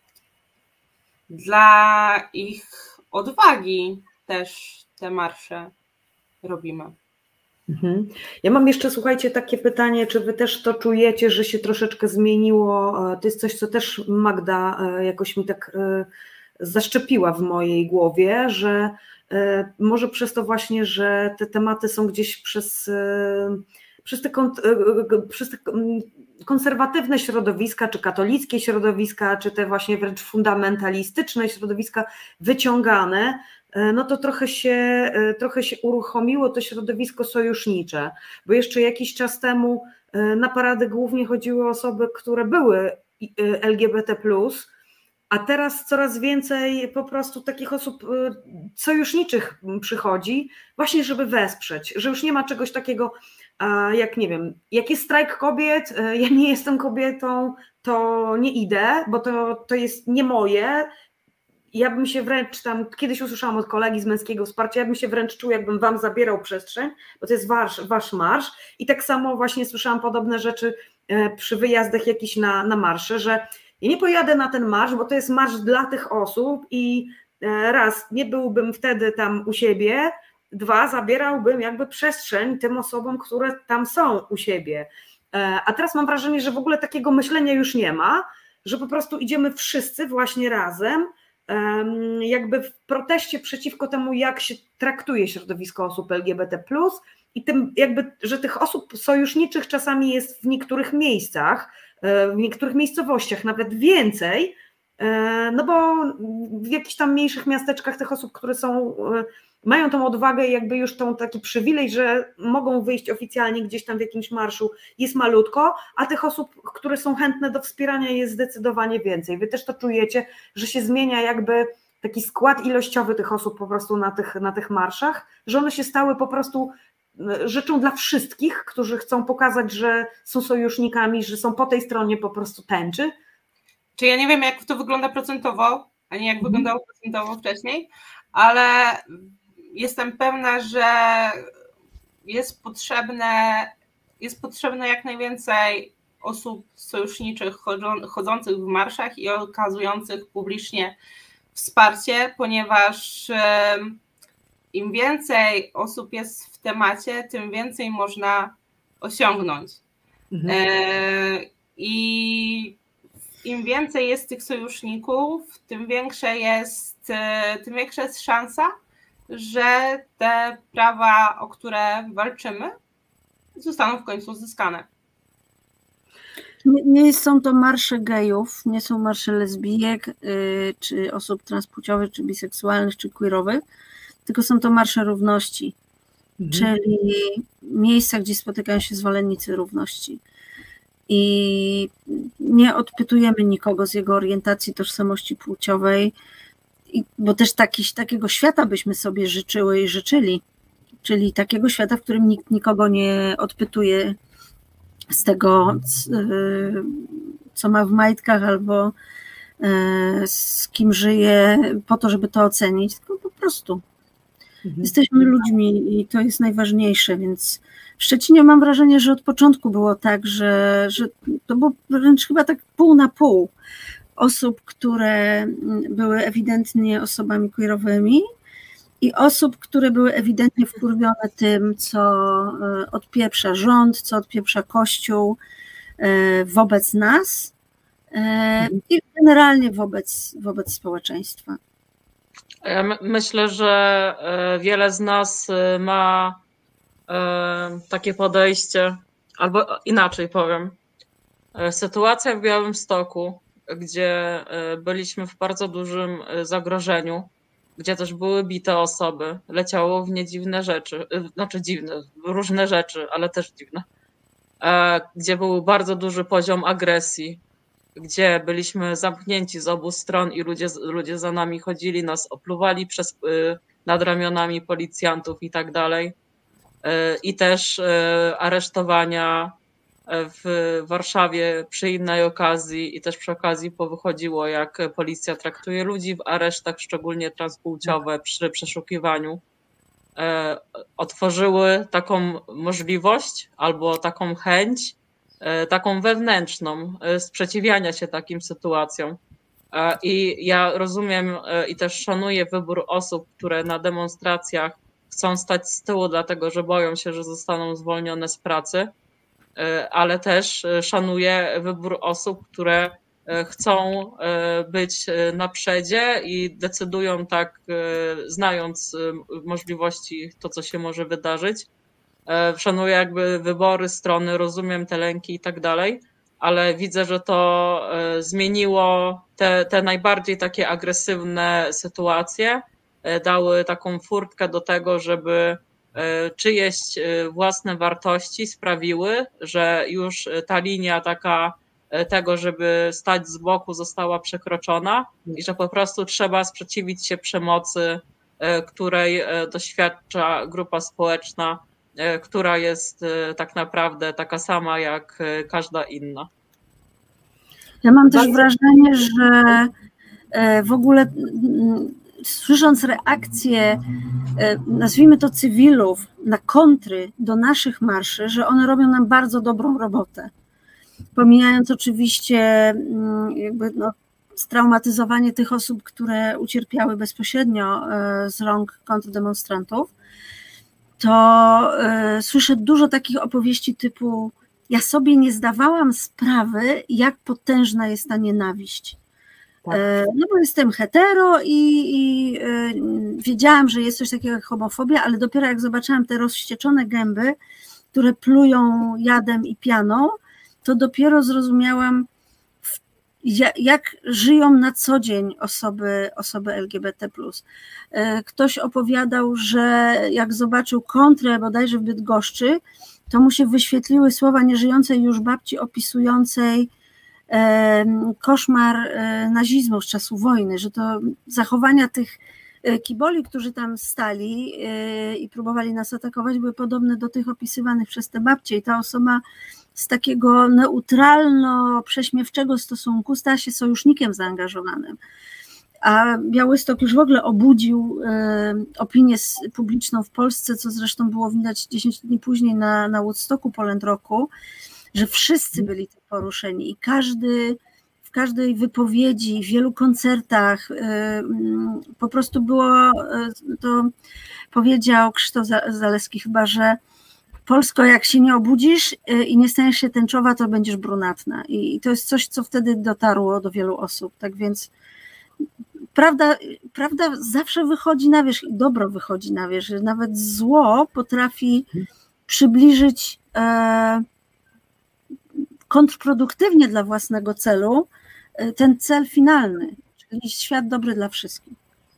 dla ich odwagi też te marsze robimy. Mhm. Ja mam jeszcze, słuchajcie, takie pytanie, czy wy też to czujecie, że się troszeczkę zmieniło? To jest coś, co też Magda jakoś mi tak zaszczepiła w mojej głowie, że może przez to właśnie, że te tematy są gdzieś przez, przez, te, przez te konserwatywne środowiska, czy katolickie środowiska, czy te właśnie wręcz fundamentalistyczne środowiska wyciągane, no to trochę się, trochę się uruchomiło to środowisko sojusznicze, bo jeszcze jakiś czas temu na parady głównie chodziły osoby, które były L G B T plus, a teraz coraz więcej po prostu takich osób sojuszniczych przychodzi, właśnie żeby wesprzeć, że już nie ma czegoś takiego jak, nie wiem, jak jest strajk kobiet, ja nie jestem kobietą, to nie idę, bo to, to jest nie moje. Ja bym się wręcz tam, kiedyś usłyszałam od kolegi z Męskiego Wsparcia, ja bym się wręcz czuł, jakbym wam zabierał przestrzeń, bo to jest wasz, wasz marsz. I tak samo właśnie słyszałam podobne rzeczy przy wyjazdach jakichś na, na marsze, że ja nie pojadę na ten marsz, bo to jest marsz dla tych osób i raz, nie byłbym wtedy tam u siebie, dwa, zabierałbym jakby przestrzeń tym osobom, które tam są u siebie. A teraz mam wrażenie, że w ogóle takiego myślenia już nie ma, że po prostu idziemy wszyscy właśnie razem, jakby w proteście przeciwko temu, jak się traktuje środowisko osób L G B T plus i tym jakby, że tych osób sojuszniczych czasami jest w niektórych miejscach, w niektórych miejscowościach nawet więcej No bo w jakichś tam mniejszych miasteczkach tych osób, które są, mają tą odwagę i jakby już tą taki przywilej, że mogą wyjść oficjalnie gdzieś tam w jakimś marszu, jest malutko, a tych osób, które są chętne do wspierania, jest zdecydowanie więcej. Wy też to czujecie, że się zmienia jakby taki skład ilościowy tych osób po prostu na tych, na tych marszach, że one się stały po prostu rzeczą dla wszystkich, którzy chcą pokazać, że są sojusznikami, że są po tej stronie po prostu tęczy? Czy ja nie wiem, jak to wygląda procentowo, a nie jak wyglądało procentowo wcześniej, ale jestem pewna, że jest potrzebne, jest potrzebne jak najwięcej osób sojuszniczych chodzących w marszach i okazujących publicznie wsparcie, ponieważ im więcej osób jest w temacie, tym więcej można osiągnąć. Mhm. I im więcej jest tych sojuszników, tym większe jest, tym większa jest szansa, że te prawa, o które walczymy, zostaną w końcu uzyskane. Nie, nie są to marsze gejów, nie są marsze lesbijek, yy, czy osób transpłciowych, czy biseksualnych, czy queerowych, tylko są to marsze równości, mhm. czyli miejsca, gdzie spotykają się zwolennicy równości. I nie odpytujemy nikogo z jego orientacji, tożsamości płciowej, bo też taki, takiego świata byśmy sobie życzyły i życzyli, czyli takiego świata, w którym nikt nikogo nie odpytuje z tego, co ma w majtkach albo z kim żyje, po to, żeby to ocenić, tylko po prostu mhm. jesteśmy ludźmi i to jest najważniejsze, więc w Szczecinie mam wrażenie, że od początku było tak, że, że to było wręcz chyba tak pół na pół osób, które były ewidentnie osobami queerowymi i osób, które były ewidentnie wkurwione tym, co odpieprza rząd, co odpieprza Kościół wobec nas i generalnie wobec, wobec społeczeństwa. Ja my, myślę, że wiele z nas ma takie podejście, albo inaczej powiem. Sytuacja w Białymstoku, gdzie byliśmy w bardzo dużym zagrożeniu, gdzie też były bite osoby, leciało w nie dziwne rzeczy, znaczy dziwne, różne rzeczy, ale też dziwne, gdzie był bardzo duży poziom agresji, gdzie byliśmy zamknięci z obu stron i ludzie, ludzie za nami chodzili, nas opluwali przez, nad ramionami policjantów i tak dalej. I też aresztowania w Warszawie przy innej okazji i też przy okazji powychodziło, jak policja traktuje ludzi w aresztach, szczególnie transpłciowe, przy przeszukiwaniu. Otworzyły taką możliwość albo taką chęć, taką wewnętrzną sprzeciwiania się takim sytuacjom. I ja rozumiem i też szanuję wybór osób, które na demonstracjach chcą stać z tyłu, dlatego że boją się, że zostaną zwolnione z pracy, ale też szanuję wybór osób, które chcą być na przodzie i decydują tak, znając możliwości, to co się może wydarzyć. Szanuję jakby wybory strony, rozumiem te lęki i tak dalej, ale widzę, że to zmieniło te, te najbardziej takie agresywne sytuacje, dały taką furtkę do tego, żeby czyjeś własne wartości sprawiły, że już ta linia taka tego, żeby stać z boku, została przekroczona i że po prostu trzeba sprzeciwić się przemocy, której doświadcza grupa społeczna, która jest tak naprawdę taka sama jak każda inna. Ja mam też wrażenie, że w ogóle słysząc reakcje, nazwijmy to cywilów, na kontry do naszych marszy, że one robią nam bardzo dobrą robotę. Pomijając oczywiście jakby no, straumatyzowanie tych osób, które ucierpiały bezpośrednio z rąk kontrdemonstrantów, to słyszę dużo takich opowieści typu: ja sobie nie zdawałam sprawy, jak potężna jest ta nienawiść. Tak. No bo jestem hetero i, i wiedziałam, że jest coś takiego jak homofobia, ale dopiero jak zobaczyłam te rozścieczone gęby, które plują jadem i pianą, to dopiero zrozumiałam, jak żyją na co dzień osoby, osoby L G B T plus. Ktoś opowiadał, że jak zobaczył kontrę bodajże w Bydgoszczy, to mu się wyświetliły słowa nieżyjącej już babci opisującej koszmar nazizmu z czasu wojny, że to zachowania tych kiboli, którzy tam stali i próbowali nas atakować, były podobne do tych opisywanych przez te babcie i ta osoba z takiego neutralno-prześmiewczego stosunku stała się sojusznikiem zaangażowanym. A Białystok już w ogóle obudził opinię publiczną w Polsce, co zresztą było widać dziesięć dni później na, na Woodstocku Poland Rocku, że wszyscy byli tym poruszeni i każdy, w każdej wypowiedzi, w wielu koncertach po prostu było, to powiedział Krzysztof Zaleski chyba, że Polsko, jak się nie obudzisz i nie staniesz się tęczowa, to będziesz brunatna. I to jest coś, co wtedy dotarło do wielu osób. Tak więc prawda, prawda zawsze wychodzi na wierzch i dobro wychodzi na wierzch. Nawet zło potrafi przybliżyć e, kontrproduktywnie dla własnego celu ten cel finalny, czyli świat dobry dla wszystkich.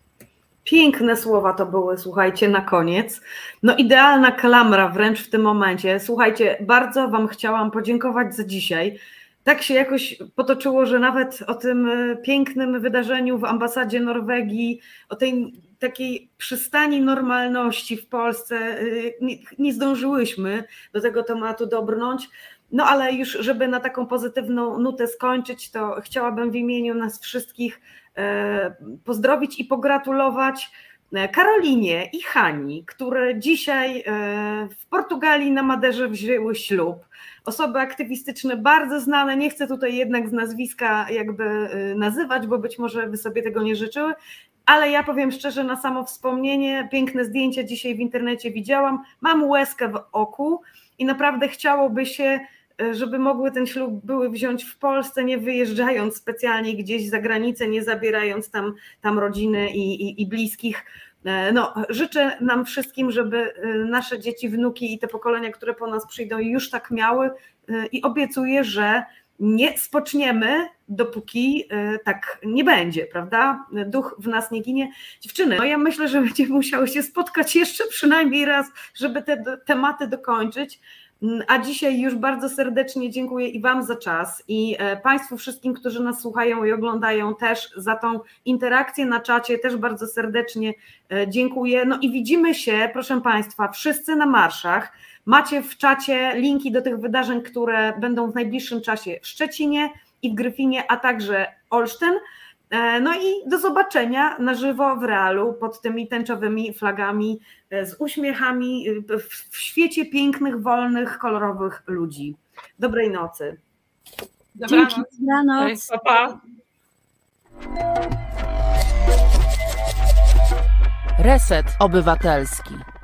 Piękne słowa to były, słuchajcie, na koniec. No idealna klamra wręcz w tym momencie. Słuchajcie, bardzo Wam chciałam podziękować za dzisiaj. Tak się jakoś potoczyło, że nawet o tym pięknym wydarzeniu w ambasadzie Norwegii, o tej takiej przystani normalności w Polsce nie, nie zdążyłyśmy do tego tematu dobrnąć. No ale już, żeby na taką pozytywną nutę skończyć, to chciałabym w imieniu nas wszystkich pozdrowić i pogratulować Karolinie i Hani, które dzisiaj w Portugalii na Maderze wzięły ślub. Osoby aktywistyczne bardzo znane, nie chcę tutaj jednak z nazwiska jakby nazywać, bo być może Wy sobie tego nie życzyły, ale ja powiem szczerze, na samo wspomnienie, piękne zdjęcia dzisiaj w internecie widziałam, mam łezkę w oku i naprawdę chciałoby się, żeby mogły ten ślub były wziąć w Polsce, nie wyjeżdżając specjalnie gdzieś za granicę, nie zabierając tam, tam rodziny i, i, i bliskich. No, życzę nam wszystkim, żeby nasze dzieci, wnuki i te pokolenia, które po nas przyjdą, już tak miały i obiecuję, że nie spoczniemy, dopóki tak nie będzie, prawda? Duch w nas nie ginie. Dziewczyny, no ja myślę, że będziemy musiały się spotkać jeszcze przynajmniej raz, żeby te tematy dokończyć. A dzisiaj już bardzo serdecznie dziękuję i Wam za czas i Państwu wszystkim, którzy nas słuchają i oglądają też za tą interakcję na czacie, też bardzo serdecznie dziękuję. No i widzimy się, proszę Państwa, wszyscy na marszach. Macie w czacie linki do tych wydarzeń, które będą w najbliższym czasie w Szczecinie i w Gryfinie, a także Olsztyn. No i do zobaczenia na żywo w realu pod tymi tęczowymi flagami z uśmiechami w świecie pięknych, wolnych, kolorowych ludzi. Dobrej nocy. Dobranoc. Dzięki, dobranoc. Cześć, pa, pa. Reset Obywatelski.